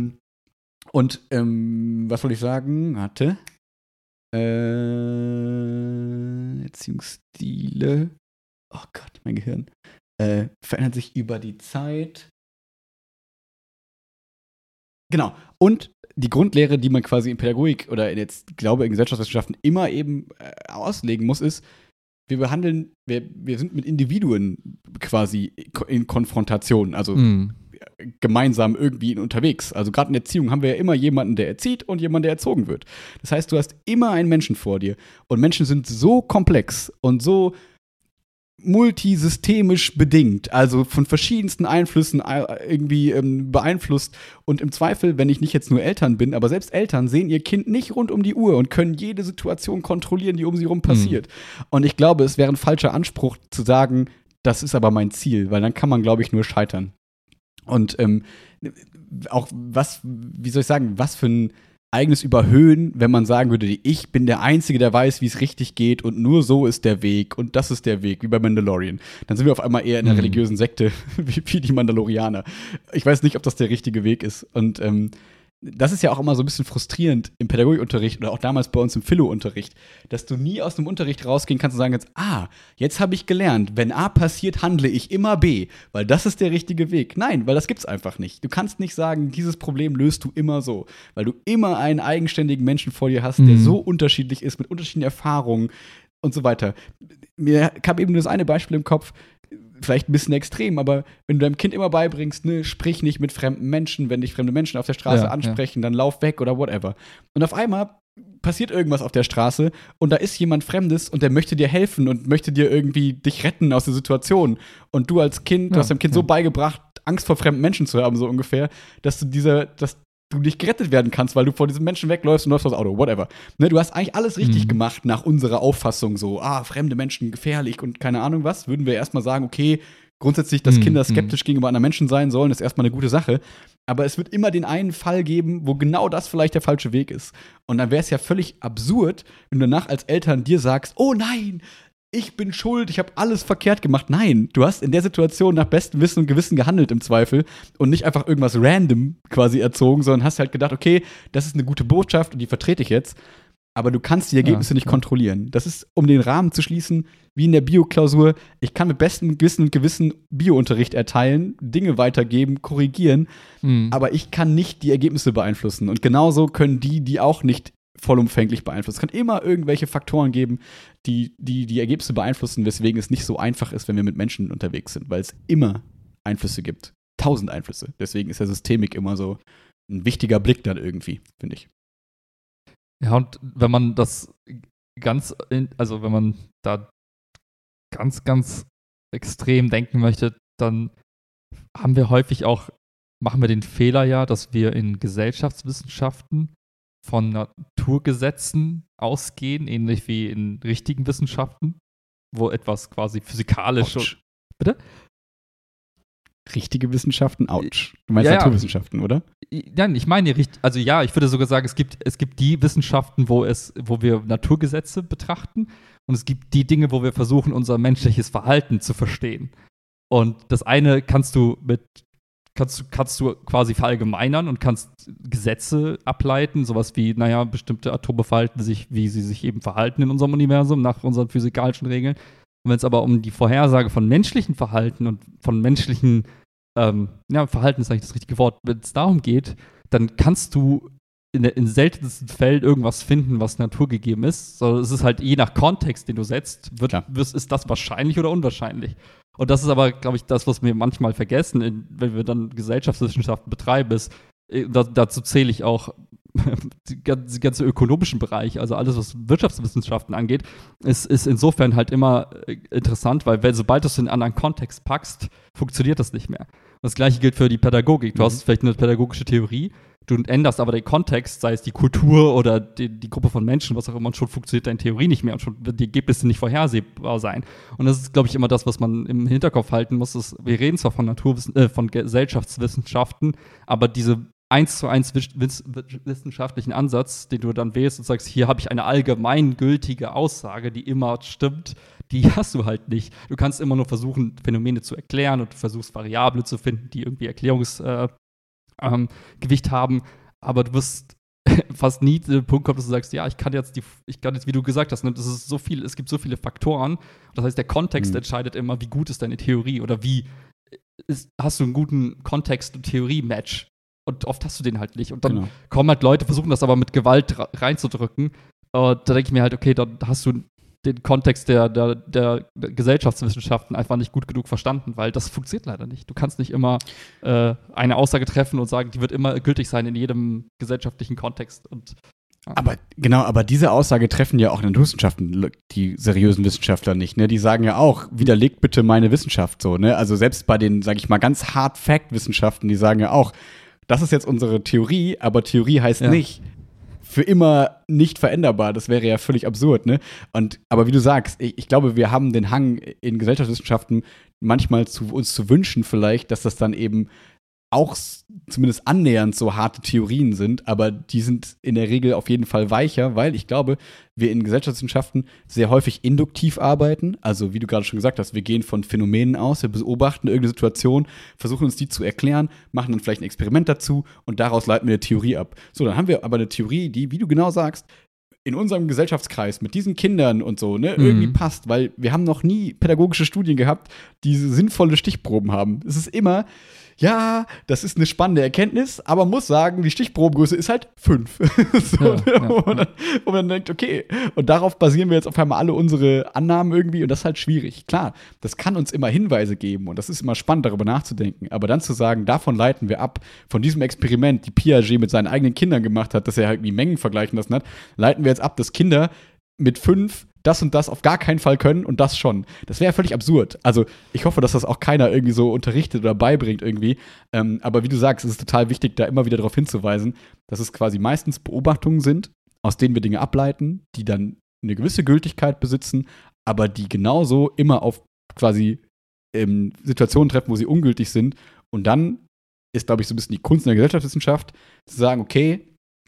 Speaker 2: Was soll ich sagen? Warte. Erziehungsstile. Oh Gott, mein Gehirn. Verändert sich über die Zeit. Genau. Und die Grundlehre, die man quasi in Pädagogik oder in Gesellschaftswissenschaften immer eben auslegen muss, ist, wir sind mit Individuen quasi in Konfrontation, also gemeinsam irgendwie unterwegs. Also gerade in Erziehung haben wir ja immer jemanden, der erzieht und jemanden, der erzogen wird. Das heißt, du hast immer einen Menschen vor dir und Menschen sind so komplex und so multisystemisch bedingt, also von verschiedensten Einflüssen irgendwie beeinflusst und im Zweifel, wenn ich nicht jetzt nur Eltern bin, aber selbst Eltern sehen ihr Kind nicht rund um die Uhr und können jede Situation kontrollieren, die um sie rum passiert. Und ich glaube, es wäre ein falscher Anspruch zu sagen, das ist aber mein Ziel, weil dann kann man, glaube ich, nur scheitern. Und auch was für ein eigenes Überhöhen, wenn man sagen würde, ich bin der Einzige, der weiß, wie es richtig geht und nur so ist der Weg und das ist der Weg, wie bei Mandalorian. Dann sind wir auf einmal eher in einer religiösen Sekte, wie die Mandalorianer. Ich weiß nicht, ob das der richtige Weg ist. Und das ist ja auch immer so ein bisschen frustrierend im Pädagogikunterricht oder auch damals bei uns im Philo-Unterricht, dass du nie aus dem Unterricht rausgehen kannst und sagen kannst, jetzt habe ich gelernt, wenn A passiert, handle ich immer B, weil das ist der richtige Weg. Nein, weil das gibt's einfach nicht. Du kannst nicht sagen, dieses Problem löst du immer so, weil du immer einen eigenständigen Menschen vor dir hast, der so unterschiedlich ist, mit unterschiedlichen Erfahrungen und so weiter. Mir kam eben nur das eine Beispiel im Kopf, vielleicht ein bisschen extrem, aber wenn du deinem Kind immer beibringst, ne, sprich nicht mit fremden Menschen, wenn dich fremde Menschen auf der Straße ansprechen, dann lauf weg oder whatever. Und auf einmal passiert irgendwas auf der Straße und da ist jemand Fremdes und der möchte dir helfen und möchte dir irgendwie dich retten aus der Situation. Und du als Kind, du hast deinem Kind so beigebracht, Angst vor fremden Menschen zu haben, so ungefähr, dass du nicht gerettet werden kannst, weil du vor diesem Menschen wegläufst und läufst aus dem Auto, whatever. Ne, du hast eigentlich alles richtig gemacht nach unserer Auffassung, so, fremde Menschen gefährlich und keine Ahnung was, würden wir erstmal sagen, okay, grundsätzlich, dass Kinder skeptisch gegenüber anderen Menschen sein sollen, ist erstmal eine gute Sache. Aber es wird immer den einen Fall geben, wo genau das vielleicht der falsche Weg ist. Und dann wäre es ja völlig absurd, wenn du danach als Eltern dir sagst, oh nein, ich bin schuld, ich habe alles verkehrt gemacht. Nein, du hast in der Situation nach bestem Wissen und Gewissen gehandelt im Zweifel und nicht einfach irgendwas random quasi erzogen, sondern hast halt gedacht, okay, das ist eine gute Botschaft und die vertrete ich jetzt. Aber du kannst die Ergebnisse nicht kontrollieren. Das ist, um den Rahmen zu schließen, wie in der Bio-Klausur. Ich kann mit bestem Wissen und Gewissen Bio-Unterricht erteilen, Dinge weitergeben, korrigieren, aber ich kann nicht die Ergebnisse beeinflussen. Und genauso können die auch nicht vollumfänglich beeinflussen. Es kann immer irgendwelche Faktoren geben, die Ergebnisse beeinflussen, weswegen es nicht so einfach ist, wenn wir mit Menschen unterwegs sind, weil es immer Einflüsse gibt. 1000 Einflüsse. Deswegen ist ja Systemik immer so ein wichtiger Blick dann irgendwie, finde ich.
Speaker 1: Ja, und wenn man das wenn man da ganz, ganz extrem denken möchte, dann machen wir den Fehler ja, dass wir in Gesellschaftswissenschaften von Naturgesetzen ausgehen, ähnlich wie in richtigen Wissenschaften, wo etwas quasi physikalisch. Bitte?
Speaker 2: Richtige Wissenschaften? Ouch. Du meinst Naturwissenschaften, oder?
Speaker 1: Nein, ich meine, ich würde sogar sagen, es gibt die Wissenschaften, wo wir Naturgesetze betrachten und es gibt die Dinge, wo wir versuchen, unser menschliches Verhalten zu verstehen. Und das eine kannst du mit kannst du quasi verallgemeinern und kannst Gesetze ableiten, sowas wie, bestimmte Atome verhalten sich, wie sie sich eben verhalten in unserem Universum, nach unseren physikalischen Regeln. Und wenn es aber um die Vorhersage von menschlichen Verhalten und von menschlichen, Verhalten ist eigentlich das richtige Wort, wenn es darum geht, dann kannst du in seltensten Fällen irgendwas finden, was naturgegeben ist. So, es ist halt je nach Kontext, den du setzt, ist das wahrscheinlich oder unwahrscheinlich. Und das ist aber, glaube ich, das, was wir manchmal vergessen, wenn wir dann Gesellschaftswissenschaften betreiben, ist, dazu zähle ich auch die ganze ökonomischen Bereich, also alles, was Wirtschaftswissenschaften angeht, ist insofern halt immer interessant, weil sobald du es in einen anderen Kontext packst, funktioniert das nicht mehr. Und das Gleiche gilt für die Pädagogik. Du hast vielleicht eine pädagogische Theorie, du änderst aber den Kontext, sei es die Kultur oder die Gruppe von Menschen, was auch immer, und schon funktioniert deine Theorie nicht mehr und schon wird die Ergebnisse nicht vorhersehbar sein. Und das ist, glaube ich, immer das, was man im Hinterkopf halten muss. Wir reden zwar von von Gesellschaftswissenschaften, aber diese 1:1 wissenschaftlichen Ansatz, den du dann wählst und sagst, hier habe ich eine allgemeingültige Aussage, die immer stimmt, die hast du halt nicht. Du kannst immer nur versuchen, Phänomene zu erklären und du versuchst Variable zu finden, die irgendwie Erklärungsgewicht haben, aber du wirst fast nie zu dem Punkt kommen, dass du sagst, ja, ich kann jetzt, wie du gesagt hast, das ist so viel, es gibt so viele Faktoren. Das heißt, der Kontext entscheidet immer, wie gut ist deine Theorie oder hast du einen guten Kontext- und Theorie-Match. Und oft hast du den halt nicht. Und dann kommen halt Leute, versuchen das aber mit Gewalt reinzudrücken. Da denke ich mir halt, okay, dann hast du den Kontext der Gesellschaftswissenschaften einfach nicht gut genug verstanden, weil das funktioniert leider nicht. Du kannst nicht immer eine Aussage treffen und sagen, die wird immer gültig sein in jedem gesellschaftlichen Kontext.
Speaker 2: Aber diese Aussage treffen ja auch in den Wissenschaften die seriösen Wissenschaftler nicht, ne? Die sagen ja auch, widerlegt bitte meine Wissenschaft so, ne? Also selbst bei den, sag ich mal, ganz hard Fact-Wissenschaften, die sagen ja auch, das ist jetzt unsere Theorie, aber Theorie heißt nicht für immer nicht veränderbar. Das wäre ja völlig absurd, ne? Aber wie du sagst, ich glaube, wir haben den Hang in Gesellschaftswissenschaften manchmal uns zu wünschen vielleicht, dass das dann eben auch zumindest annähernd so harte Theorien sind, aber die sind in der Regel auf jeden Fall weicher, weil ich glaube, wir in Gesellschaftswissenschaften sehr häufig induktiv arbeiten. Also wie du gerade schon gesagt hast, wir gehen von Phänomenen aus, wir beobachten irgendeine Situation, versuchen uns die zu erklären, machen dann vielleicht ein Experiment dazu und daraus leiten wir eine Theorie ab. So, dann haben wir aber eine Theorie, die, wie du genau sagst, in unserem Gesellschaftskreis mit diesen Kindern und so, ne, irgendwie passt, weil wir haben noch nie pädagogische Studien gehabt, die sinnvolle Stichproben haben. Es ist immer, ja, das ist eine spannende Erkenntnis, aber man muss sagen, die Stichprobengröße ist halt 5. So, wo man dann denkt, okay, und darauf basieren wir jetzt auf einmal alle unsere Annahmen irgendwie und das ist halt schwierig. Klar, das kann uns immer Hinweise geben und das ist immer spannend, darüber nachzudenken, aber dann zu sagen, davon leiten wir ab, von diesem Experiment, die Piaget mit seinen eigenen Kindern gemacht hat, dass er halt irgendwie Mengen vergleichen lassen hat, leiten wir jetzt ab, dass Kinder mit 5 das und das auf gar keinen Fall können und das schon. Das wäre völlig absurd. Also ich hoffe, dass das auch keiner irgendwie so unterrichtet oder beibringt irgendwie. Aber wie du sagst, es ist total wichtig, da immer wieder darauf hinzuweisen, dass es quasi meistens Beobachtungen sind, aus denen wir Dinge ableiten, die dann eine gewisse Gültigkeit besitzen, aber die genauso immer auf quasi Situationen treffen, wo sie ungültig sind. Und dann ist, glaube ich, so ein bisschen die Kunst in der Gesellschaftswissenschaft, zu sagen, okay,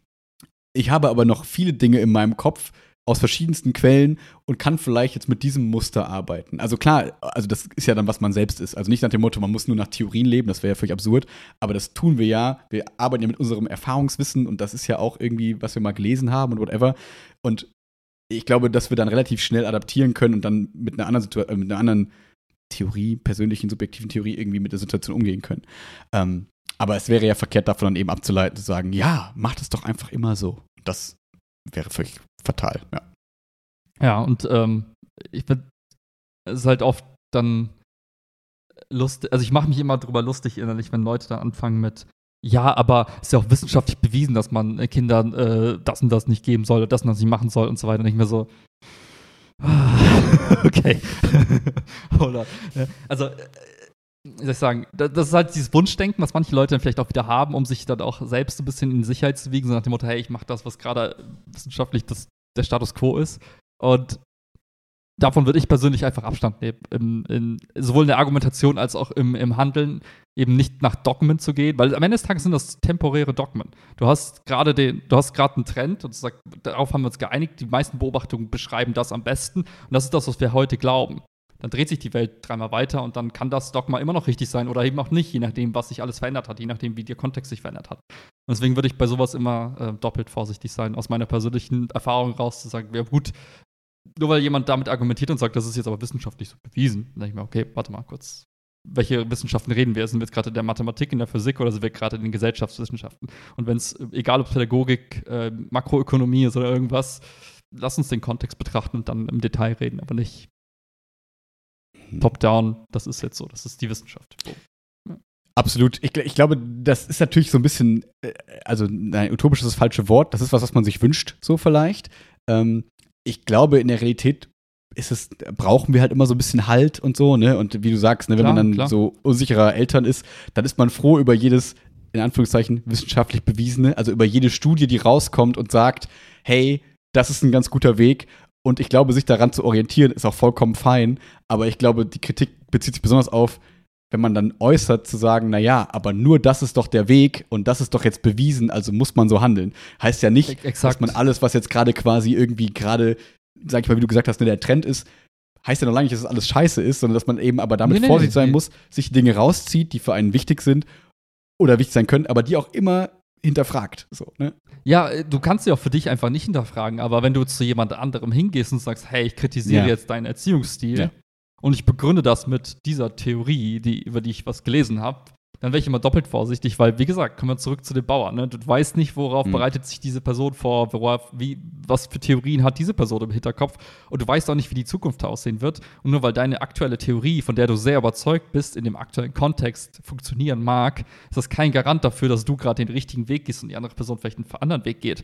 Speaker 2: ich habe aber noch viele Dinge in meinem Kopf, aus verschiedensten Quellen und kann vielleicht jetzt mit diesem Muster arbeiten. Also klar, also das ist ja dann, was man selbst ist. Also nicht nach dem Motto, man muss nur nach Theorien leben, das wäre ja völlig absurd, aber das tun wir ja. Wir arbeiten ja mit unserem Erfahrungswissen und das ist ja auch irgendwie, was wir mal gelesen haben und whatever. Und ich glaube, dass wir dann relativ schnell adaptieren können und dann mit einer anderen Theorie, persönlichen, subjektiven Theorie irgendwie mit der Situation umgehen können. Aber es wäre ja verkehrt, davon dann eben abzuleiten, zu sagen, ja, macht es doch einfach immer so. Das wäre völlig fatal, ja.
Speaker 1: Ja, und ich finde, es ist halt oft dann lustig, also ich mache mich immer drüber lustig innerlich, wenn Leute dann anfangen mit, ja, aber es ist ja auch wissenschaftlich bewiesen, dass man Kindern das und das nicht geben soll oder das und das nicht machen soll und so weiter. Und ich mir so, okay. Oder, also, wie soll ich sagen, das ist halt dieses Wunschdenken, was manche Leute dann vielleicht auch wieder haben, um sich dann auch selbst ein bisschen in Sicherheit zu wiegen, so nach dem Motto, hey, ich mache das, was gerade wissenschaftlich der Status quo ist. Und davon würde ich persönlich einfach Abstand nehmen, sowohl in der Argumentation als auch im Handeln, eben nicht nach Dogmen zu gehen, weil am Ende des Tages sind das temporäre Dogmen. Du hast gerade einen Trend und darauf haben wir uns geeinigt, die meisten Beobachtungen beschreiben das am besten und das ist das, was wir heute glauben. dann dreht sich die Welt dreimal weiter und dann kann das Dogma immer noch richtig sein oder eben auch nicht, je nachdem, was sich alles verändert hat, je nachdem, wie der Kontext sich verändert hat. Und deswegen würde ich bei sowas immer doppelt vorsichtig sein, aus meiner persönlichen Erfahrung raus zu sagen, ja gut, nur weil jemand damit argumentiert und sagt, das ist jetzt aber wissenschaftlich so bewiesen, dann denke ich mir, okay, warte mal kurz. Welche Wissenschaften reden wir? Sind wir jetzt gerade in der Mathematik, in der Physik oder sind wir gerade in den Gesellschaftswissenschaften? Und wenn es, egal ob Pädagogik, Makroökonomie ist oder irgendwas, lass uns den Kontext betrachten und dann im Detail reden, aber nicht top-down, das ist jetzt so, das ist die Wissenschaft. Ja.
Speaker 2: Absolut. Ich glaube, das ist natürlich so ein bisschen, also nein, utopisch ist das falsche Wort, das ist was man sich wünscht, so vielleicht. Ich glaube, in der Realität brauchen wir halt immer so ein bisschen Halt und so, ne? Und wie du sagst, ne, wenn man dann so unsicherer Eltern ist, dann ist man froh über jedes, in Anführungszeichen, wissenschaftlich bewiesene, also über jede Studie, die rauskommt und sagt, hey, das ist ein ganz guter Weg. Und ich glaube, sich daran zu orientieren, ist auch vollkommen fein. Aber ich glaube, die Kritik bezieht sich besonders auf, wenn man dann äußert, zu sagen, naja, aber nur das ist doch der Weg und das ist doch jetzt bewiesen, also muss man so handeln. Heißt ja nicht, dass man alles, was jetzt gerade quasi irgendwie sag ich mal, wie du gesagt hast, ne, der Trend ist, heißt ja noch lange nicht, dass es alles scheiße ist, sondern dass man eben aber damit vorsichtig sein muss, sich Dinge rauszieht, die für einen wichtig sind oder wichtig sein können, aber die auch immer hinterfragt. So, ne?
Speaker 1: Ja, du kannst sie auch für dich einfach nicht hinterfragen, aber wenn du zu jemand anderem hingehst und sagst, hey, ich kritisiere jetzt deinen Erziehungsstil und ich begründe das mit dieser Theorie, über die ich was gelesen habe, dann wäre ich immer doppelt vorsichtig, weil, wie gesagt, kommen wir zurück zu den Bauern. Ne? Du weißt nicht, worauf bereitet sich diese Person vor, was für Theorien hat diese Person im Hinterkopf und du weißt auch nicht, wie die Zukunft aussehen wird. Und nur weil deine aktuelle Theorie, von der du sehr überzeugt bist, in dem aktuellen Kontext funktionieren mag, ist das kein Garant dafür, dass du gerade den richtigen Weg gehst und die andere Person vielleicht einen anderen Weg geht.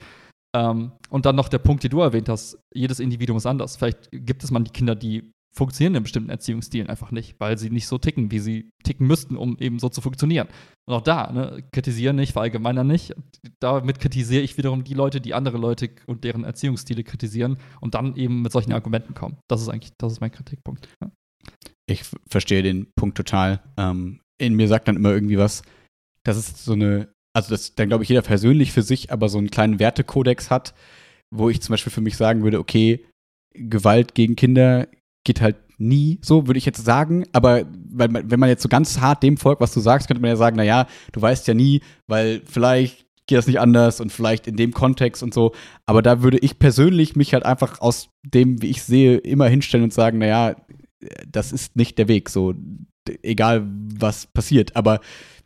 Speaker 1: Und dann noch der Punkt, den du erwähnt hast, jedes Individuum ist anders. Vielleicht gibt es die Kinder, die funktionieren in bestimmten Erziehungsstilen einfach nicht, weil sie nicht so ticken, wie sie ticken müssten, um eben so zu funktionieren. Und auch da, ne, kritisieren nicht, verallgemeinern nicht. Damit kritisiere ich wiederum die Leute, die andere Leute und deren Erziehungsstile kritisieren und dann eben mit solchen Argumenten kommen. Das ist mein Kritikpunkt. Ja.
Speaker 2: Ich verstehe den Punkt total. In mir sagt dann immer irgendwie was, das ist so eine, also dass dann, glaube ich, jeder persönlich für sich aber so einen kleinen Wertekodex hat, wo ich zum Beispiel für mich sagen würde, okay, Gewalt gegen Kinder geht halt nie, so würde ich jetzt sagen, aber wenn man jetzt so ganz hart dem folgt, was du sagst, könnte man ja sagen, naja, du weißt ja nie, weil vielleicht geht das nicht anders und vielleicht in dem Kontext und so, aber da würde ich persönlich mich halt einfach aus dem, wie ich sehe, immer hinstellen und sagen, naja, das ist nicht der Weg, so, egal was passiert, aber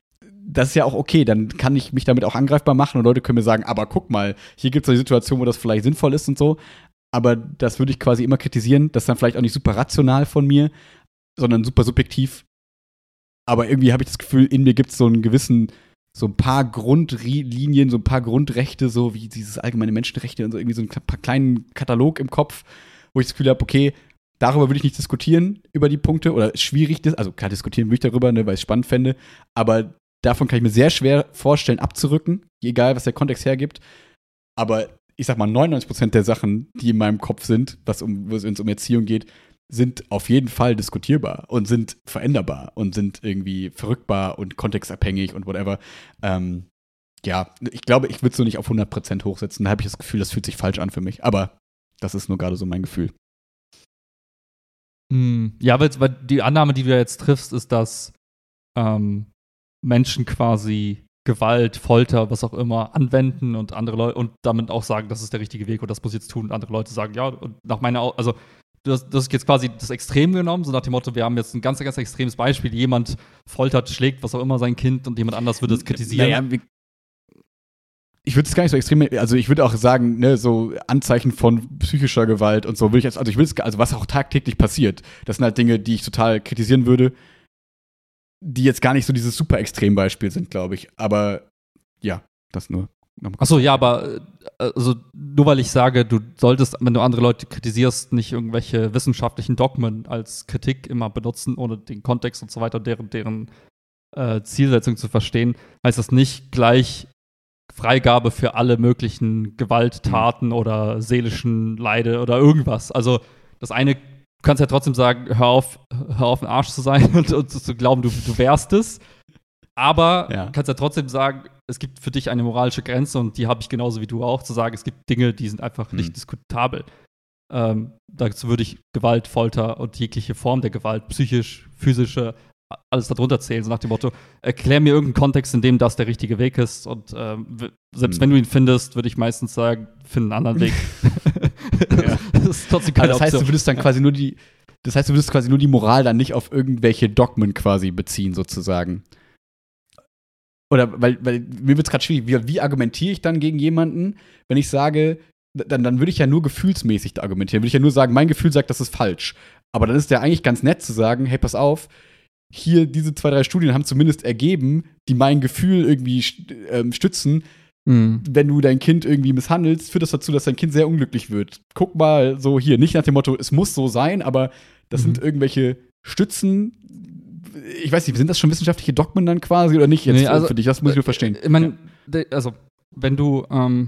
Speaker 2: das ist ja auch okay, dann kann ich mich damit auch angreifbar machen und Leute können mir sagen, aber guck mal, hier gibt es eine Situation, wo das vielleicht sinnvoll ist und so. Aber das würde ich quasi immer kritisieren. Das ist dann vielleicht auch nicht super rational von mir, sondern super subjektiv. Aber irgendwie habe ich das Gefühl, in mir gibt es so ein paar Grundlinien, so ein paar Grundrechte, so wie dieses allgemeine Menschenrechte und so irgendwie so einen kleinen Katalog im Kopf, wo ich das Gefühl habe, okay, darüber würde ich nicht diskutieren, über die Punkte. Oder schwierig, also klar, diskutieren würde ich darüber, ne, weil ich es spannend fände. Aber davon kann ich mir sehr schwer vorstellen, abzurücken, egal was der Kontext hergibt. Aber ich sag mal, 99% der Sachen, die in meinem Kopf sind, wenn es um Erziehung geht, sind auf jeden Fall diskutierbar und sind veränderbar und sind irgendwie verrückbar und kontextabhängig und whatever. Ja, ich glaube, ich würde es so nicht auf 100% hochsetzen. Da habe ich das Gefühl, das fühlt sich falsch an für mich. Aber das ist nur gerade so mein Gefühl.
Speaker 1: Ja, weil die Annahme, die du jetzt triffst, ist, dass Menschen quasi Gewalt, Folter, was auch immer, anwenden und andere Leute und damit auch sagen, das ist der richtige Weg und das muss ich jetzt tun und andere Leute sagen, ja, und nach meiner, also das ist jetzt quasi das Extrem genommen, so nach dem Motto, wir haben jetzt ein ganz, ganz extremes Beispiel, jemand foltert, schlägt, was auch immer sein Kind und jemand anders würde es kritisieren.
Speaker 2: Naja, ich würde es gar nicht so extrem, also ich würde auch sagen, ne, so Anzeichen von psychischer Gewalt und so, also was auch tagtäglich passiert, das sind halt Dinge, die ich total kritisieren würde, die jetzt gar nicht so dieses super Extrembeispiel sind, glaube ich. Aber ja, das nur.
Speaker 1: Achso, ja, aber also nur weil ich sage, du solltest, wenn du andere Leute kritisierst, nicht irgendwelche wissenschaftlichen Dogmen als Kritik immer benutzen, ohne den Kontext und so weiter, deren Zielsetzung zu verstehen, heißt das nicht gleich Freigabe für alle möglichen Gewalttaten oder seelischen Leide oder irgendwas. Also das eine, du kannst ja trotzdem sagen, hör auf ein Arsch zu sein und zu glauben, du wärst es. Aber kannst ja trotzdem sagen, es gibt für dich eine moralische Grenze und die habe ich genauso wie du auch, zu sagen, es gibt Dinge, die sind einfach nicht diskutabel. Dazu würde ich Gewalt, Folter und jegliche Form der Gewalt, psychisch, physische, alles darunter zählen, so nach dem Motto, erklär mir irgendeinen Kontext, in dem das der richtige Weg ist. Und selbst wenn du ihn findest, würde ich meistens sagen, find einen anderen Weg.
Speaker 2: Ja.
Speaker 1: Das ist trotzdem keine
Speaker 2: das heißt,
Speaker 1: Option.
Speaker 2: du würdest dann quasi nur die Moral dann nicht auf irgendwelche Dogmen quasi beziehen, sozusagen. Oder, weil mir wird es gerade schwierig, wie argumentiere ich dann gegen jemanden, wenn ich sage, dann würde ich ja nur gefühlsmäßig argumentieren. Würde ich ja nur sagen, mein Gefühl sagt, das ist falsch. Aber dann ist ja eigentlich ganz nett zu sagen, hey, pass auf, hier diese 2, 3 Studien haben zumindest ergeben, die mein Gefühl irgendwie stützen. Wenn du dein Kind irgendwie misshandelst, führt das dazu, dass dein Kind sehr unglücklich wird. Guck mal, so hier, nicht nach dem Motto, es muss so sein, aber das sind irgendwelche Stützen. Ich weiß nicht, sind das schon wissenschaftliche Dogmen dann quasi oder nicht jetzt für dich? Das muss ich nur verstehen.
Speaker 1: Ich meine, also, wenn du,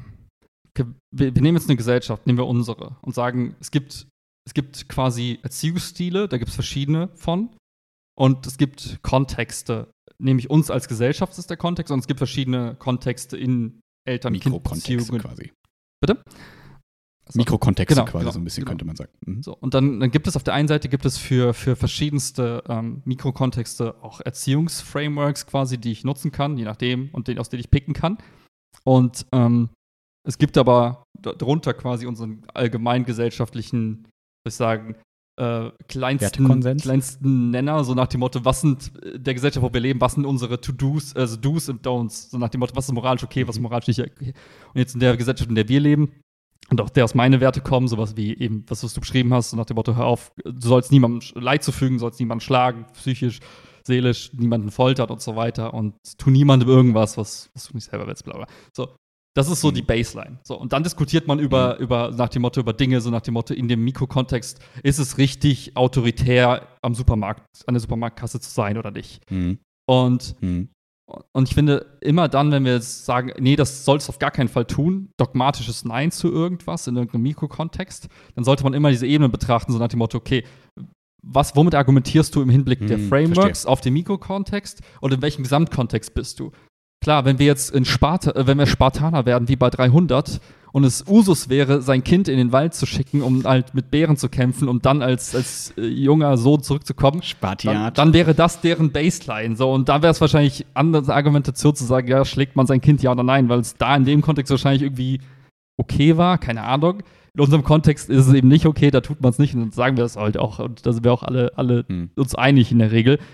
Speaker 1: wir nehmen jetzt eine Gesellschaft, nehmen wir unsere und sagen, es gibt quasi Erziehungsstile, da gibt es verschiedene von. Und es gibt Kontexte, nämlich uns als Gesellschaft ist der Kontext, und es gibt verschiedene Kontexte in Eltern-Kind-Beziehungen.
Speaker 2: Quasi.
Speaker 1: Bitte? Also,
Speaker 2: Mikrokontexte quasi, so ein bisschen, könnte man sagen.
Speaker 1: So, und dann gibt es auf der einen Seite für verschiedenste Mikrokontexte auch Erziehungsframeworks quasi, die ich nutzen kann, je nachdem, und aus denen ich picken kann. Und es gibt aber darunter quasi unseren allgemeingesellschaftlichen, würde ich sagen, kleinsten Nenner, so nach dem Motto, was sind der Gesellschaft, wo wir leben, was sind unsere To-Dos, also Do's und Don'ts, so nach dem Motto, was ist moralisch okay, was ist moralisch nicht okay. Und jetzt in der Gesellschaft, in der wir leben, und auch der aus meine Werte kommen, sowas wie eben, was du beschrieben hast, so nach dem Motto, hör auf, du sollst niemandem Leid zufügen, sollst niemanden schlagen, psychisch, seelisch, niemanden foltern und so weiter und tu niemandem irgendwas, was du nicht selber willst, bla bla. So. Das ist so die Baseline. So, und dann diskutiert man über nach dem Motto, über Dinge, so nach dem Motto, in dem Mikrokontext, ist es richtig, autoritär an der Supermarktkasse zu sein oder nicht? Und ich finde, immer dann, wenn wir jetzt sagen, nee, das sollst du auf gar keinen Fall tun, dogmatisches Nein zu irgendwas in irgendeinem Mikrokontext, dann sollte man immer diese Ebene betrachten, so nach dem Motto, okay, womit argumentierst du im Hinblick der Frameworks auf den Mikrokontext und in welchem Gesamtkontext bist du? Klar, wenn wir jetzt wenn wir Spartaner werden, wie bei 300, und es Usus wäre, sein Kind in den Wald zu schicken, um halt mit Bären zu kämpfen, um dann als junger Sohn zurückzukommen, dann wäre das deren Baseline. So, und da wäre es wahrscheinlich andere Argumentation zu sagen, ja, schlägt man sein Kind ja oder nein, weil es da in dem Kontext wahrscheinlich irgendwie okay war, keine Ahnung. In unserem Kontext ist es eben nicht okay, da tut man es nicht, und dann sagen wir es halt auch. Und da sind wir auch alle uns einig in der Regel.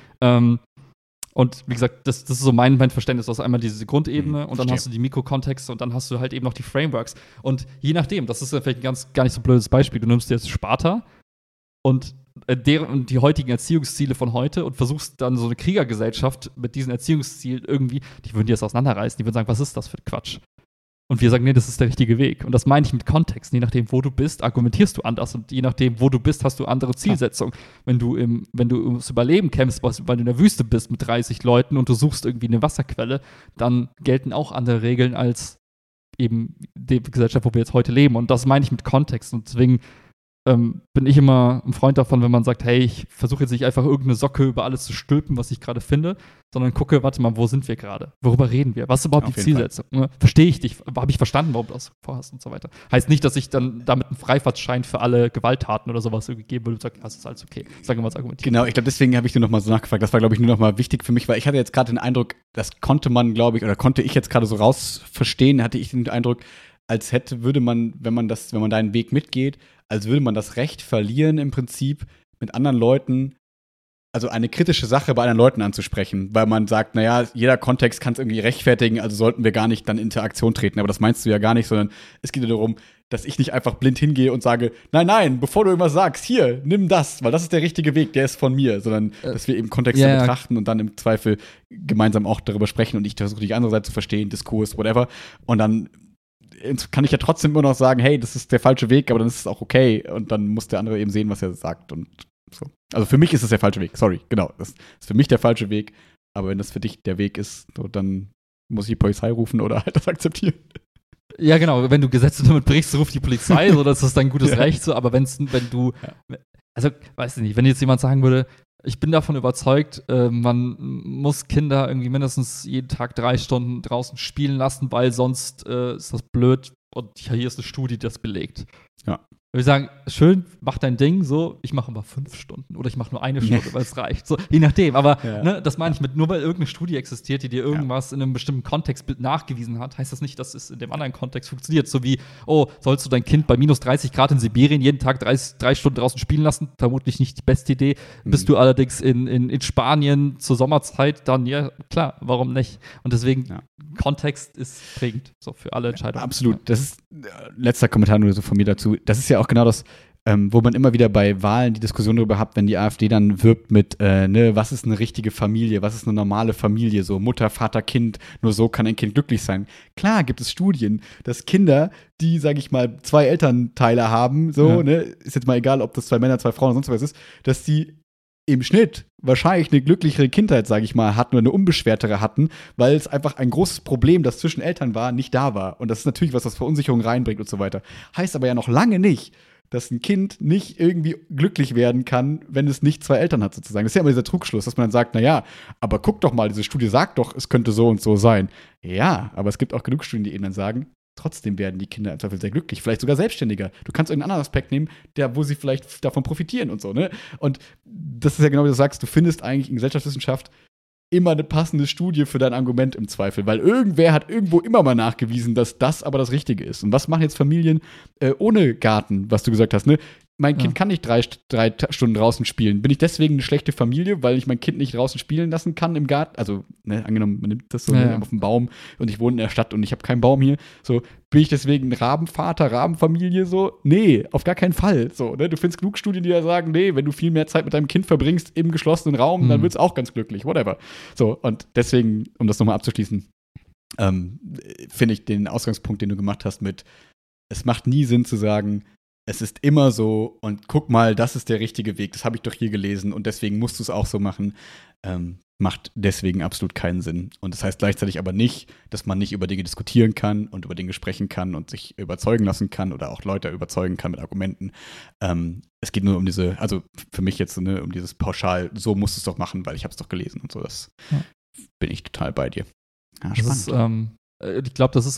Speaker 1: Und wie gesagt, das ist so mein Verständnis. Du hast einmal diese Grundebene und dann hast du die Mikrokontexte und dann hast du halt eben noch die Frameworks. Und je nachdem, das ist ja vielleicht ein gar nicht so blödes Beispiel, du nimmst jetzt Sparta und die heutigen Erziehungsziele von heute und versuchst dann so eine Kriegergesellschaft mit diesen Erziehungszielen irgendwie, die würden dir das auseinanderreißen, die würden sagen, was ist das für Quatsch? Und wir sagen, nee, das ist der richtige Weg. Und das meine ich mit Kontext. Je nachdem, wo du bist, argumentierst du anders. Und je nachdem, wo du bist, hast du andere Zielsetzungen. Wenn du ums Überleben kämpfst, weil du in der Wüste bist mit 30 Leuten und du suchst irgendwie eine Wasserquelle, dann gelten auch andere Regeln als eben die Gesellschaft, wo wir jetzt heute leben. Und das meine ich mit Kontext. Und deswegen bin ich immer ein Freund davon, wenn man sagt, hey, ich versuche jetzt nicht einfach irgendeine Socke über alles zu stülpen, was ich gerade finde, sondern gucke, warte mal, wo sind wir gerade? Worüber reden wir? Was ist überhaupt die Zielsetzung? Verstehe ich dich? Habe ich verstanden, warum du das vorhast und so weiter? Heißt nicht, dass ich dann damit einen Freifahrtschein für alle Gewalttaten oder sowas irgendwie geben würde und sage, das ist alles okay. Sagen wir mal, was argumentieren.
Speaker 2: Genau, ich glaube, deswegen habe ich nur noch mal so nachgefragt. Das war, glaube ich, nur noch mal wichtig für mich, weil ich hatte jetzt gerade den Eindruck, das konnte man, glaube ich, oder konnte ich jetzt gerade so rausverstehen, hatte ich den Eindruck, als würde man, wenn man deinen Weg mitgeht, als würde man das Recht verlieren, im Prinzip mit anderen Leuten, also eine kritische Sache bei anderen Leuten anzusprechen, weil man sagt, naja, jeder Kontext kann es irgendwie rechtfertigen, also sollten wir gar nicht dann in Interaktion treten. Aber das meinst du ja gar nicht, sondern es geht ja darum, dass ich nicht einfach blind hingehe und sage, nein, bevor du irgendwas sagst, hier, nimm das, weil das ist der richtige Weg, der ist von mir, sondern dass wir eben Kontexte betrachten und dann im Zweifel gemeinsam auch darüber sprechen und ich versuche die andere Seite zu verstehen, Diskurs, whatever. Und dann kann ich ja trotzdem immer noch sagen, hey, das ist der falsche Weg, aber dann ist es auch okay. Und dann muss der andere eben sehen, was er sagt und so. Also für mich ist es der falsche Weg, sorry, genau. Das ist für mich der falsche Weg. Aber wenn das für dich der Weg ist, so, dann muss ich die Polizei rufen oder halt das akzeptieren.
Speaker 1: Ja, genau. Wenn du Gesetze damit brichst, ruft die Polizei, so, das ist dein gutes Recht. So. Aber also, weiß ich nicht, wenn jetzt jemand sagen würde, ich bin davon überzeugt, man muss Kinder irgendwie mindestens jeden Tag 3 Stunden draußen spielen lassen, weil sonst ist das blöd. Und hier ist eine Studie, die das belegt.
Speaker 2: Ja.
Speaker 1: Wir sagen, schön, mach dein Ding, so, ich mache aber 5 Stunden oder ich mache nur 1 Stunde, weil es reicht. So, je nachdem. Aber das meine ich mit, nur weil irgendeine Studie existiert, die dir irgendwas in einem bestimmten Kontext nachgewiesen hat, heißt das nicht, dass es in dem anderen Kontext funktioniert. So wie, sollst du dein Kind bei minus 30 Grad in Sibirien jeden Tag 3 Stunden draußen spielen lassen? Vermutlich nicht die beste Idee. Bist du allerdings in Spanien zur Sommerzeit, dann ja, klar, warum nicht? Und deswegen, Kontext ist prägend, so für alle Entscheidungen.
Speaker 2: Absolut. Das ist letzter Kommentar nur so von mir dazu. Das ist ja auch genau das, wo man immer wieder bei Wahlen die Diskussion darüber hat, wenn die AfD dann wirbt mit, was ist eine richtige Familie, was ist eine normale Familie, so Mutter, Vater, Kind, nur so kann ein Kind glücklich sein. Klar gibt es Studien, dass Kinder, die, sage ich mal, 2 Elternteile haben, so, ist jetzt mal egal, ob das 2 Männer, 2 Frauen oder sonst was ist, dass die im Schnitt wahrscheinlich eine glücklichere Kindheit, sage ich mal, hatten oder eine unbeschwertere hatten, weil es einfach ein großes Problem, das zwischen Eltern war, nicht da war. Und das ist natürlich was Verunsicherung reinbringt und so weiter. Heißt aber ja noch lange nicht, dass ein Kind nicht irgendwie glücklich werden kann, wenn es nicht 2 Eltern hat, sozusagen. Das ist ja immer dieser Trugschluss, dass man dann sagt, naja, aber guck doch mal, diese Studie sagt doch, es könnte so und so sein. Ja, aber es gibt auch genug Studien, die eben dann sagen, trotzdem werden die Kinder im Zweifel sehr glücklich, vielleicht sogar selbstständiger. Du kannst irgendeinen anderen Aspekt nehmen, wo sie vielleicht davon profitieren und so, ne? Und das ist ja genau, wie du sagst, du findest eigentlich in Gesellschaftswissenschaft immer eine passende Studie für dein Argument im Zweifel, weil irgendwer hat irgendwo immer mal nachgewiesen, dass das aber das Richtige ist. Und was machen jetzt Familien ohne Garten, was du gesagt hast, ne? Mein Kind kann nicht 3 Stunden draußen spielen. Bin ich deswegen eine schlechte Familie, weil ich mein Kind nicht draußen spielen lassen kann im Garten? Also, angenommen, man nimmt das so auf dem Baum und ich wohne in der Stadt und ich habe keinen Baum hier. So, bin ich deswegen ein Rabenvater, Rabenfamilie so? Nee, auf gar keinen Fall. So, ne? Du findest genug Studien, die ja sagen, nee, wenn du viel mehr Zeit mit deinem Kind verbringst im geschlossenen Raum, dann wird es auch ganz glücklich, whatever. So, und deswegen, um das nochmal abzuschließen, finde ich den Ausgangspunkt, den du gemacht hast mit, es macht nie Sinn zu sagen, es ist immer so und guck mal, das ist der richtige Weg, das habe ich doch hier gelesen und deswegen musst du es auch so machen, macht deswegen absolut keinen Sinn. Und das heißt gleichzeitig aber nicht, dass man nicht über Dinge diskutieren kann und über Dinge sprechen kann und sich überzeugen lassen kann oder auch Leute überzeugen kann mit Argumenten. Es geht nur um also für mich jetzt um dieses pauschal, so musst du es doch machen, weil ich habe es doch gelesen und so, das bin ich total bei dir. Ja, spannend.
Speaker 1: Ich glaube, es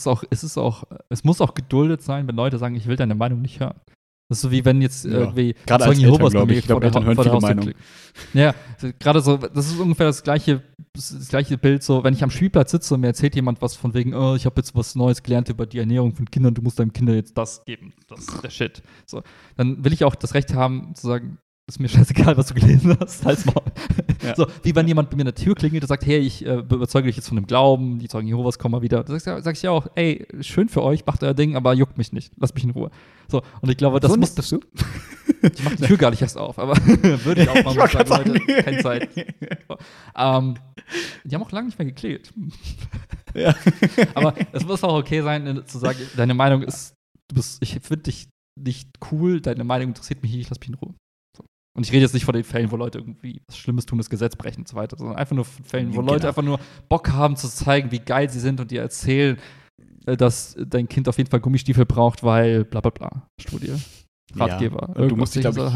Speaker 1: muss auch geduldet sein, wenn Leute sagen, ich will deine Meinung nicht hören. Das ist so wie wenn jetzt irgendwie
Speaker 2: gerade als Eltern, glaube ich. Eltern hören viele Meinungen.
Speaker 1: Ja, gerade so, das ist ungefähr das gleiche Bild, so, wenn ich am Spielplatz sitze und mir erzählt jemand was von wegen, ich habe jetzt was Neues gelernt über die Ernährung von Kindern, du musst deinem Kinder jetzt das geben. Das ist der Shit. So, dann will ich auch das Recht haben, zu sagen, ist mir scheißegal, was du gelesen hast, halt's Maul. Ja. So, wie wenn jemand bei mir an der Tür klingelt und sagt, hey, ich überzeuge dich jetzt von dem Glauben, die Zeugen Jehovas kommen mal wieder. Da sag ich ja auch, ey, schön für euch, macht euer Ding, aber juckt mich nicht, lasst mich in Ruhe. So, und ich glaube, das
Speaker 2: so
Speaker 1: muss...
Speaker 2: du?
Speaker 1: Ich mach die Tür gar nicht erst auf, aber würde ich auch mal sagen, Leute, keine Zeit. Die haben auch lange nicht mehr geklingelt.
Speaker 2: Ja.
Speaker 1: Aber es muss auch okay sein, zu sagen, deine Meinung ist, ich finde dich nicht cool, deine Meinung interessiert mich nicht, lass mich in Ruhe. Und ich rede jetzt nicht von den Fällen, wo Leute irgendwie was Schlimmes tun, das Gesetz brechen und so weiter, sondern einfach nur von Fällen, wo Leute einfach nur Bock haben zu zeigen, wie geil sie sind und dir erzählen, dass dein Kind auf jeden Fall Gummistiefel braucht, weil bla bla bla. Studie. Ratgeber.
Speaker 2: Ja, du musst dich, glaube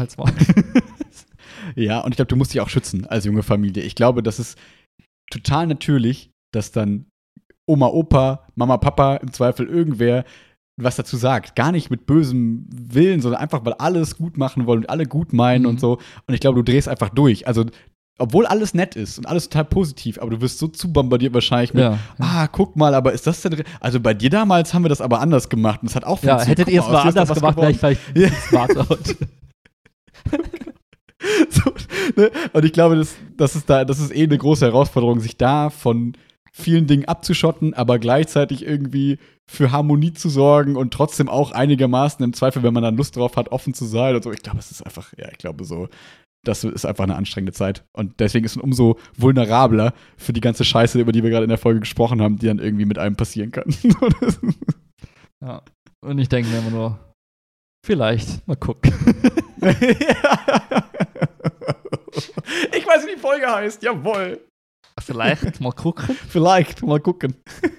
Speaker 2: ich, ja, und ich glaube, du musst dich auch schützen als junge Familie. Ich glaube, das ist total natürlich, dass dann Oma, Opa, Mama, Papa, im Zweifel irgendwer was dazu sagt. Gar nicht mit bösem Willen, sondern einfach, weil alle es gut machen wollen und alle gut meinen und so. Und ich glaube, du drehst einfach durch. Also, obwohl alles nett ist und alles total positiv, aber du wirst so zu bombardiert wahrscheinlich mit, guck mal, aber ist das denn, also bei dir damals haben wir das aber anders gemacht und es hat auch
Speaker 1: funktioniert. Ja, hättet ihr es mal anders gemacht, wäre ich vielleicht smarter heute.
Speaker 2: So, ne? Und ich glaube, das ist eine große Herausforderung, sich da von vielen Dingen abzuschotten, aber gleichzeitig irgendwie für Harmonie zu sorgen und trotzdem auch einigermaßen im Zweifel, wenn man dann Lust drauf hat, offen zu sein und so. Ich glaube, es ist einfach, das ist einfach eine anstrengende Zeit. Und deswegen ist man umso vulnerabler für die ganze Scheiße, über die wir gerade in der Folge gesprochen haben, die dann irgendwie mit einem passieren kann.
Speaker 1: Ja, und ich denke mir immer nur, vielleicht, mal gucken.
Speaker 2: Ich weiß, wie die Folge heißt, jawohl.
Speaker 1: Vielleicht mal gucken.
Speaker 2: Vielleicht mal gucken.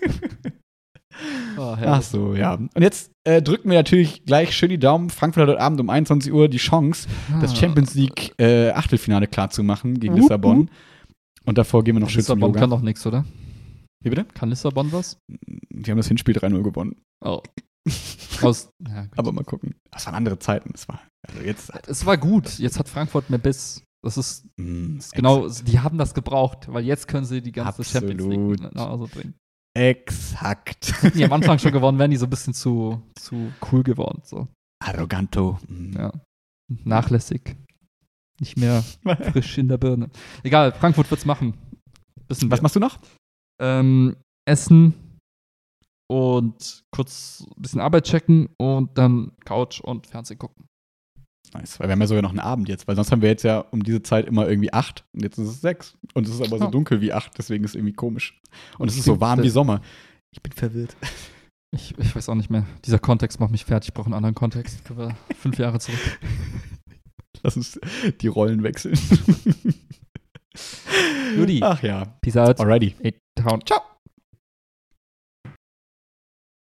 Speaker 2: Ach so, ja. Und jetzt drücken wir natürlich gleich schön die Daumen. Frankfurt hat heute Abend um 21 Uhr die Chance, das Champions League Achtelfinale klarzumachen gegen Lissabon. Und davor gehen wir noch schön zum Yoga.
Speaker 1: Lissabon kann doch nichts, oder?
Speaker 2: Wie bitte?
Speaker 1: Kann Lissabon was?
Speaker 2: Die haben das Hinspiel 3-0 gewonnen.
Speaker 1: Oh. Ja, gut.
Speaker 2: Aber mal gucken. Das waren andere Zeiten. Also jetzt.
Speaker 1: Es war gut. Jetzt hat Frankfurt mehr Biss. Das ist genau,
Speaker 2: Exakt.
Speaker 1: die haben das gebraucht, weil jetzt können sie die ganze Champions
Speaker 2: Absolut.
Speaker 1: League nach Hause bringen.
Speaker 2: Exakt.
Speaker 1: Die am Anfang schon gewonnen, wären die so ein bisschen zu cool geworden. So.
Speaker 2: Arroganto.
Speaker 1: Ja. Nachlässig. Nicht mehr frisch in der Birne. Egal, Frankfurt wird's machen. Wissen
Speaker 2: Was
Speaker 1: wir.
Speaker 2: machst du noch?
Speaker 1: Essen und kurz ein bisschen Arbeit checken und dann Couch und Fernsehen gucken.
Speaker 2: Nice, weil wir haben ja sogar noch einen Abend jetzt, weil sonst haben wir jetzt ja um diese Zeit immer irgendwie 8 und jetzt ist es 6. Und es ist aber so dunkel wie 8, deswegen ist es irgendwie komisch. Und es ist so warm wie Sommer. Ich bin verwirrt.
Speaker 1: Ich weiß auch nicht mehr. Dieser Kontext macht mich fertig. Ich brauche einen anderen Kontext. Können wir 5 Jahre zurück.
Speaker 2: Lass uns die Rollen wechseln.
Speaker 1: Judy.
Speaker 2: Ach ja.
Speaker 1: Peace out.
Speaker 2: Alrighty.
Speaker 1: A-Town.
Speaker 2: Ciao.